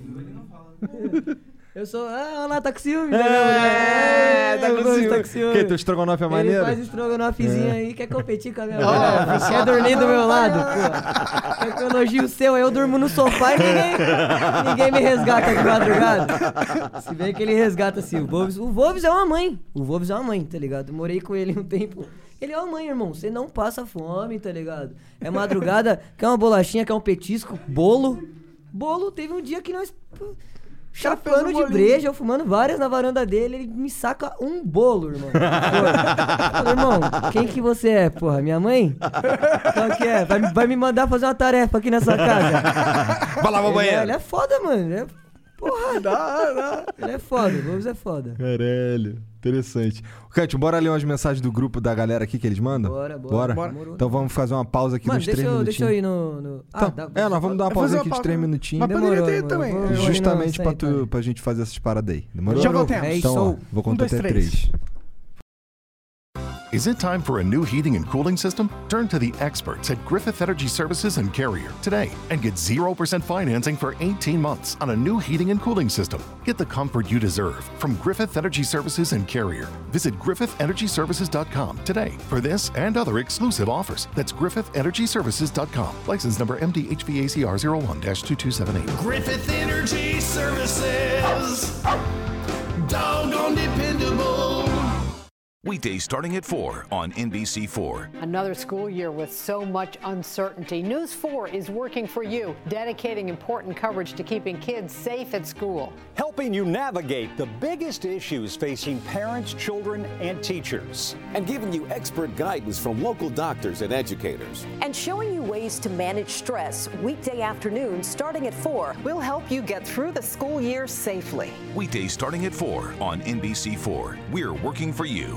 Eu sou. Ah, olha lá, tá com ciúme. É, tá Eu com gosto, ciúme. tá com ciúme. Que, teu estrogonofe é Ele maneiro? faz estrogonofezinho aí, quer competir com a minha É, mulher. Quer dormir do meu lado, pô. Quer que eu elogio o seu, aí eu durmo no sofá e ninguém, ninguém me resgata de madrugada. Se bem que ele resgata assim, o Wolves, o Wolves é uma mãe. O Wolves é uma mãe, tá ligado? Eu morei com ele um tempo. Ele é uma mãe, irmão. Você não passa fome, tá ligado? É madrugada, quer uma bolachinha, quer um petisco, bolo. Bolo, teve um dia que nós... pô, chapando de bolinho. breja, eu fumando várias na varanda dele, ele me saca um bolo, irmão. Pô, falei, irmão, quem que você é, porra? Minha mãe? Qual que é? Vai, vai me mandar fazer uma tarefa aqui nessa casa? Vai lá, Ele é, banheiro. ele é foda, mano. Ele é, porra, Dá, dá. ele é foda, o Wolves é foda. Caralho, interessante. Cante, bora ler umas mensagens do grupo da galera aqui que eles mandam? Bora, bora. Bora? Demorou. Então vamos fazer uma pausa aqui Mano, nos deixa três eu, deixa minutinhos. eu ir no... no... Então, dá- é, nós vamos dar uma Vai pausa fazer aqui uma de três pausa. minutinhos. Mas poderia ter Demorou, também. irmão. Eu- Vou- Justamente Não, pra, sei, tu, pai. pra gente fazer essas paradas aí. Demorou? Já voltemos. É Então, isso. ó, vou contar Um, dois, até três. três. Is it time for a new heating and cooling system? Turn to the experts at Griffith Energy Services and Carrier today and get zero percent financing for eighteen months on a new heating and cooling system. Get the comfort you deserve from Griffith Energy Services and Carrier. Visit griffith energy services dot com today for this and other exclusive offers. That's griffith energy services dot com. License number M D H V A C R zero one dash two two seven eight. Griffith Energy Services. Doggone dependable. Weekdays starting at four on N B C four. Another school year with so much uncertainty. News four is working for you, dedicating important coverage to keeping kids safe at school. Helping you navigate the biggest issues facing parents, children, and teachers. And giving you expert guidance from local doctors and educators. And showing you ways to manage stress weekday afternoons starting at four. We'll help you get through the school year safely. Weekdays starting at four on N B C four. We're working for you.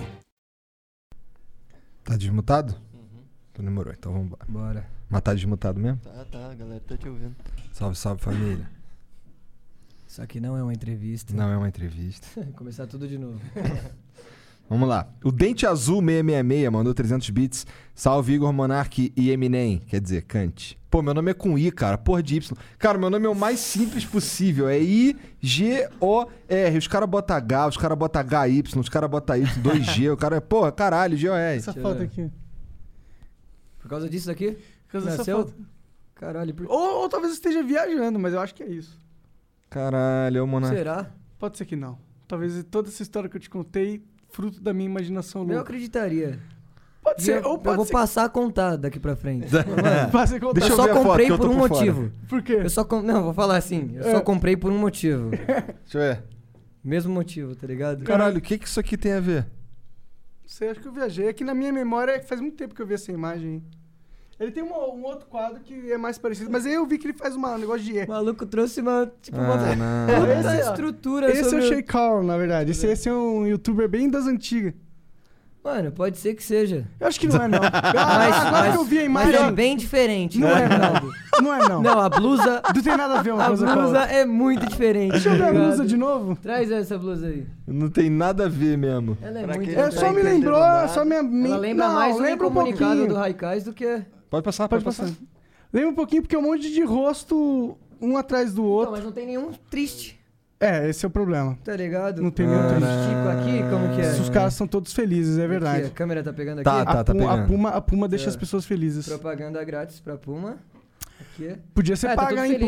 Tá desmutado? Uhum. Então demorou, então vamos embora. Bora. Mas tá desmutado mesmo? Tá, tá, a galera tá te ouvindo. Salve, salve família. Isso aqui não é uma entrevista. Não é uma entrevista. Começar tudo de novo. Vamos lá. O Dente Azul seiscentos e sessenta e seis mandou trezentos bits. Salve Igor Monark e Eminem. Quer dizer, Kant. Pô, meu nome é com I, cara. Porra de Y. Cara, meu nome é o mais simples possível. É I G O R. Os caras botam H, os caras botam H Y, os caras botam Y, dois G. O cara é, porra, caralho, G O R. Essa foto aqui. Por causa disso aqui? Por causa dessa Nasceu? foto. Caralho, por... Ou, ou talvez eu esteja viajando, mas eu acho que é isso. Caralho, ô Monark. Será? Pode ser que não. Talvez toda essa história que eu te contei, fruto da minha imaginação louca. Eu acreditaria. Pode E ser, eu, ou pode eu vou ser. passar a contar daqui pra frente. Mano, Passa a contar. Deixa eu eu só ver a foto, comprei que eu tô por um por fora. motivo. Por quê? Eu só com... Não, vou falar assim. Eu É. só comprei por um motivo. Deixa eu ver. Mesmo motivo, tá ligado? Caralho, o que que isso aqui tem a ver? Não sei, acho que eu viajei. É que na minha memória é que faz muito tempo que eu vi essa imagem. Ele tem uma- um outro quadro que é mais parecido, mas aí eu vi que ele faz uma- um negócio de... O maluco trouxe uma, tipo, Ah, uma não. puta Esse, ó. estrutura Esse sobre... é o Shay Carl, na verdade. Esse, esse é um youtuber bem das antigas. Mano, pode ser que seja. Eu acho que não é, não. Ah, Mas, agora mas, que eu vi a mas imagem... é bem diferente. Não tá é, ligado? não. Não é, não. Não, a blusa... Não tem nada a ver uma A coisa com a blusa outra. é muito diferente. Deixa eu ver tá a ligado? blusa de novo. Traz essa blusa aí. Não tem nada a ver mesmo. Ela é Pra muito quem É, não só tá me entendendo lembrou, nada. só me... me- Ela lembra não, mais o lembra um comunicado pouquinho. do Raikais do que... Pode passar, Pode pode, passar. passar. Lembra um pouquinho porque é um monte de rosto um atrás do Não, outro. mas não tem nenhum triste, É, esse é o problema. tá ligado? Não tem nenhum triste. Tipo aqui, como que é? Os caras são todos felizes, é Aqui, a verdade. câmera tá pegando aqui. Tá, A, tá, tá Puma, a, pegando. Puma, a Puma deixa É. as pessoas felizes. Propaganda grátis pra Puma. Aqui. Podia ser É, tá paga, todo hein, feliz. Puma?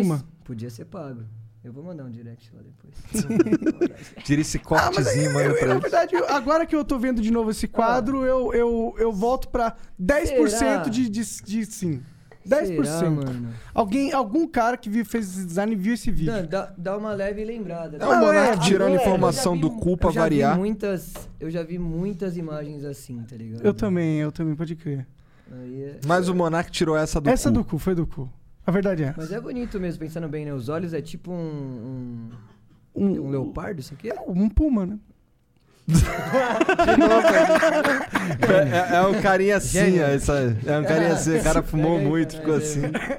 Podia ser pago. Eu vou mandar um direct lá depois. Tira esse Ah, mas cortezinho, aí, manda eu, pra na ele. verdade, eu- agora que eu tô vendo de novo esse quadro, eu, eu, eu volto pra dez por cento de, de, de sim. dez por cento. Será, mano? Alguém, algum cara que viu, fez esse design viu esse vídeo. Não, dá, dá uma leve lembrada. É o Monark tirando Eu já informação vi- do cu pra eu já variar. Vi muitas, eu já vi muitas imagens assim, tá ligado? Eu também, eu também, pode crer. Aí é- Mas o Monark tirou essa do Essa cu. do cu, foi do cu. A verdade é. Mas é bonito mesmo, pensando bem, né? Os olhos é tipo um... Um, um leopardo, isso aqui? Um puma, né? É, é um carinha assim, Gênio. ó, essa, é um carinha assim, o cara fumou muito, ficou assim.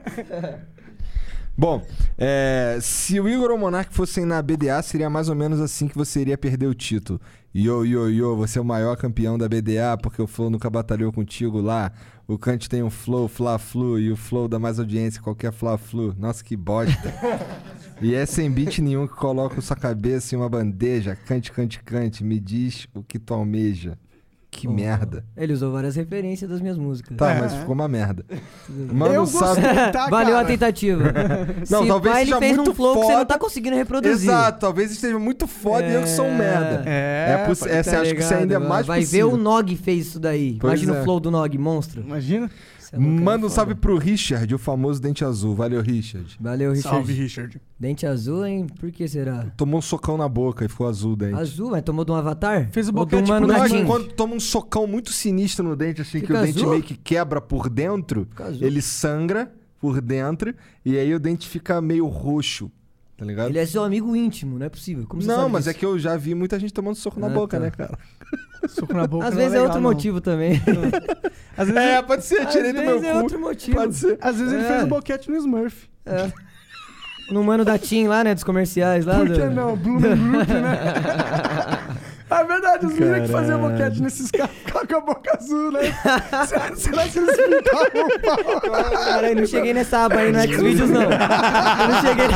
Bom, é, se o Igor ou o Monark fossem na B D A, seria mais ou menos assim que você iria perder o título. Yo, yo, yo, você é o maior campeão da B D A porque o Flow nunca batalhou contigo lá. O Kant tem um Flow, Fla-Flu, e o Flow dá mais audiência que qualquer Fla-Flu. Nossa, que bosta. E é sem beat nenhum que coloca sua cabeça em uma bandeja. Cante, cante, cante, me diz o que tu almeja. Que Oh, merda. Ele usou várias referências das minhas músicas. Tá, mas ficou uma merda. Manda Eu um salve. gostei, tá, Valeu cara? a tentativa. Não, Se talvez pá, ele seja fez muito um flow foda. que você não tá conseguindo reproduzir. Exato, talvez esteja muito foda e eu que sou um merda. É, é, possi- é, você acha que isso ainda é mais Vai possível. ver o Nog fez isso daí. Pois Imagina é. o flow do Nog, monstro. Imagina. Manda um salve pro Richard, o famoso Dente Azul. Valeu, Richard. Valeu, Richard. Salve, Richard. Dente azul, hein? Por que será? Tomou um socão na boca e ficou azul o dente. Azul, mas tomou de um avatar? Fez o Ou de um boquete mano Não, é gatinho? que quando toma um socão muito sinistro no dente, assim, que Fica o dente azul? meio que quebra por dentro, azul. ele sangra por dentro e aí o dente fica meio roxo, tá ligado? Ele é seu amigo íntimo, não é possível. Como você Não, sabe mas disso? é que eu já vi muita gente tomando soco na Ah, boca, tá. né, cara? Soco na boca. Às não vezes é legal, outro não. motivo também. Às vezes, É, pode ser, Às tirei do meu vezes é cu. outro motivo. Pode ser. às vezes ele É. fez o boquete no Smurf. É. No mano da Tim lá, né? Dos comerciais lá. Por do... que não? Blooming Group, né? É verdade, os meninos que faziam Caralho. boquete nesses caras ficavam com a boca azul, né? Será, será que eles pintavam o pau? Caralho, não cheguei nessa aba aí no Xvideos, não. Eu não cheguei...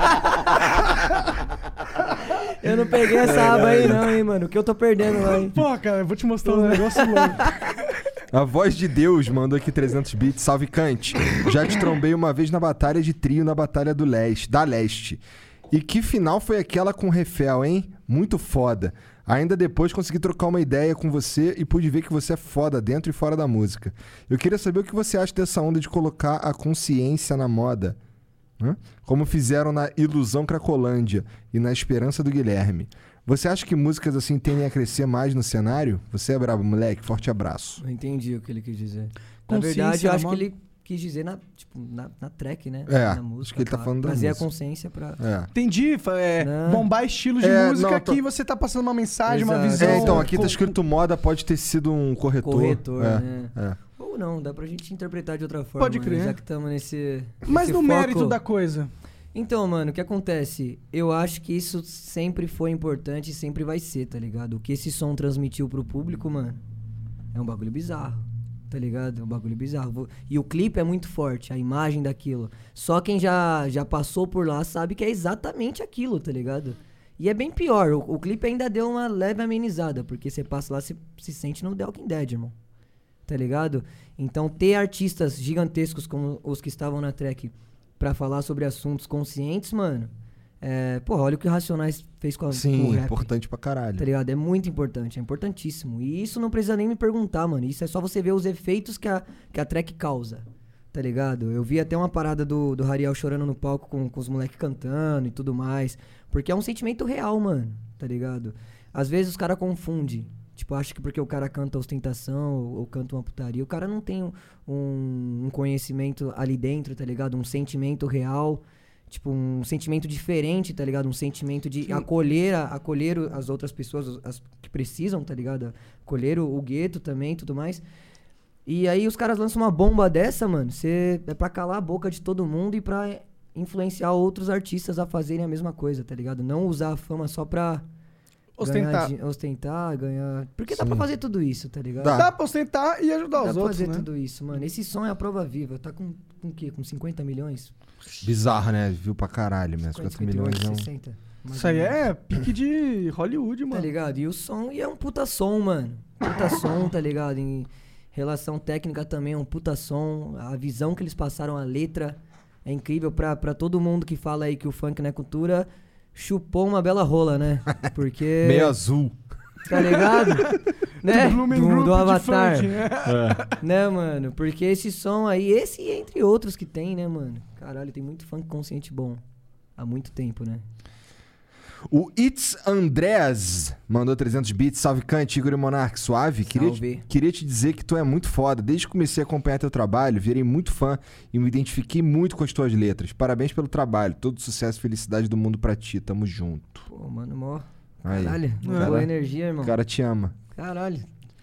Eu não peguei essa aba aí, não, hein, mano. O que eu tô perdendo lá, hein? Pô, cara, eu vou te mostrar um negócio louco. A voz de Deus mandou aqui trezentos bits. Salve, Kant. Já te trombei uma vez na batalha de trio na Batalha do Leste, da Leste. E que final foi aquela com o Refel, hein? Muito foda. Ainda depois consegui trocar uma ideia com você e pude ver que você é foda dentro e fora da música. Eu queria saber o que você acha dessa onda de colocar a consciência na moda. Hã? Como fizeram na Ilusão Cracolândia e na Esperança do Guilherme. Você acha que músicas assim tendem a crescer mais no cenário? Você é brabo, moleque. Forte abraço. Não entendi o que ele quis dizer. Na Consciência verdade, eu na acho moda? que ele quis dizer na, tipo, na, na track, né? É, na música, acho que ele tá claro. falando da Trazer música. a consciência pra... É. Entendi, fa- é, Não. bombar estilos de É, música não, tô- que você tá passando uma mensagem, uma Exato. visão. É, então, aqui tá co- escrito moda, pode ter sido um corretor. Corretor, é, né? é. Ou não, dá pra gente interpretar de outra forma. Pode crer. né? Já que estamos nesse. Mas nesse no foco. mérito da coisa. Então, mano, o que acontece? Eu acho que isso sempre foi importante e sempre vai ser, tá ligado? O que esse som transmitiu pro público, mano, é um bagulho bizarro, tá ligado? É um bagulho bizarro. Vou- E o clipe é muito forte, a imagem daquilo. Só quem já, já passou por lá sabe que é exatamente aquilo, tá ligado? E é bem pior, o, o clipe ainda deu uma leve amenizada, porque você passa lá, você se sente no The Walking Dead, irmão. Tá ligado? Então, ter artistas gigantescos como os que estavam na track pra falar sobre assuntos conscientes, mano. É, porra, olha o que o Racionais fez com, a, com o Sim, rap. importante pra caralho. Tá ligado? É muito importante, é importantíssimo. E isso não precisa nem me perguntar, mano. Isso é só você ver os efeitos que a, que a track causa. Tá ligado? Eu vi até uma parada do, do Hariel chorando no palco com, com os moleques cantando e tudo mais. Porque é um sentimento real, mano. Tá ligado? Às vezes os caras confundem. Tipo, acho que porque o cara canta ostentação ou, ou canta uma putaria, o cara não tem um, um, um conhecimento ali dentro, tá ligado? Um sentimento real, tipo, um sentimento diferente, tá ligado? Um sentimento de acolher, a, acolher o- as outras pessoas as- as que precisam, tá ligado? Acolher o, o gueto também e tudo mais. E aí os caras lançam uma bomba dessa, mano, cê, é pra calar a boca de todo mundo e pra influenciar outros artistas a fazerem a mesma coisa, tá ligado? Não usar a fama só pra... Ostentar. Ganhar, di- ostentar, ganhar. Porque dá Sim. pra fazer tudo isso, tá ligado? Dá. Dá pra ostentar e ajudar Dá os pra outros, fazer né? tudo isso, mano. Esse som é a prova viva. Tá com, com o quê? Com cinquenta milhões? Bizarro, né? Viu pra caralho mesmo. cinquenta, cinquenta milhões não. sessenta. mais Isso ou aí menos. é pique de Hollywood, Tá mano. ligado? E o som, e é um puta som, mano. Puta som, tá ligado? Em relação técnica também é um puta som. A visão que eles passaram, a letra, é incrível pra, pra todo mundo que fala aí que o funk não é cultura, chupou uma bela rola, né? Porque... Meio azul. Tá ligado? Né? Do Blooming Do, Group do de Avatar. funk, né? Né, mano? Porque esse som aí, esse entre outros que tem, né, mano? Caralho, tem muito funk consciente bom. Há muito tempo, né? O It's Andrés mandou trezentos bits. Salve, Kant, Igor e Monark. Suave? Queria Salve. te, queria te dizer que tu é muito foda. Desde que comecei a acompanhar teu trabalho, virei muito fã e me identifiquei muito com as tuas letras. Parabéns pelo trabalho. Todo sucesso e felicidade do mundo pra ti. Tamo junto. Pô, mano, mó... Aí. Caralho, Cara- boa energia, irmão. O cara te ama. Caralho.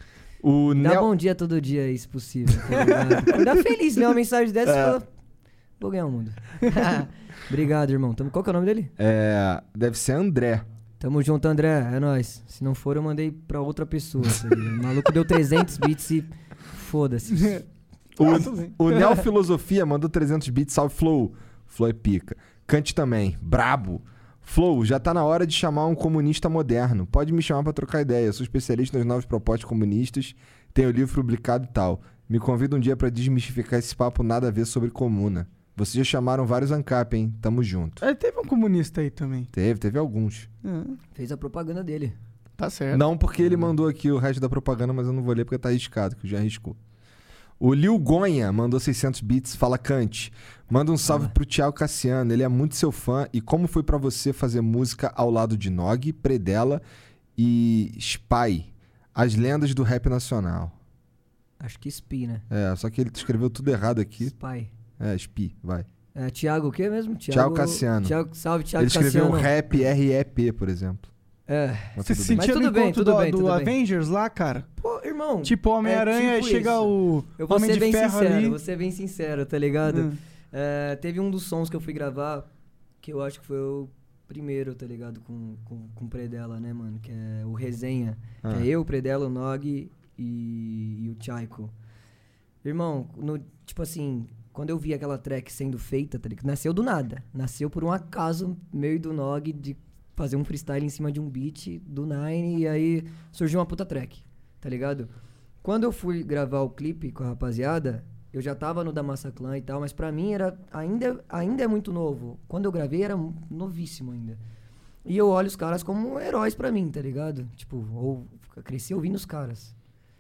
O Dá Nel... bom dia todo dia aí, se possível. Tá ligado? Dá feliz, né? Uma mensagem dessa e É. fala... Vou ganhar o mundo. Obrigado, irmão. Tamo... Qual que é o nome dele? É... Deve ser André. Tamo junto, André. É nóis. Se não for, eu mandei pra outra pessoa. Tá ligado? O maluco deu trezentos bits e... Foda-se. O, o Neo Filosofia mandou trezentos bits. Salve, Flow. Flow é pica. Kant também. Brabo. Flow, já tá na hora de chamar um comunista moderno. Pode me chamar pra trocar ideia. Eu sou especialista nas novas propostas comunistas. Tenho o livro publicado e tal. Me convida um dia pra desmistificar esse papo nada a ver sobre comuna. Vocês já chamaram vários ANCAP, hein? Tamo junto. É, teve um comunista aí também. Teve, teve alguns. É. Fez a propaganda dele. Tá certo. Não porque ele mandou aqui o resto da propaganda, mas eu não vou ler porque tá arriscado, que já arriscou. O Lil Gonha mandou seiscentos bits, fala Kant. Manda um salve pro Thiago Cassiano, ele é muito seu fã. E como foi pra você fazer música ao lado de Nog, Predella e Spy, as lendas do rap nacional? Acho que Spy, né? É, só que ele escreveu tudo errado aqui. Spy. É, Spy, vai. É, Thiago o quê mesmo? Thiago Cassiano. Thiago, salve, Thiago Ele escreveu Cassiano. rap R E P, por exemplo. É. Mas Você tudo se bem. Mas sentia tudo no bem, encontro tudo do, bem, do tudo bem. Avengers lá, cara? Pô, irmão. Tipo Homem-Aranha é e tipo chega isso. o Eu vou Homem ser de bem Ferro sincero, ali. vou ser bem sincero, tá ligado? Hum. É, teve um dos sons que eu fui gravar, que eu acho que foi o primeiro, tá ligado? Com, com, com o Predella, né, mano? Que é o Resenha. Ah. Que é eu, o Predella, o Nog e, e o Chaiko. Irmão, no, tipo assim, quando eu vi aquela track sendo feita, tá ligado? Nasceu do nada. Nasceu por um acaso meio do Nog de fazer um freestyle em cima de um beat do Nine e aí surgiu uma puta track, tá ligado? Quando eu fui gravar o clipe com a rapaziada, eu já tava no da Massa Clan e tal, mas pra mim era ainda, ainda é muito novo. Quando eu gravei era novíssimo ainda. E eu olho os caras como heróis pra mim, tá ligado? Tipo, ou eu cresci ouvindo os caras.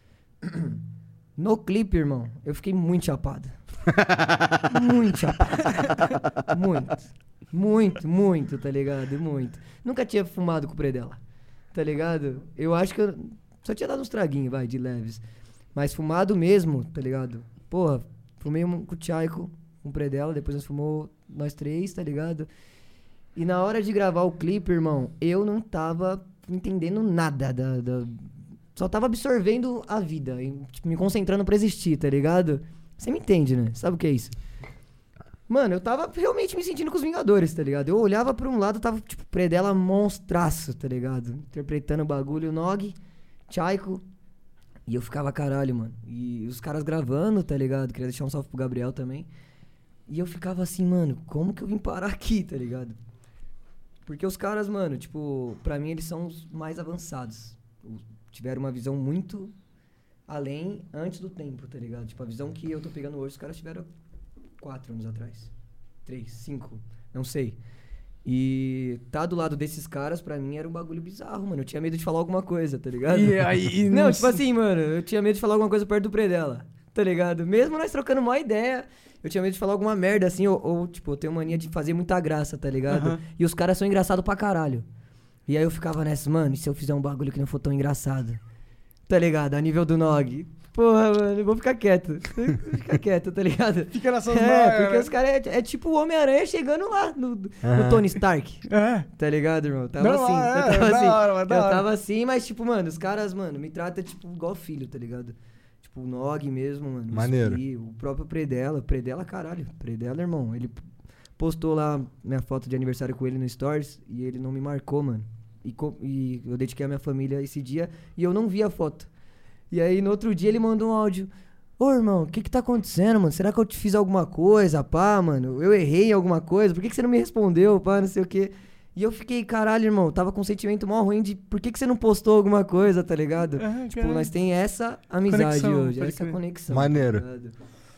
No clipe, irmão, eu fiquei muito chapado. Muito chapado. Muito. Muito, muito, tá ligado? Muito. Nunca tinha fumado com o Predella, tá ligado? Eu acho que eu só tinha dado uns traguinhos, vai, de leves. Mas fumado mesmo, tá ligado? Porra, fumei um com o Chaiko, com o Predella, depois nós fumou nós três, tá ligado? E na hora de gravar o clipe, irmão, eu não tava entendendo nada da... da... Só tava absorvendo a vida, e, tipo, me concentrando pra existir, tá ligado? Você me entende, né? Sabe o que é isso? Mano, eu tava realmente me sentindo com os Vingadores, tá ligado? Eu olhava pra um lado, tava, tipo, Predella monstraço, tá ligado? Interpretando o bagulho, Nog, Chaiko. E eu ficava caralho, mano. E os caras gravando, tá ligado? Queria deixar um salve pro Gabriel também. E eu ficava assim, mano, como que eu vim parar aqui, tá ligado? Porque os caras, mano, tipo, pra mim eles são os mais avançados. Tiveram uma visão muito além, antes do tempo, tá ligado? Tipo, a visão que eu tô pegando hoje, os caras tiveram quatro anos atrás. Três, cinco, não sei. E tá do lado desses caras, pra mim, era um bagulho bizarro, mano. Eu tinha medo de falar alguma coisa, tá ligado? E aí, não, não tipo assim, mano, eu tinha medo de falar alguma coisa perto do Predella, tá ligado? Mesmo nós trocando uma ideia, eu tinha medo de falar alguma merda, assim, ou, ou tipo, eu tenho mania de fazer muita graça, tá ligado? Aham. E os caras são engraçados pra caralho. E aí eu ficava nessa, mano, e se eu fizer um bagulho que não for tão engraçado? Tá ligado? A nível do Nog. Porra, mano, eu vou ficar quieto. Vou ficar quieto, tá ligado? Fica nas suas É, mãos, porque né? os caras é, é tipo o Homem-Aranha chegando lá no, no Aham. Tony Stark. É. Tá ligado, irmão? Tava Não, assim, é, eu tava da assim. hora, mas da eu hora. tava assim, mas tipo, mano, os caras, mano, me tratam tipo igual filho, tá ligado? Tipo, o Nog mesmo, mano. o Maneiro. Spy, o próprio Predella. O Predella, caralho. Predella, irmão. Ele postou lá minha foto de aniversário com ele no Stories e ele não me marcou, mano. E, co- e eu dediquei a minha família esse dia e eu não vi a foto. E aí, no outro dia, ele mandou um áudio. Ô, irmão, o que que tá acontecendo, mano? Será que eu te fiz alguma coisa, pá, mano? Eu errei em alguma coisa? Por que que você não me respondeu, pá, não sei o quê? E eu fiquei, caralho, irmão, eu tava com um sentimento mó ruim de por que que você não postou alguma coisa, tá ligado? Ah, tipo, cara. nós tem essa amizade Conexão, hoje, pode essa crer. conexão. Maneiro. Tá ligado?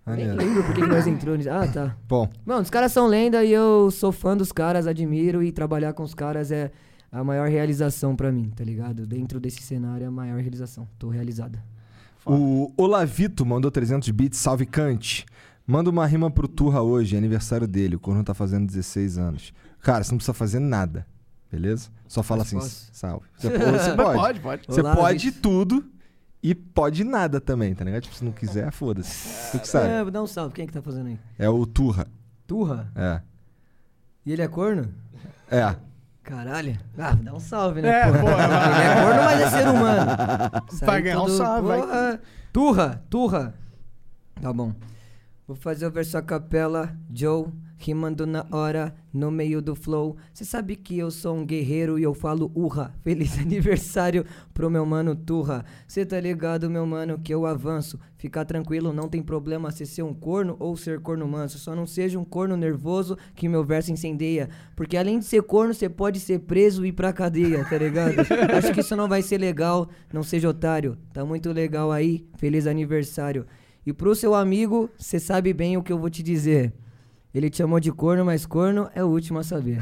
Maneiro. Nem lembro porque que nós entrou nisso. Ah, tá. Bom. Mano, os caras são lenda e eu sou fã dos caras, admiro, e trabalhar com os caras é a maior realização pra mim, tá ligado? Dentro desse cenário é a maior realização. Tô realizada. O Olavito mandou trezentos bits, salve Kant. Manda uma rima pro Turra hoje, é aniversário dele. O Corno tá fazendo dezesseis anos. Cara, você não precisa fazer nada, beleza? Só fala Mas assim, posso? salve. Você, você pode. Pode, pode. Você Olá, pode Vitor. tudo e pode nada também, tá ligado? Tipo, se não quiser, foda-se. Tu que sabe. É, vou dar um salve. Quem é que tá fazendo aí? É o Turra. Turra? É. E ele é corno? É. Caralho. Ah, dá um salve, né? É, porra? porra, Ele é corno, mas é ser humano. Vai ganhar um salve, vai. Porra. Turra, turra. Tá bom. Vou fazer o verso a capela, Joe, rimando na hora, no meio do flow. Cê sabe que eu sou um guerreiro e eu falo urra. Feliz aniversário pro meu mano Turra. Cê tá ligado, meu mano, que eu avanço. Fica tranquilo, não tem problema se ser um corno ou ser corno manso. Só não seja um corno nervoso que meu verso incendeia. Porque além de ser corno, cê pode ser preso e ir pra cadeia, tá ligado? Acho que isso não vai ser legal, não seja otário. Tá muito legal aí, feliz aniversário. E pro seu amigo, cê sabe bem o que eu vou te dizer. Ele te chamou de corno, mas corno é o último a saber.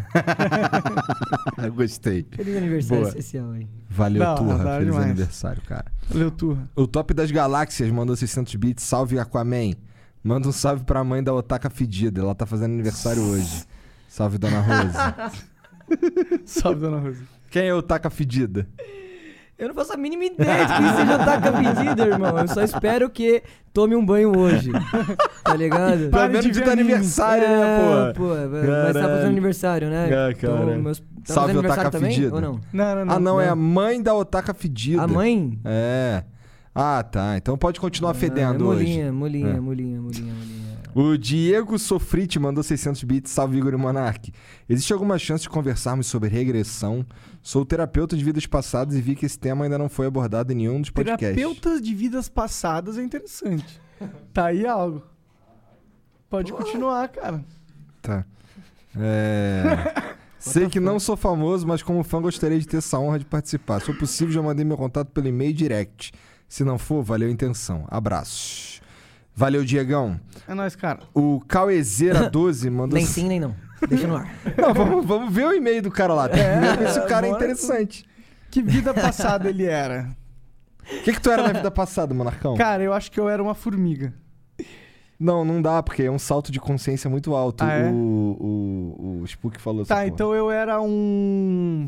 Gostei. Feliz aniversário Boa. especial aí. Valeu, Da hora, Turra. da hora Feliz demais. aniversário, cara. Valeu, Turra. O Top das Galáxias mandou seiscentos bits. Salve, Aquaman. Manda um salve pra mãe da Otaka Fedida. Ela tá fazendo aniversário hoje. Salve, Dona Rosa. Salve, Dona Rosa. Quem é Otaka Fedida? Eu não faço a mínima ideia de quem seja Otaka Fedida, irmão. Eu só espero que tome um banho hoje. Tá ligado? Pelo menos de teu aniversário, né, É, pô? pô, mas tá Caralho. fazendo aniversário, né? É, cara. Então, meus... Tá Salve, fazendo aniversário Otaka também? Fedida. Ou não? Não, não, não. Ah, não, é a mãe da Otaka Fedida. A mãe? É. Ah, tá. Então pode continuar Ah, fedendo molinha, hoje. molinha, É. molinha, molinha, molinha. O Diego Sofrite mandou seiscentos bits. Salve, Igor e Monark. Existe alguma chance de conversarmos sobre regressão? Sou terapeuta de vidas passadas e vi que esse tema ainda não foi abordado em nenhum dos podcasts. Terapeutas de vidas passadas é interessante. Tá aí algo. Pode continuar, cara. Tá. É... Sei que não sou famoso, mas como fã gostaria de ter essa honra de participar. Se for possível, já mandei meu contato pelo e-mail direct. Se não for, valeu a intenção. Abraços. Valeu, Diegão. É nóis, cara. O Cauezeira doze mandou... Nem sim, nem não. Deixa no ar. Não, vamos, vamos ver o e-mail do cara lá. É, ver se o cara é bora. interessante. Que vida passada ele era? O que, que tu era na vida passada, Monarcão? Cara, eu acho que eu era uma formiga. Não, não dá, porque é um salto de consciência muito alto. Ah, é? o, o, o Spook falou essa Tá, porra. então eu era um...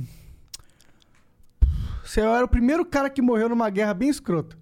Se eu era o primeiro cara que morreu numa guerra bem escrota.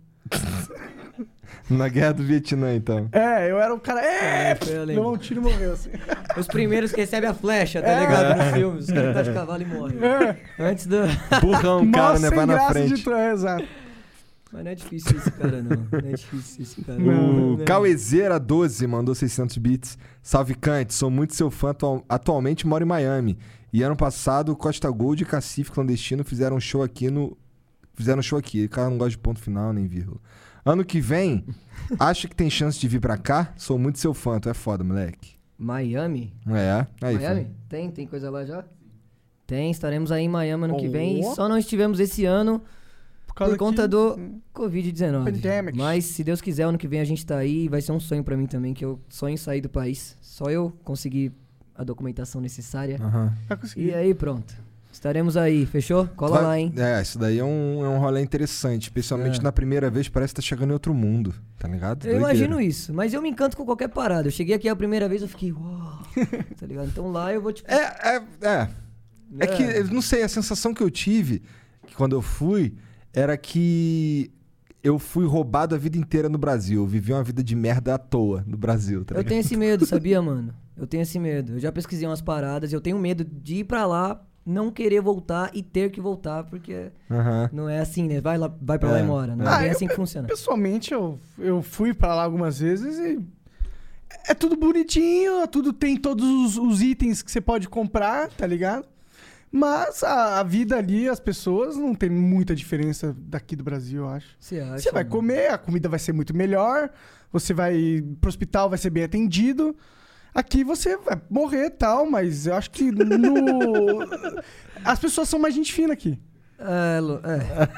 Na guerra do Vietnã, então. É, eu era o cara... É, É, foi, eu lembro. levou um tiro e morreu, assim. Os primeiros que recebem a flecha, tá É. ligado? No filme. Os caras que tá de cavalo e morrem. É. Antes do... Burrão, cara, né? Mó sem Vai na graça frente. de tra- exato. Mas não é difícil esse cara, não. Não é difícil esse cara. O Não, não. Cauezeira doze mandou seiscentos bits. Salve, Kant. Sou muito seu fã. Atual- Atualmente moro em Miami. E ano passado, Costa Gold e Cacife Clandestino fizeram um show aqui no... Fizeram um show aqui. O cara não gosta de ponto final, nem vírgula. Ano que vem, acha que tem chance de vir pra cá? Sou muito seu fã. Tu é foda, moleque. Miami? É. Aí, Miami? foi. Tem? Tem coisa lá já? Tem, estaremos aí em Miami ano que Oh. vem. E só não estivemos esse ano por, causa conta que- do covid dezenove. Pandemic. Mas se Deus quiser, ano que vem a gente tá aí. E vai ser um sonho pra mim também, que eu sonho em sair do país. Só eu conseguir a documentação necessária. Aham. Vai conseguir. E aí pronto. Estaremos aí, fechou? Cola Vai- lá, hein? É, isso daí é um, é um rolê interessante. Especialmente É. na primeira vez, parece que tá chegando em outro mundo. Tá ligado? Eu Doideira. imagino isso, mas eu me encanto com qualquer parada. Eu cheguei aqui a primeira vez, eu fiquei, uau, tá ligado? Então lá eu vou tipo. É, é, é. É que, eu não sei, a sensação que eu tive que quando eu fui era que eu fui roubado a vida inteira no Brasil. Eu vivi uma vida de merda à toa no Brasil, tá Eu ligado? tenho esse medo, sabia, mano? Eu tenho esse medo. Eu já pesquisei umas paradas, eu tenho medo de ir pra lá, não querer voltar e ter que voltar, porque Aham. não é assim, né? Vai, lá, vai pra lá É, e mora. Não é, Ah, bem eu- assim que funciona. Pessoalmente, eu, eu fui pra lá algumas vezes e... É tudo bonitinho, tudo tem todos os, os itens que você pode comprar, tá ligado? Mas a, a vida ali, as pessoas, não tem muita diferença daqui do Brasil, eu acho. Você acha? Você vai mano? comer, a comida vai ser muito melhor, você vai pro hospital, vai ser bem atendido. Aqui você vai morrer e tal, mas eu acho que no... As pessoas são mais gente fina aqui. É, Lu- é.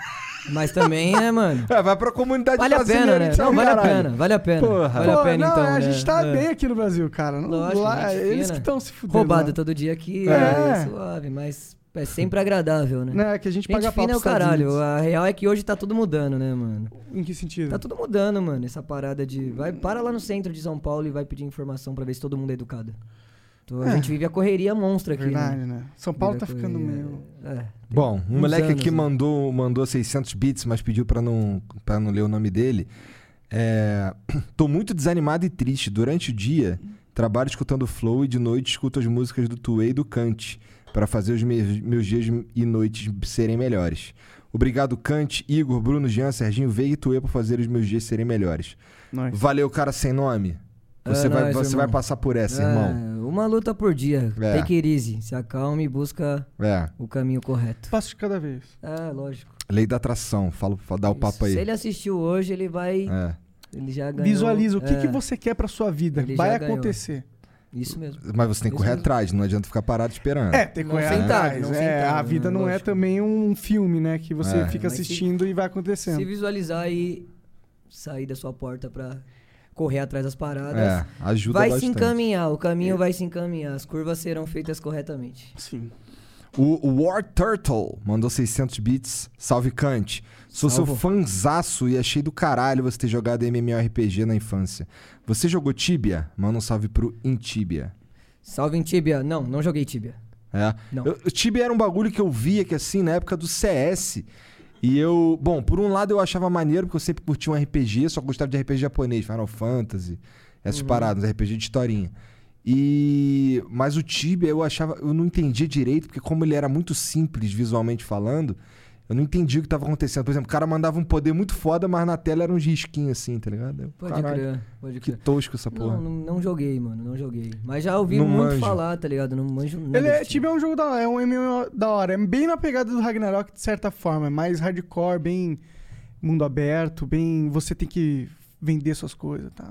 Mas também, né, mano? É, vai pra comunidade Vale a brasileira, pena, né? então, Não, vale a caralho. pena, vale a pena. Porra. Vale a Pô, pena, não, então, a né? gente tá É. bem aqui no Brasil, cara. Não, Lógico, lá, gente eles fina. que estão se fudendo. Roubado lá. todo dia aqui, É. é, suave, mas é sempre agradável, né? Não, é que a gente paga pau fina é o pros Estados caralho. Unidos. A real é que hoje tá tudo mudando, né, mano? Em que sentido? Tá tudo mudando, mano. Essa parada de... Vai, para lá no centro de São Paulo e vai pedir informação pra ver se todo mundo é educado. Então, a É. gente vive a correria monstra aqui, Verdade, né? né? São Paulo Vive tá a ficando correria. meio... É. Bom, um uns moleque anos, aqui né? mandou, mandou seiscentos bits, mas pediu pra não, pra não ler o nome dele. É, tô muito desanimado e triste. Durante o dia, trabalho escutando Flow e de noite escuto as músicas do Tuê e do Kant pra fazer os meus, meus dias e noites serem melhores. Obrigado, Kant, Igor, Bruno, Jean, Serginho, Veiga e Tuê por fazer os meus dias serem melhores. Nice. Valeu, cara sem nome. Você, É vai, nóis, você irmão. vai passar por essa, irmão. É, uma luta por dia. É. Take it easy. Se acalme e busca É. o caminho correto. Passo de cada vez. É, lógico. Lei da atração. Fala, fala- dá o papo aí. Se ele assistiu hoje, ele vai... É. Ele já ganhou. Visualiza o que, é, que você quer pra sua vida. Ele Vai já ganhou. acontecer. Isso mesmo. Mas você tem que Isso correr mesmo. atrás, não adianta ficar parado esperando. É, tem que Não correr sentar, atrás. não é, sentar, a vida né? não é Lógico. também um filme, né? Que você É. fica Mas se- assistindo e vai acontecendo. Se visualizar e sair da sua porta pra correr atrás das paradas, É, ajuda vai bastante. se encaminhar. O caminho vai se encaminhar. As curvas serão feitas corretamente. Sim. O, o War Turtle mandou seiscentos bits. Salve, Kant. Sou Salvo. seu fanzaço e achei do caralho você ter jogado MMORPG na infância. Você jogou Tibia? Manda um salve pro Intibia. Salve em Tibia. Não, não joguei Tibia. É. Não. Eu- o Tibia era um bagulho que eu via que assim, na época do C S. E eu... Bom, por um lado eu achava maneiro, porque eu sempre curtia um R P G, só gostava de R P G japonês, Final Fantasy, essas Uhum. paradas, R P G de historinha. E... Mas o Tibia eu achava... Eu não entendia direito, porque como ele era muito simples visualmente falando, eu não entendia o que tava acontecendo. Por exemplo, o cara mandava um poder muito foda, mas na tela era uns risquinhos assim, tá ligado? Eu, Pode caralho, crer, pode Que crer. tosco essa porra. Não, não, não joguei, mano, não joguei. Mas já ouvi Não muito manjo. falar, tá ligado? Não manjo nada. Ele é, desse Tibia é um jogo da hora, é um M M O da hora. É bem na pegada do Ragnarok, de certa forma. É mais hardcore, bem mundo aberto, bem... Você tem que vender suas coisas e tal.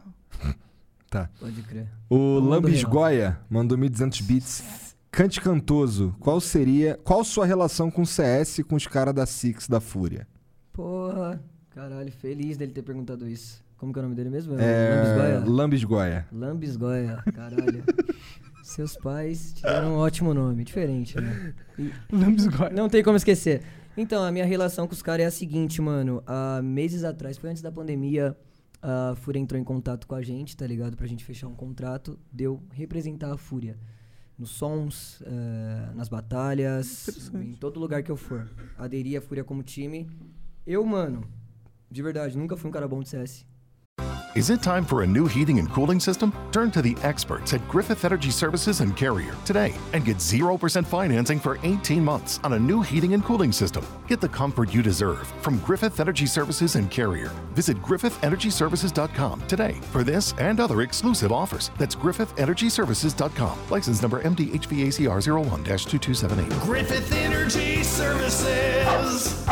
Tá. Pode crer. O É um mundo Lambis real. Goya mandou mil e duzentos bits. Cante Cantoso, qual seria... Qual sua relação com o C S e com os caras da Six da Fúria? Porra, caralho, feliz dele ter perguntado isso. Como que é o nome dele mesmo? Lambis É... Goya? Lambis Goya. Lambis Goya, caralho. Seus pais tiveram um ótimo nome, diferente, né? E- Lambis Goya. Não tem como esquecer. Então, a minha relação com os caras é a seguinte, mano. Há meses atrás, foi antes da pandemia, a Fúria entrou em contato com a gente, tá ligado? Pra gente fechar um contrato, deu representar a Fúria. Nos sons, eh, nas batalhas, em todo lugar que eu for. Aderir a Fúria como time. Eu, mano, de verdade, nunca fui um cara bom de C S. Is it time for a new heating and cooling system? Turn to the experts at Griffith Energy Services and Carrier today and get zero percent financing for eighteen months on a new heating and cooling system. Get the comfort you deserve from Griffith Energy Services and Carrier. Visit griffith energy services dot com today for this and other exclusive offers. That's griffith energy services dot com. License number M D H V A C R zero one dash two two seven eight. Griffith Energy Services.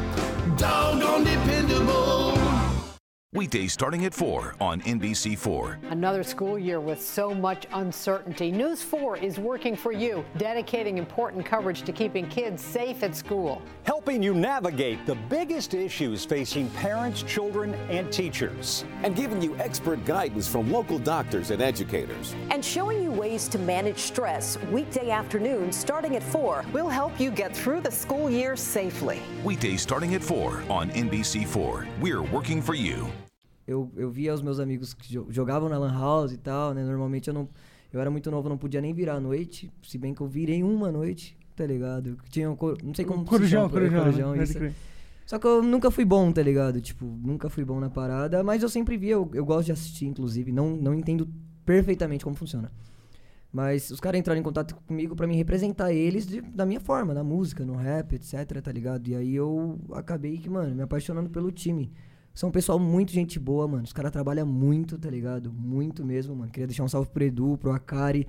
Doggone dependable. Weekdays starting at four on N B C four. Another school year with so much uncertainty. News four is working for you, dedicating important coverage to keeping kids safe at school. Helping you navigate the biggest issues facing parents, children, and teachers. And giving you expert guidance from local doctors and educators. And showing you ways to manage stress weekday afternoons starting at four. We'll help you get through the school year safely. Weekdays starting at four on N B C four. We're working for you. Eu, eu via os meus amigos que jo- jogavam na Lan House e tal, né? Normalmente eu não... Eu era muito novo, eu não podia nem virar à noite. Se bem que eu virei uma noite, tá ligado? Tinha um... cor- Não sei como Corujão, se chama, corujão, corujão, né? isso. Pode crer. Só que eu nunca fui bom, tá ligado? Tipo, nunca fui bom na parada. Mas eu sempre via, eu, eu gosto de assistir, inclusive. Não, não entendo perfeitamente como funciona. Mas os caras entraram em contato comigo pra me representar eles de- da minha forma, na música, no rap, etc, tá ligado? E aí eu acabei que, mano, me apaixonando pelo time. São um pessoal muito gente boa, mano. Os caras trabalham muito, tá ligado? Muito mesmo, mano. Queria deixar um salve pro Edu, pro Akari,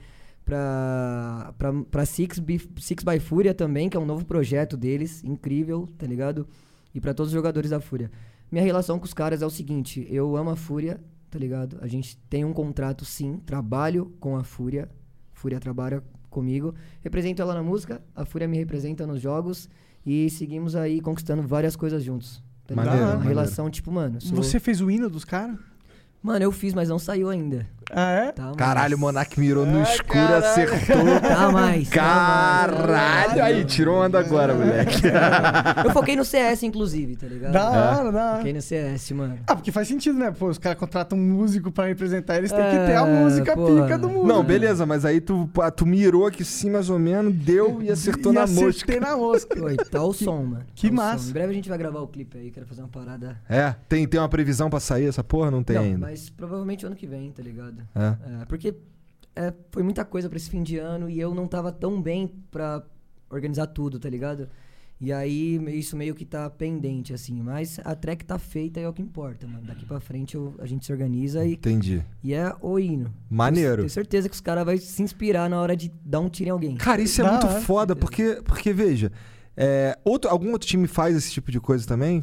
pra, pra, pra Six, by, Six by Fúria também, que é um novo projeto deles, incrível, tá ligado? E pra todos os jogadores da Fúria. Minha relação com os caras é o seguinte, eu amo a Fúria, tá ligado? A gente tem um contrato, sim, trabalho com a Fúria. Fúria trabalha comigo. Represento ela na música, a Fúria me representa nos jogos. E seguimos aí conquistando várias coisas juntos. Tá ligado? Maneiro, Uma maneiro. relação, tipo, mano... sou- Você fez o hino dos caras? Mano, eu fiz, mas não saiu ainda. Ah, é? Tá, mas- Caralho, o Monark mirou no escuro, caralho. acertou. Tá mais. Caralho, aí, tirou onda agora, moleque. Eu foquei no C S, inclusive, tá ligado? Da hora, da hora. Foquei no C S, mano. Ah, porque faz sentido, né? Pô, os caras contratam um músico pra representar, eles têm que É, ter a música porra. pica do mundo. Não, beleza, mas aí tu, pá, tu mirou aqui sim, mais ou menos, deu e acertou E na acertei mosca. na mosca. Oi, tá o som, mano. que Tá o massa. som. Em breve a gente vai gravar o clipe aí, quero fazer uma parada. É, tem, tem uma previsão pra sair essa porra? Não tem Não, ainda. mas provavelmente ano que vem, tá ligado? É. É, porque é, foi muita coisa pra esse fim de ano e eu não tava tão bem pra organizar tudo, tá ligado? E aí isso meio que tá pendente, assim. Mas a track tá feita e é o que importa, mano. Daqui pra frente eu- a gente se organiza e, Entendi. e é o hino. Maneiro. Tenho certeza que os caras vão se inspirar na hora de dar um tiro em alguém. Cara, isso é Da muito hora. foda, porque, porque veja, é, outro, algum outro time faz esse tipo de coisa também?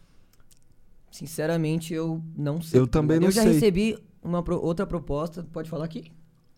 Sinceramente, eu não sei. Eu também não Eu já sei. recebi uma pro- outra proposta. Pode falar aqui?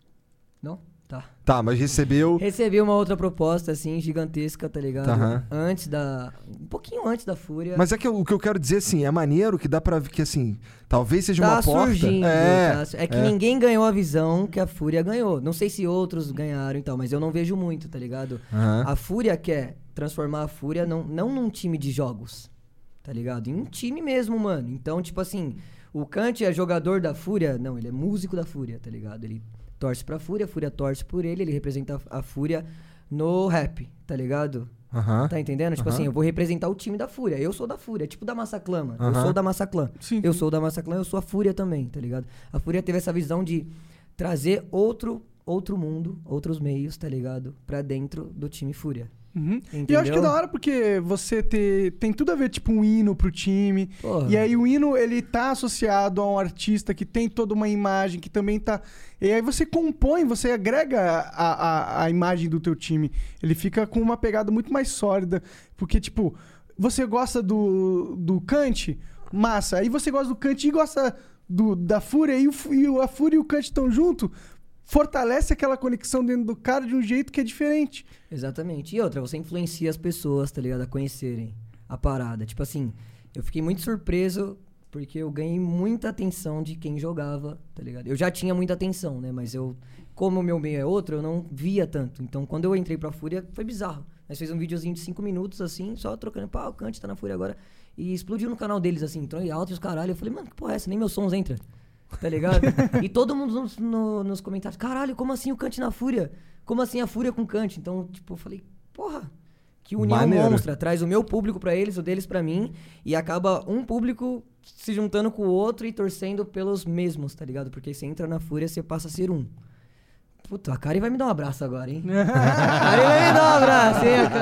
Não? Tá. Tá, mas recebeu. Recebi uma outra proposta, assim, gigantesca, tá ligado? Aham. Antes da... Um pouquinho antes da Fúria. Mas é que eu- o que eu quero dizer, assim, é maneiro que dá pra ver que, assim, talvez seja tá uma porta. surgindo. é, tá su- é que é. ninguém ganhou a visão que a Fúria ganhou. Não sei se outros ganharam e tal, mas eu não vejo muito, tá ligado? Aham. A Fúria quer transformar a Fúria não, não num time de jogos, tá ligado? Em um time mesmo, mano. Então, tipo assim, o Kant é jogador da Fúria? Não, ele é músico da Fúria, tá ligado? Ele torce pra Fúria, a Fúria torce por ele, ele representa a a Fúria no rap, tá ligado? Aham. Tá entendendo? Tipo Aham. assim, eu vou representar o time da Fúria. Eu sou da Fúria, tipo da Massaclã, mano. Eu Aham. sou da Massaclã. Sim. Eu sou da Massaclã, eu sou a Fúria também, tá ligado? A Fúria teve essa visão de trazer outro, outro mundo, outros meios, tá ligado? Pra dentro do time Fúria. Uhum. E Entendeu? eu acho que é da hora porque você ter, tem tudo a ver, tipo, um hino pro time. Porra. E aí o hino, ele tá associado a um artista que tem toda uma imagem, que também tá... E aí você compõe, você agrega a, a, a imagem do teu time. Ele fica com uma pegada muito mais sólida. Porque, tipo, você gosta do, do Kant, massa. Aí você gosta do Kant e gosta do, da Fúria. E, o, e o- a Fúria e o Kant estão junto. Fortalece aquela conexão dentro do cara de um jeito que é diferente. Exatamente. E outra, você influencia as pessoas, tá ligado? A conhecerem a parada. Tipo assim, eu fiquei muito surpreso porque eu ganhei muita atenção de quem jogava, tá ligado? Eu já tinha muita atenção, né? Mas eu, como o meu meio é outro, eu não via tanto. Então, quando eu entrei pra Fúria, foi bizarro. Nós fez um videozinho de cinco minutos, assim, só trocando, pá, o Kant tá na Fúria agora. E explodiu no canal deles, assim, entrou em alto e os caralho. Eu falei, mano, que porra é essa? Nem meus sons entra. Tá ligado? E todo mundo nos, no- nos comentários, caralho, como assim o Kant na Fúria? Como assim a Fúria com Kant? Então, tipo, eu falei, porra, que união Maneiro. monstra. Traz o meu público pra eles, o deles pra mim, e acaba um público se juntando com o outro e torcendo pelos mesmos, tá ligado? Porque você entra na Fúria, você passa a ser um. Puta, a Kari vai me dar um abraço agora, hein? A Kari vai me dar um abraço, hein, a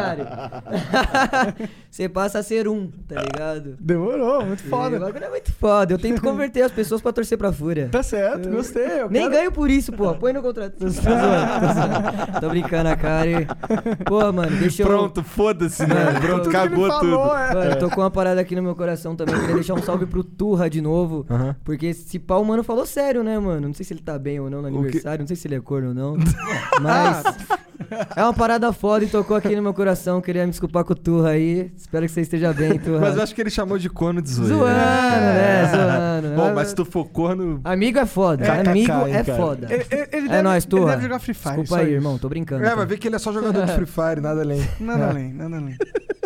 Kari? Você passa a ser um, tá ligado? Demorou, muito E foda. o bagulho é muito foda. Eu tento converter as pessoas pra torcer pra Fúria. Tá certo, gostei. Eu Nem quero- ganho por isso, pô. Põe no contrato. Tô, zoando, tô, zoando. Tô brincando, a Kari. Pô, mano, deixa eu... Pronto, foda-se, né? Mano, Pronto, tudo que cagou ele falou, tudo. é. Mano, eu tô com uma parada aqui no meu coração também. Queria deixar um salve pro Turra de novo. Aham. Porque esse pau, mano, falou sério, né, mano? Não sei se ele tá bem ou não no que- aniversário. Não sei se ele é corno ou não. Mas é uma parada foda e tocou aqui no meu coração. Queria me desculpar com o Turra aí. Espero que você esteja bem, Turra. Mas eu acho que ele chamou de corno de zoeira. Zoando, né? Zoando. Bom, mas se tu for corno... Amigo é foda. É, Amigo cacá, hein, é cara. foda. Ele, ele- ele É deve, nóis, ele Turra. deve jogar Free Fire. Desculpa só aí, isso. irmão. Tô brincando. É, tá? vai ver que ele é só jogador de Free Fire, nada além. Nada É. além, nada além.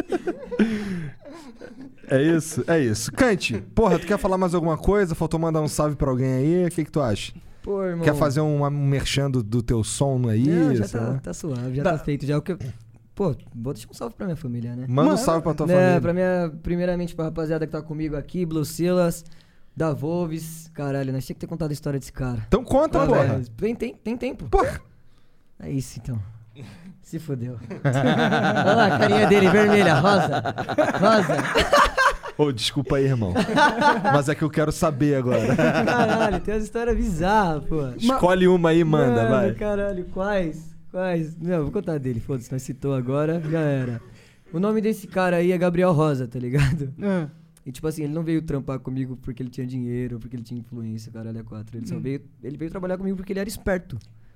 É isso, é isso. Kant, porra, tu quer falar mais alguma coisa? Faltou mandar um salve pra alguém aí? O que que tu acha? Pô, irmão. Quer fazer um, um merchan do, do teu som aí? Não, já sei tá, lá? tá suave, já tá feito. Já o que eu... Pô, vou deixar um salve pra minha família, né? Manda um salve pra tua É, família. pra minha, primeiramente pra rapaziada que tá comigo aqui, Blue Silas, da Volves. Caralho, nós tinha que ter contado a história desse cara. Então conta, Ah, porra. velho, Tem, tem, tem tempo. Porra. É isso, então. Se fodeu. Olha lá a carinha dele, vermelha, rosa. Rosa. Ô, desculpa aí, irmão. Mas é que eu quero saber agora. Caralho, tem umas histórias bizarras, pô. Escolhe uma aí e manda, Mano, vai. caralho, quais? Quais? Não, vou contar dele, foda-se, nós citou agora, já era. O nome desse cara aí é Gabriel Rosa, tá ligado? É. E tipo assim, ele não veio trampar comigo porque ele tinha dinheiro, porque ele tinha influência, caralho, é quatro. Ele só Hum. veio, ele veio trabalhar comigo porque ele era esperto.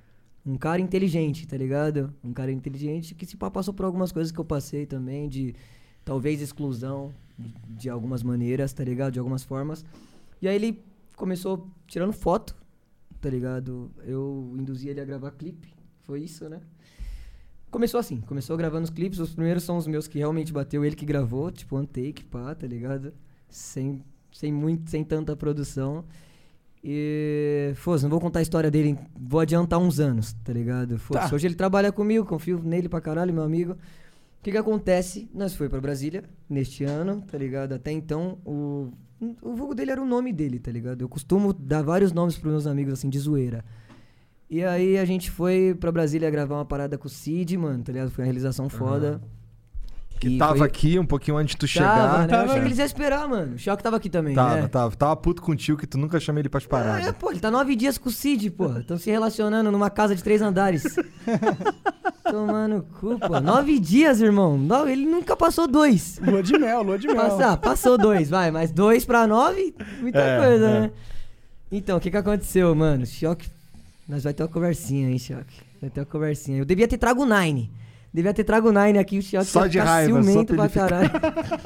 Um cara inteligente, tá ligado? Um cara inteligente que se pá, passou por algumas coisas que eu passei também, de talvez exclusão de, de algumas maneiras, tá ligado? De algumas formas. E aí ele começou tirando foto, tá ligado? Eu induzi ele a gravar clipe, foi isso, né? Começou assim, começou gravando os clipes, os primeiros são os meus que realmente bateu, ele que gravou, tipo one take, pá, tá ligado? Sem, sem, muito, sem tanta produção. E, foda-se, não vou contar a história dele, vou adiantar uns anos, tá ligado? Foda-se, Tá. hoje ele trabalha comigo, confio nele pra caralho, meu amigo. O que que acontece? Nós foi pra Brasília neste ano, tá ligado? Até então, o, o vulgo dele era o nome dele, tá ligado? Eu costumo dar vários nomes pros meus amigos, assim, de zoeira. E aí a gente foi pra Brasília gravar uma parada com o Cid, mano, tá ligado? Foi uma realização foda. Que E tava foi- aqui um pouquinho antes de tu Tava, chegar. né? Eu achei que eles iam esperar, mano. O Choque tava aqui também, Tava, né? tava. Tava puto contigo que tu nunca chama ele pras paradas. É, pô, ele tá nove dias com o Cid, pô. Estão se relacionando numa casa de três andares. Tomando cu, pô. Nove dias, irmão. Nove, ele nunca passou dois. Lua de mel, lua de mel. Passar, passou dois, vai. Mas dois pra nove, muita É, coisa, é. né? Então, o que que aconteceu, mano? Choque. Nós vai ter uma conversinha, hein, Choque? Vai ter uma conversinha. Eu devia ter trago o Nine. Devia ter trago o Nine aqui, o Choque Só ia de ficar raiva, só ciumento pra pra ele caralho.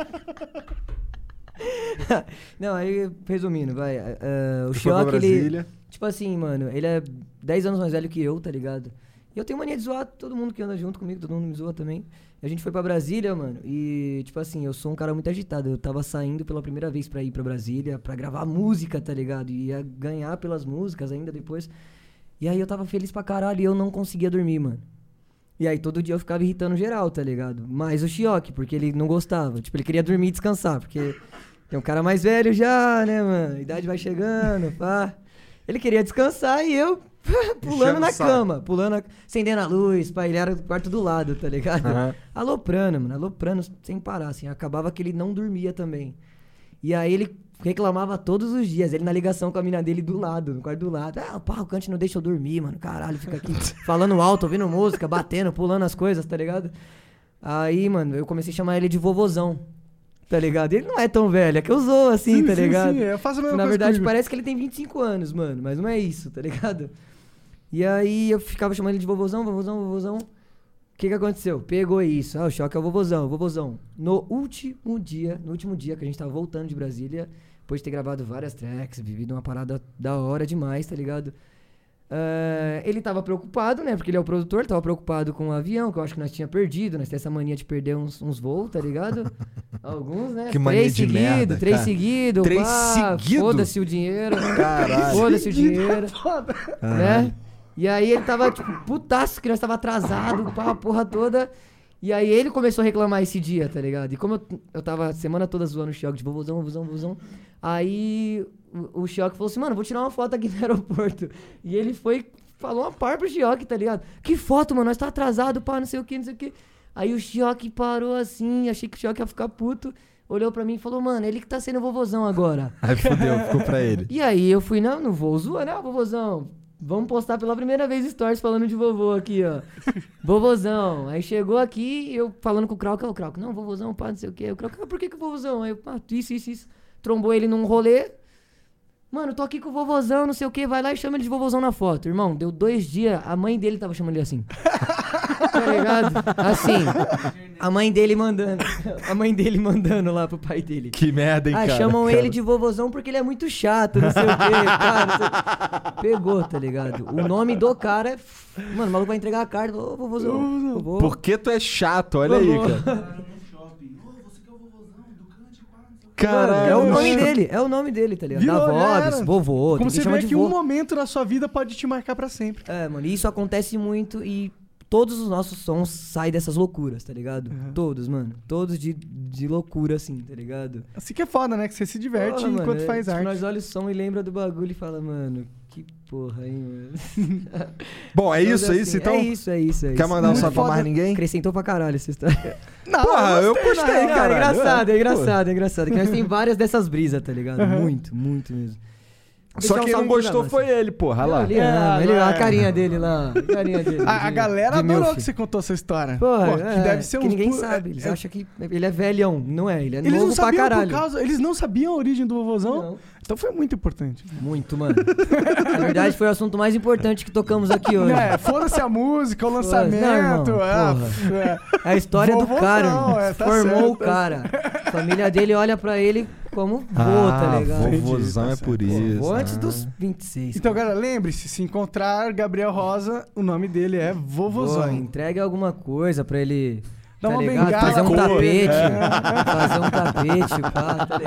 Não, aí, resumindo, vai. eh, eh, o Tu foi pra Choque, ele. Brasília. Tipo assim, mano, ele é dez anos mais velho que eu, tá ligado? E eu tenho mania de zoar todo mundo que anda junto comigo, todo mundo me zoa também. E a gente foi pra Brasília, mano, e, tipo assim, eu sou um cara muito agitado. Eu tava saindo pela primeira vez pra ir pra Brasília, pra gravar música, tá ligado? E ia ganhar pelas músicas ainda depois. E aí eu tava feliz pra caralho e eu não conseguia dormir, mano. E aí todo dia eu ficava irritando geral, tá ligado? Mas o Chioque, porque ele não gostava. Tipo, ele queria dormir e descansar, porque tem um cara mais velho já, né, mano? A idade vai chegando, pá. Ele queria descansar e eu pulando Enchendo na o saco. cama, pulando, a- acendendo a luz, pá. Ele era do quarto do lado, tá ligado? Aham. Aloprando, mano, aloprando sem parar, assim. Acabava que ele não dormia também. E aí ele reclamava todos os dias, ele na ligação com a mina dele do lado, no quarto do lado. Ah, pá, o Cante não deixa eu dormir, mano. Caralho, fica aqui falando alto, ouvindo música, batendo, pulando as coisas, tá ligado? Aí, mano, eu comecei a chamar ele de vovozão, tá ligado? Ele não é tão velho, é que eu zoo assim, Sim, tá sim, ligado? sim, eu faço a mesma Na coisa verdade, comigo. parece que ele tem vinte e cinco anos, mano, mas não é isso, tá ligado? E aí eu ficava chamando ele de vovozão, vovozão, vovozão. O que que aconteceu? Pegou isso. Ah, o Choque é o vovozão, o vovozão. No último dia, no último dia que a gente tava voltando de Brasília, depois de ter gravado várias tracks, vivido uma parada da hora demais, tá ligado? Eh, ele tava preocupado, né? Porque ele é o produtor, ele tava preocupado com o avião, que eu acho que nós tinha perdido. Nós temos essa mania de perder uns, uns voos, tá ligado? Alguns, né? Que mania três de seguidos, merda, três cara. seguidos. Três pá, seguido? Foda-se o dinheiro. Caralho. Foda-se o Seguido é dinheiro. foda. Né? E aí ele tava, tipo, putaço, que nós tava atrasado, pá, a porra toda. E aí ele começou a reclamar esse dia, tá ligado? E como eu, eu tava a semana toda zoando o Choque, de vovozão, vovozão, vovozão. Aí o, o Choque falou assim, mano, vou tirar uma foto aqui no aeroporto. E ele foi, falou uma par pro Choque, tá ligado? Que foto, mano, nós tá atrasado, pá, não sei o que, não sei o que. Aí o Choque parou assim, achei que o Choque ia ficar puto. Olhou pra mim e falou, mano, ele que tá sendo vovozão agora. Aí fudeu, ficou pra ele. E aí eu fui, não, não vou zoar, né, vovozão? Vamos postar pela primeira vez stories falando de vovô aqui, ó. Vovozão. Aí chegou aqui, eu falando com o Krauka, o Krauka, não, vovozão, pá, não sei o quê. O Krauka, por que que o vovozão? Aí eu, ah, isso, isso, isso. Trombou ele num rolê. Mano, tô aqui com o vovozão, não sei o quê. Vai lá e chama ele de vovozão na foto. Irmão, deu dois dias, a mãe dele tava chamando ele assim. Tá ligado? Assim. A mãe dele mandando. A mãe dele mandando lá pro pai dele. Que merda, hein, Ah, cara. chamam cara. ele de vovozão porque ele é muito chato, não sei o quê. Pá, não sei... Pegou, tá ligado? O nome do cara é... Mano, o maluco vai entregar a carta. Ô, vovozão. Vovô. Por que tu é chato? Olha aí, Vovô. cara. Mano, Caralho. é o nome dele, é o nome dele, tá ligado? Virou, Da já Vobs, era. vovô, tem Como que você chamar vê de que vô. um momento na sua vida pode te marcar pra sempre. É, mano, e isso acontece muito e todos os nossos sons saem dessas loucuras, tá ligado? Todos, mano. Todos de, de loucura, assim, tá ligado? Assim que é foda, né? Que você se diverte Porra, enquanto mano, é, faz tipo, arte. nós olha o som e lembra do bagulho e fala, mano, que porra, hein, mano. Bom, é Mas isso, é assim, isso, então? É isso, é isso, é Quer isso. mandar um Muito salve pra foda. mais ninguém? Acrescentou pra caralho essa história. Não, Porra, eu gostei, Não, cara. é engraçado, é engraçado, é engraçado. Que nós tem várias dessas brisas, tá ligado? Muito, muito mesmo. Só Deixar um quem não salve pro gostou Gavassi. foi ele, porra. Olha lá. Ele ama, ele, Ah, a é. carinha dele lá. A carinha dele. A, a de- galera de adorou milf. que você contou essa história. Porra, Pô, que é, deve ser que um... ninguém pu- sabe. Eles é- acham que ele é velhão. Não é, ele é Eles novo não pra sabiam caralho. por causa... Eles não sabiam a origem do vovozão? Não. Então foi muito importante. Muito, mano. Na verdade, foi o assunto mais importante que tocamos aqui hoje. É, foda-se a música, o lançamento. Não, irmão, é, é. A história Vovôzão, do cara, é, tá formou certo, o cara. A família dele olha pra ele como vô, Ah, tá ligado? vovôzão é por isso. Vovô antes Ah. dos vinte e seis. Então, galera, lembre-se, se encontrar Gabriel Rosa, o nome dele é Vovôzão. Pô, entregue alguma coisa pra ele. Dá tá uma ligado? bengala Fazer um pra ele. tapete. É. Fazer um tapete, pá, tá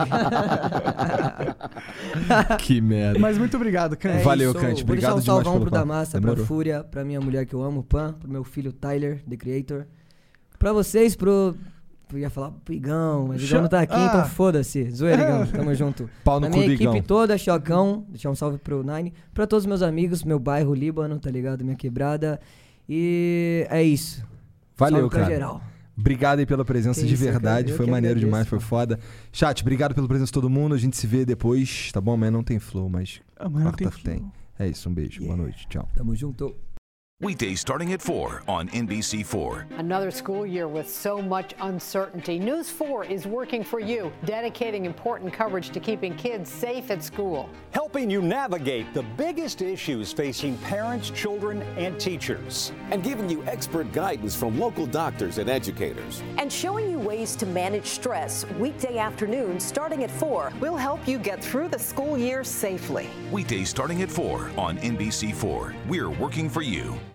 ligado? Que merda. Mas muito obrigado, Cante. É Valeu, isso. Cante. Vou deixar Obrigado um demais salvão pelo pro papo. Damassa, pra Demorou. Fúria, pra minha mulher que eu amo, Pan, pro meu filho Tyler, The Creator. Pra vocês, pro... Eu ia falar pro Igão, mas o Igão não tá aqui, Ah. então foda-se. Zoeira, Igão, tamo junto. Pau no Na cu minha do equipe Igão. toda, Chocão, deixar um salve pro Nine. Pra todos os meus amigos, meu bairro Líbano, tá ligado? Minha quebrada. E é isso. Valeu, Salve pra cara. geral. Obrigado aí pela presença Que de isso, verdade. cara, eu Foi que maneiro agradeço, demais, foi foda. Chat, obrigado pela presença de todo mundo. A gente se vê depois, tá bom? Amanhã não tem flow, mas Amanhã não tem quarta tem. É isso, um beijo. Boa noite. Tchau. Tamo junto. Weekdays starting at four on N B C four. Another school year with so much uncertainty. News four is working for you, dedicating important coverage to keeping kids safe at school. Helping you navigate the biggest issues facing parents, children, and teachers. And giving you expert guidance from local doctors and educators. And showing you ways to manage stress weekday afternoons starting at four. We'll help you get through the school year safely. Weekdays starting at four on N B C four. We're working for you.